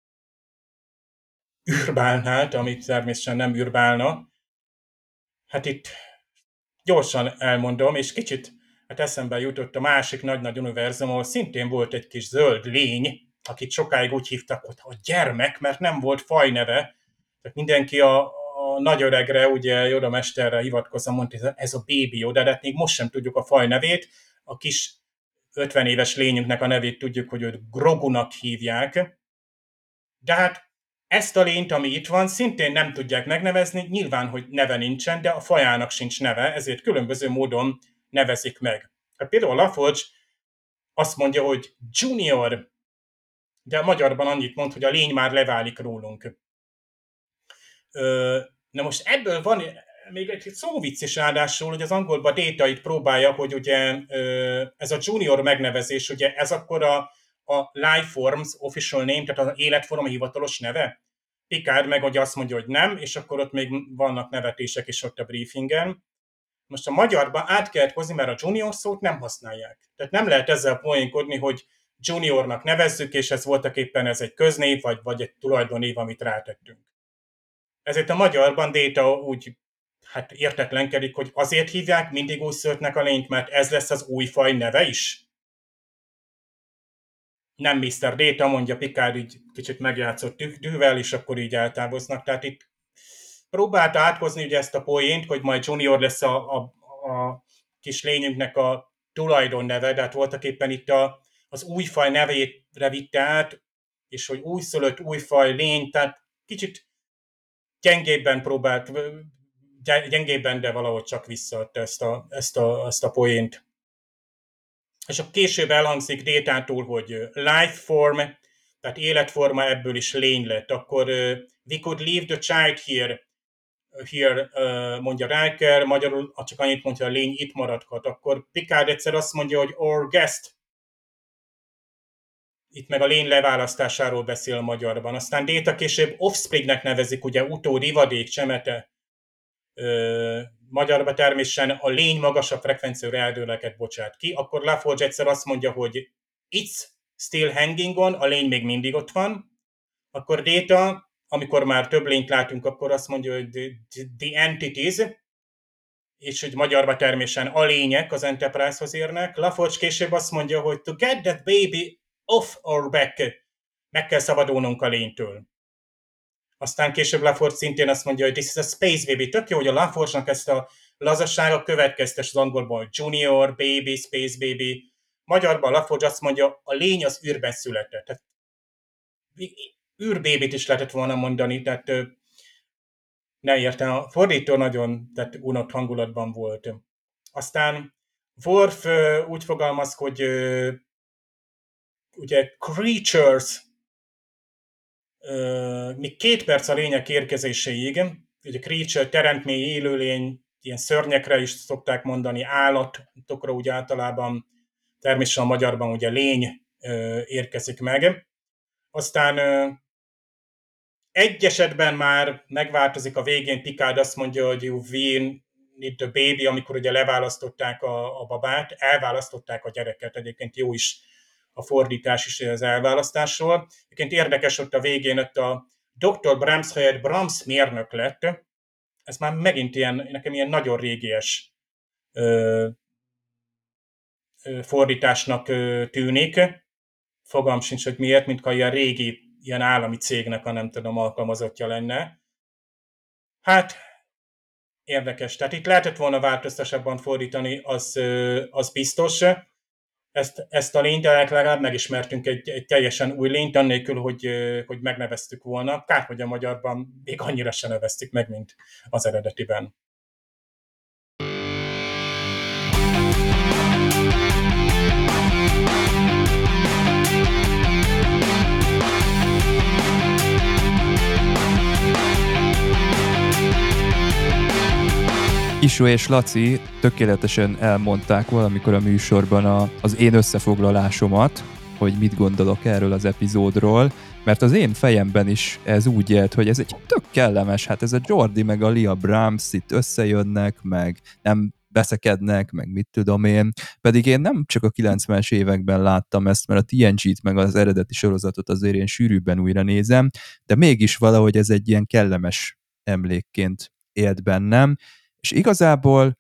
űrbálnát, amit természetesen nem űrbálna. Hát itt gyorsan elmondom, és kicsit eszembe jutott a másik nagy-nagy univerzum, ahol szintén volt egy kis zöld lény, akit sokáig úgy hívtak, hogy a gyermek, mert nem volt fajneve. Tehát mindenki a nagyöregre, ugye Yoda mesterre hivatkozva mondta, hogy ez a Baby Yoda, de hát még most sem tudjuk a fajnevét. A kis 50 éves lényünknek a nevét tudjuk, hogy őt Grogunak hívják. De hát ezt a lényt, ami itt van, szintén nem tudják megnevezni, nyilván, hogy neve nincsen, de a fajának sincs neve, ezért különböző módon nevezik meg. Hát például LaForge azt mondja, hogy Junior, de a magyarban annyit mond, hogy a lény már leválik rólunk. Na most ebből van még egy szóvicc is ráadásul, hogy az angolban Data itt próbálja, hogy ugye ez a Junior megnevezés, ugye ez akkor a Lifeforms official name, tehát az életforma hivatalos neve. Picard meg hogy azt mondja, hogy nem, és akkor ott még vannak nevetések is ott a briefingen. Most a magyarban át kellett hozni, mert a junior szót nem használják. Tehát nem lehet ezzel poénkodni, hogy juniornak nevezzük, és ez voltak éppen ez egy köznév, vagy egy tulajdonnév, amit rátettünk. Ezért a magyarban Data úgy értetlenkedik, hogy azért hívják mindig újszülöttnek a lényt, mert ez lesz az új faj neve is. nem Mr. Data, mondja Picard, így kicsit megjátszott dühvel, és akkor így eltávoznak. Tehát itt próbálta áthozni ugye ezt a poént, hogy majd Junior lesz a kis lényünknek a tulajdonneve, de hát voltak éppen itt az újfaj nevétre vitte át, és hogy újszülött újfaj lény, tehát kicsit gyengébben próbált, gyengébben, de valahogy csak visszaadta ezt a poént. És a később elhangzik Détától, hogy life form, tehát életforma, ebből is lény lett. Akkor we could leave the child here mondja Riker, magyarul csak annyit mondja, a lény itt maradhat. Akkor Picard egyszer azt mondja, hogy or guest. Itt meg a lény leválasztásáról beszél a magyarban. Aztán Data később offspringnek nevezik, ugye utód, ivadék, csemete. Magyarban természetesen a lény magasabb frekvenciára eldőleket bocsát ki. Akkor LaForge egyszer azt mondja, hogy it's still hanging on, a lény még mindig ott van. Akkor Data, amikor már több lényt látunk, akkor azt mondja, hogy the entities, és hogy magyarban természetesen a lények az Enterprise-hoz érnek. LaForge később azt mondja, hogy to get that baby off our back, meg kell szabadulnunk a lénytől. Aztán később LaForge szintén azt mondja, hogy this is a space baby. Tök jó, hogy a LaForge-nak ezt a lazassága következtes az angolból, hogy junior, baby, space baby. Magyarban LaForge azt mondja, a lény az űrben született. Tehát űrbébit is lehetett volna mondani, tehát ne értem, a fordító nagyon unott hangulatban volt. Aztán Worf úgy fogalmaz, hogy ugye creatures, még 2 perc a lények érkezéséig, ugye creature, teremtmény, élőlény, ilyen szörnyekre is szokták mondani, állatokra úgy általában, természetesen a magyarban ugye lény érkezik meg. Aztán egy esetben már megváltozik a végén, Picard azt mondja, hogy we need the baby, amikor ugye leválasztották a babát, elválasztották a gyereket, egyébként jó is a fordítás is az elválasztásról. Egyébként érdekes, ott a végén ott a Dr. Brahms helyett Brahms mérnök lett. Ez már megint nekem ilyen nagyon régies fordításnak tűnik. Fogalmam sincs, hogy miért, mintha ilyen régi, ilyen állami cégnek a nem tudom alkalmazottja lenne. Hát, érdekes. Tehát itt lehetett volna változtatásabban fordítani, az biztos. Ezt a lényt legalább megismertünk egy teljesen új lényt, annélkül, hogy megneveztük volna. Kár, hogy a magyarban még annyira sem neveztük meg, mint az eredetiben. Isó és Laci tökéletesen elmondták valamikor a műsorban az én összefoglalásomat, hogy mit gondolok erről az epizódról, mert az én fejemben is ez úgy élt, hogy ez egy tök kellemes, hát ez a Geordi meg a Leah Brahms itt összejönnek, meg nem veszekednek, meg mit tudom én, pedig én nem csak a 90-es években láttam ezt, mert a TNG-t meg az eredeti sorozatot azért én sűrűbben újra nézem, de mégis valahogy ez egy ilyen kellemes emlékként élt bennem, és igazából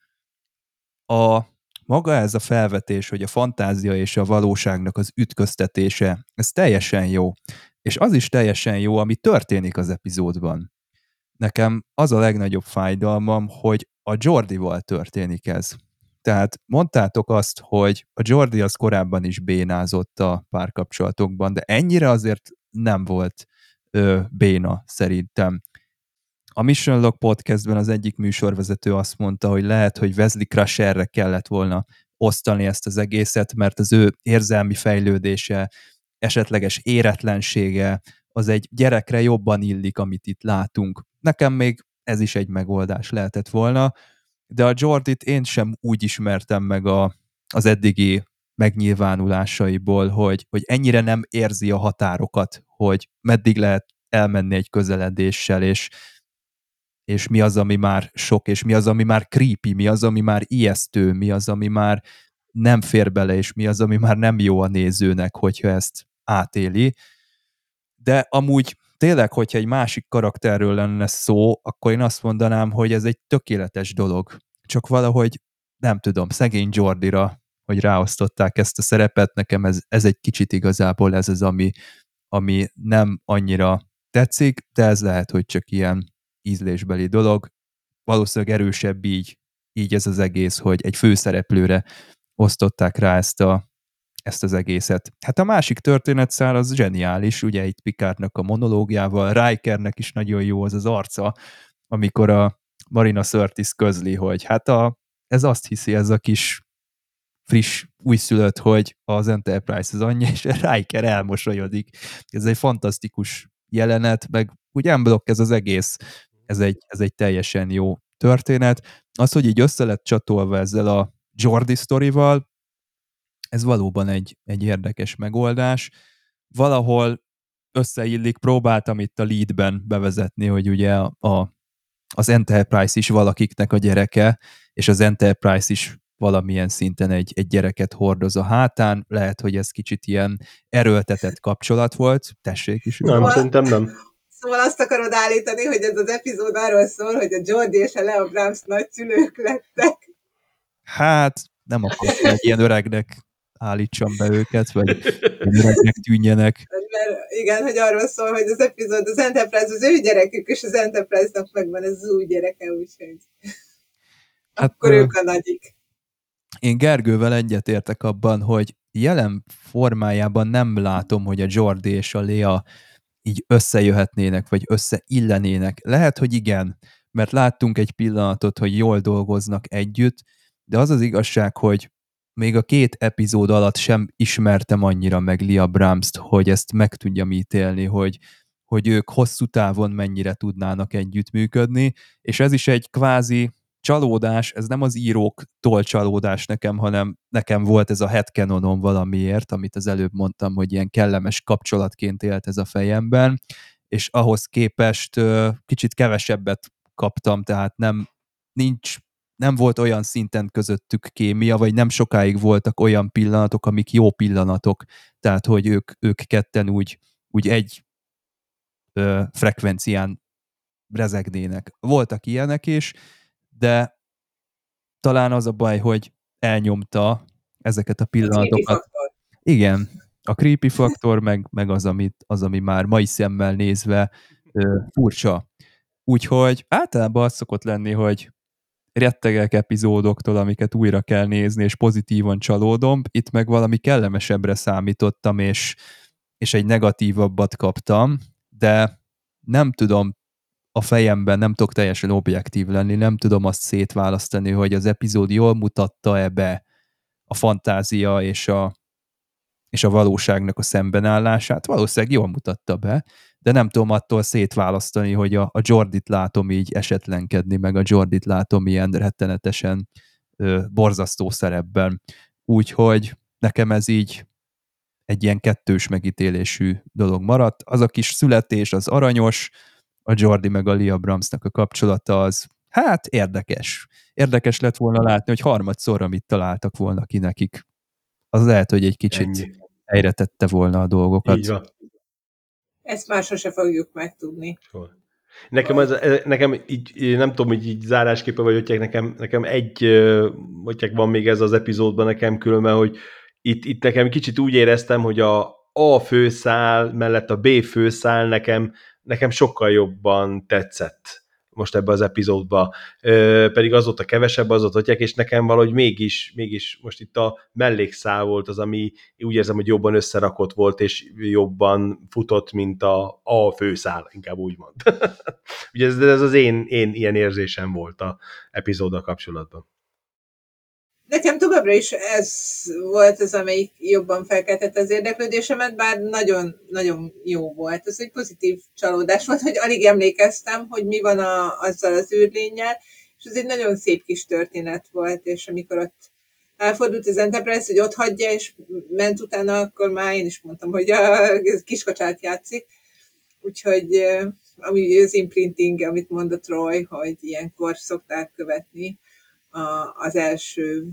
maga ez a felvetés, hogy a fantázia és a valóságnak az ütköztetése, ez teljesen jó. És az is teljesen jó, ami történik az epizódban. Nekem az a legnagyobb fájdalmam, hogy a Geordival történik ez. Tehát mondtátok azt, hogy a Geordi az korábban is bénázott a párkapcsolatokban, de ennyire azért nem volt béna szerintem. A Mission Log podcastben az egyik műsorvezető azt mondta, hogy lehet, hogy Wesley Crusherre kellett volna osztani ezt az egészet, mert az ő érzelmi fejlődése, esetleges éretlensége, az egy gyerekre jobban illik, amit itt látunk. Nekem még ez is egy megoldás lehetett volna, de a Geordit én sem úgy ismertem meg az eddigi megnyilvánulásaiból, hogy ennyire nem érzi a határokat, hogy meddig lehet elmenni egy közeledéssel, és mi az, ami már sok, és mi az, ami már creepy, mi az, ami már ijesztő, mi az, ami már nem fér bele, és mi az, ami már nem jó a nézőnek, hogyha ezt átéli. De amúgy tényleg, hogyha egy másik karakterről lenne szó, akkor én azt mondanám, hogy ez egy tökéletes dolog. Csak valahogy, nem tudom, szegény Geordira, hogy ráosztották ezt a szerepet, nekem ez egy kicsit igazából ez az, ami nem annyira tetszik, de ez lehet, hogy csak ilyen ízlésbeli dolog. Valószínűleg erősebb így ez az egész, hogy egy főszereplőre osztották rá ezt az egészet. Hát a másik történetszál az zseniális, ugye itt Picardnak a monológiával, Rikernek is nagyon jó az arca, amikor a Marina Sirtis közli, hogy hát ez azt hiszi, ez a kis friss újszülött, hogy az Enterprise az anyja, és Riker elmosolyodik. Ez egy fantasztikus jelenet, meg úgy unblock ez az egész, ez egy teljesen jó történet. Az, hogy így össze lett csatolva ezzel a Geordi sztorival, ez valóban egy érdekes megoldás. Valahol összeillik, próbáltam itt a leadben bevezetni, hogy ugye az Enterprise is valakiknek a gyereke, és az Enterprise is valamilyen szinten egy gyereket hordoz a hátán. Lehet, hogy ez kicsit ilyen erőltetett kapcsolat volt. Tessék is. Nem, szerintem nem. Szóval azt akarod állítani, hogy ez az epizód arról szól, hogy a Geordi és a Lea Brahms nagyszülők lettek. Hát, nem akartam egy ilyen öregnek állítsam be őket, vagy öregnek tűnjenek. Mert igen, hogy arról szól, hogy az epizód, az Enterprise az ő gyerekük, és az Enterprise-nak megvan ez az új gyereke, úgyhogy akkor ők a nagyik. Én Gergővel egyetértek abban, hogy jelen formájában nem látom, hogy a Geordi és a Lea így összejöhetnének, vagy összeillenének. Lehet, hogy igen, mert láttunk egy pillanatot, hogy jól dolgoznak együtt, de az az igazság, hogy még a 2 epizód alatt sem ismertem annyira meg Lea Brahmst, hogy ezt meg tudjam ítélni, hogy ők hosszú távon mennyire tudnának együttműködni, és ez is egy kvázi csalódás, ez nem az íróktól csalódás nekem, hanem nekem volt ez a headcanonon valamiért, amit az előbb mondtam, hogy ilyen kellemes kapcsolatként élt ez a fejemben, és ahhoz képest kicsit kevesebbet kaptam, tehát nem volt olyan szinten közöttük kémia, vagy nem sokáig voltak olyan pillanatok, amik jó pillanatok, tehát hogy ők ketten úgy egy frekvencián rezegnének. Voltak ilyenek is, de talán az a baj, hogy elnyomta ezeket a pillanatokat. Igen, a creepy faktor, meg az, ami már mai szemmel nézve furcsa. Úgyhogy általában az szokott lenni, hogy rettegek epizódoktól, amiket újra kell nézni, és pozitívan csalódom. Itt meg valami kellemesebbre számítottam, és egy negatívabbat kaptam, de nem tudom, a fejemben nem tudok teljesen objektív lenni, nem tudom azt szétválasztani, hogy az epizód jól mutatta be a fantázia és a valóságnak a szembenállását. Valószínűleg jól mutatta be, de nem tudom attól szétválasztani, hogy a Geordit látom így esetlenkedni, meg a Geordit látom ilyen rettenetesen borzasztó szerepben. Úgyhogy nekem ez így egy ilyen kettős megítélésű dolog maradt. Az a kis születés az aranyos, a Geordi meg a Lea Brahmsnak a kapcsolata az, hát érdekes. Érdekes lett volna látni, hogy harmadszorra mit találtak volna ki nekik. Az lehet, hogy egy kicsit helyre tette volna a dolgokat. Így van. Ezt már sose fogjuk megtudni. Nekem így, nem tudom, hogy így zárásképpen vagy ötjek, nekem egy ötjek van még ez az epizódban nekem különben, hogy itt nekem kicsit úgy éreztem, hogy a főszál mellett a B főszál nekem sokkal jobban tetszett most ebbe az epizódba. Pedig azóta kevesebb, azóta ötjek, és nekem valahogy mégis most itt a mellékszál volt az, ami úgy érzem, hogy jobban összerakott volt, és jobban futott, mint a főszál, inkább úgy mond. Ugye ez az én ilyen érzésem volt a epizóddal kapcsolatban. Nekem továbbra is ez volt az, amelyik jobban felkeltette az érdeklődésemet, bár nagyon jó volt. Ez egy pozitív csalódás volt, hogy alig emlékeztem, hogy mi van azzal az űrlénnyel, és ez egy nagyon szép kis történet volt, és amikor ott elfordult az Enterprise, hogy ott hagyja, és ment utána, akkor már én is mondtam, hogy a kiskacsát játszik. Úgyhogy ami az imprinting, amit mondott Roy, hogy ilyenkor szokták követni az első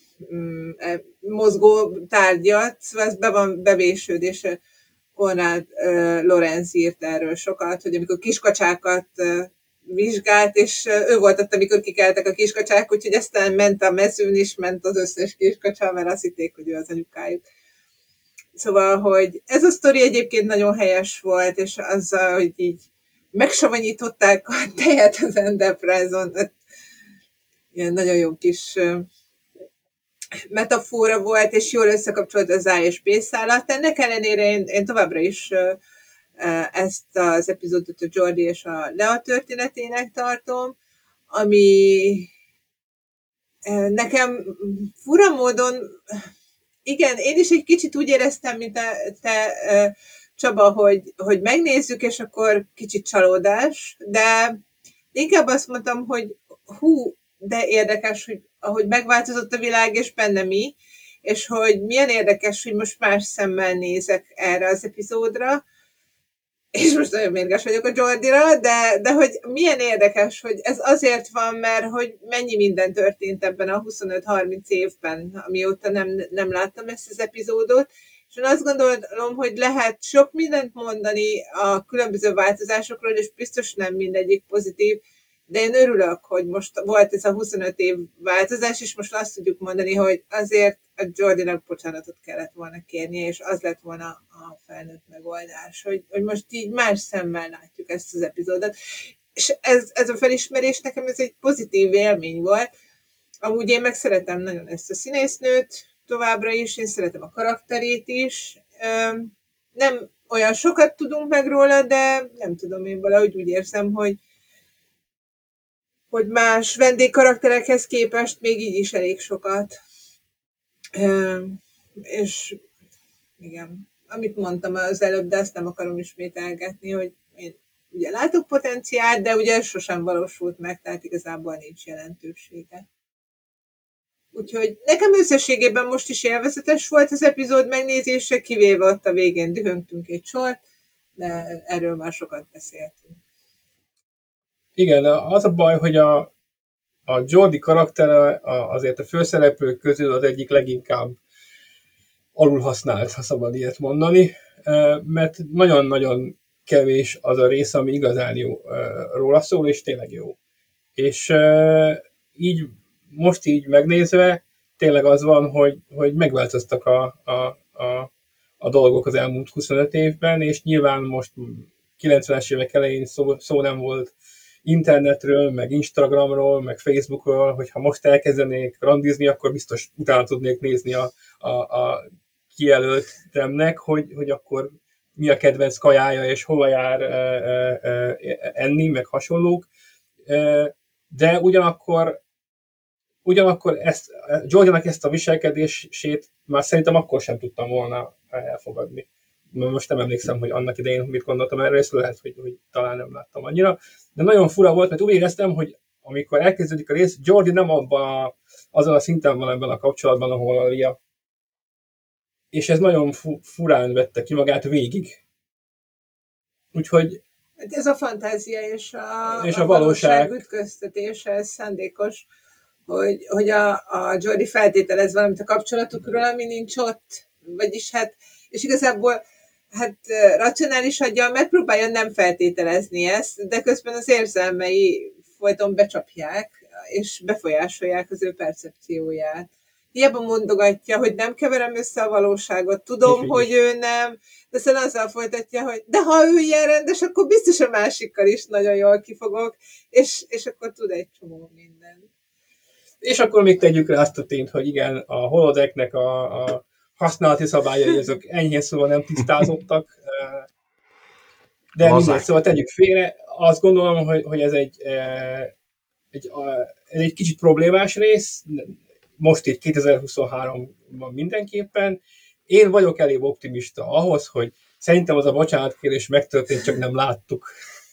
mozgó tárgyat, ez be van bevésőd, és Konrad Lorenz írt erről sokat, hogy amikor kiskacsákat vizsgált, és ő volt ott, amikor kikeltek a kiskacsák, úgyhogy aztán ment a mezőn is, ment az összes kiskacsa, mert azt hitték, hogy ő az anyukájuk. Szóval, hogy ez a sztori egyébként nagyon helyes volt, és azzal, hogy így megsavanyították a tejet az Enterprise-on, ilyen nagyon jó kis metafora volt, és jól összekapcsolt az A és B szállat. Ennek ellenére én továbbra is ezt az epizódot a Geordi és a Lea történetének tartom, ami nekem fura módon, igen, én is egy kicsit úgy éreztem, mint te Csaba, hogy megnézzük, és akkor kicsit csalódás, de inkább azt mondtam, hogy de érdekes, hogy ahogy megváltozott a világ, és benne mi, és hogy milyen érdekes, hogy most más szemmel nézek erre az epizódra, és most nagyon mérges vagyok a Geordie-ra, de hogy milyen érdekes, hogy ez azért van, mert hogy mennyi minden történt ebben a 25-30 évben, amióta nem láttam ezt az epizódot, és én azt gondolom, hogy lehet sok mindent mondani a különböző változásokról, és biztos nem mindegyik pozitív, de én örülök, hogy most volt ez a 25 év változás, és most azt tudjuk mondani, hogy azért a Geordie-nak bocsánatot kellett volna kérnie, és az lett volna a felnőtt megoldás, hogy most így más szemmel látjuk ezt az epizódot. És ez a felismerés nekem ez egy pozitív élmény volt. Amúgy én meg szeretem nagyon ezt a színésznőt továbbra is, én szeretem a karakterét is. Nem olyan sokat tudunk meg róla, de nem tudom, én valahogy úgy érzem, hogy más vendégkarakterekhez képest még így is elég sokat. És igen, amit mondtam az előbb, de azt nem akarom ismételgetni, hogy én ugye látok potenciált, de ugye sosem valósult meg, tehát igazából nincs jelentősége. Úgyhogy nekem összességében most is élvezetes volt az epizód megnézése, kivéve ott a végén dühöngtünk egy sort, de erről már sokat beszéltünk. Igen, az a baj, hogy a Geordie karaktere azért a főszereplők közül az egyik leginkább alulhasznált, ha szabad ilyet mondani, mert nagyon-nagyon kevés az a rész, ami igazán jó róla szól, és tényleg jó. És így most így megnézve tényleg az van, hogy megváltoztak a dolgok az elmúlt 25 évben, és nyilván most 90-es évek elején szó nem volt internetről, meg Instagramról, meg Facebookról, hogyha most elkezdenék randizni, akkor biztos utána tudnék nézni a kijelöltemnek, hogy akkor mi a kedvenc kajája, és hova jár enni, meg hasonlók. De ugyanakkor George-nak ezt a viselkedését már szerintem akkor sem tudtam volna elfogadni. Most nem emlékszem, hogy annak idején mit gondoltam erről, és lehet, hogy talán nem láttam annyira. De nagyon fura volt, mert úgy éreztem, hogy amikor elkezdődik a rész, Geordi nem azon a szinten van ebben a kapcsolatban, ahol a Lia. És ez nagyon furán vette ki magát végig. Úgyhogy... Ez a fantázia és a valóság ütköztetése, ez szándékos, hogy a Geordie feltételez valamit a kapcsolatukról, ami nincs ott. Vagyis és igazából racionális aggyal megpróbálja nem feltételezni ezt, de közben az érzelmei folyton becsapják, és befolyásolják az ő percepcióját. Hiába mondogatja, hogy nem keverem össze a valóságot, tudom, hogy ő nem, de aztán azzal folytatja, hogy de ha ő ilyen rendes, akkor biztos a másikkal is nagyon jól kifogok, és akkor tud egy csomó mindent. És akkor még tegyük rá azt a tényt, hogy igen, a holodecknek a használati szabályai, azok enyhén szóval nem tisztázottak, de mindegy, szóval tegyük félre. Azt gondolom, hogy ez egy kicsit problémás rész, most itt 2023-ban mindenképpen. Én vagyok elég optimista ahhoz, hogy szerintem az a bocsánatkérés megtörtént, csak nem láttuk.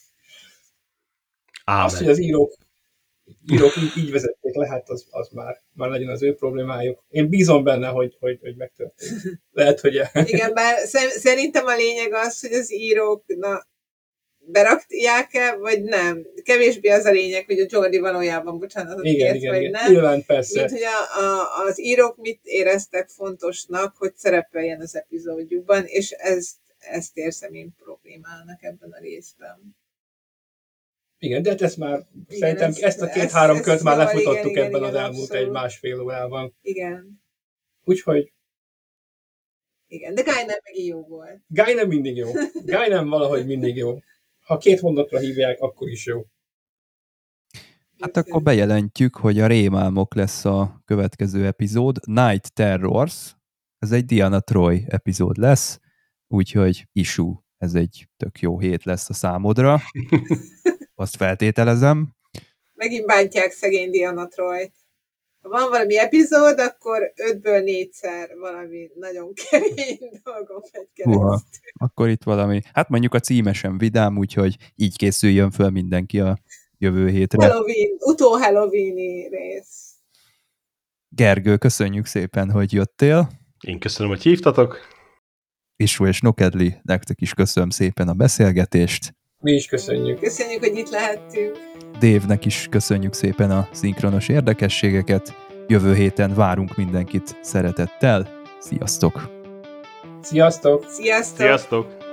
Azt, hogy az írók így vezették le, hát az már legyen az ő problémájuk. Én bízom benne, hogy megtörtént. Lehet, hogy... Igen, bár szerintem a lényeg az, hogy az írók berakják-e, vagy nem. Kevésbé az a lényeg, hogy a Geordie valójában bocsánatot kért, vagy nem. Nyilván, persze. Mint, hogy az írók mit éreztek fontosnak, hogy szerepeljen az epizódjukban, és ezt érzem én problémának ebben a részben. Igen, de hát ezt már szerintem ezt a 2-3 kört már lefutottuk ebben az elmúlt egy-másfél órában. Igen. Úgyhogy... Igen, de Guy nem megint jó volt. Guy nem mindig jó. Guy nem valahogy mindig jó. Ha 2 mondatra hívják, akkor is jó. Hát akkor bejelentjük, hogy a Rémálmok lesz a következő epizód. Night Terrors. Ez egy Diana Troy epizód lesz, úgyhogy issue. Ez egy tök jó hét lesz a számodra. Azt feltételezem. Megint bántják szegény Diana Troyt. Ha van valami epizód, akkor 5-ből 4-szer valami nagyon kemény dolgon megy keresztül. Akkor itt valami, hát mondjuk a címe sem vidám, úgyhogy így készüljön föl mindenki a jövő hétre. Halloween, utó-Halloweeni rész. Gergő, köszönjük szépen, hogy jöttél. Én köszönöm, hogy hívtatok. Isú és Nokedli, nektek is köszönöm szépen a beszélgetést. Mi is köszönjük. Köszönjük, hogy itt lehettünk. Dave-nek is köszönjük szépen a szinkronos érdekességeket. Jövő héten várunk mindenkit szeretettel. Sziasztok! Sziasztok! Sziasztok! Sziasztok!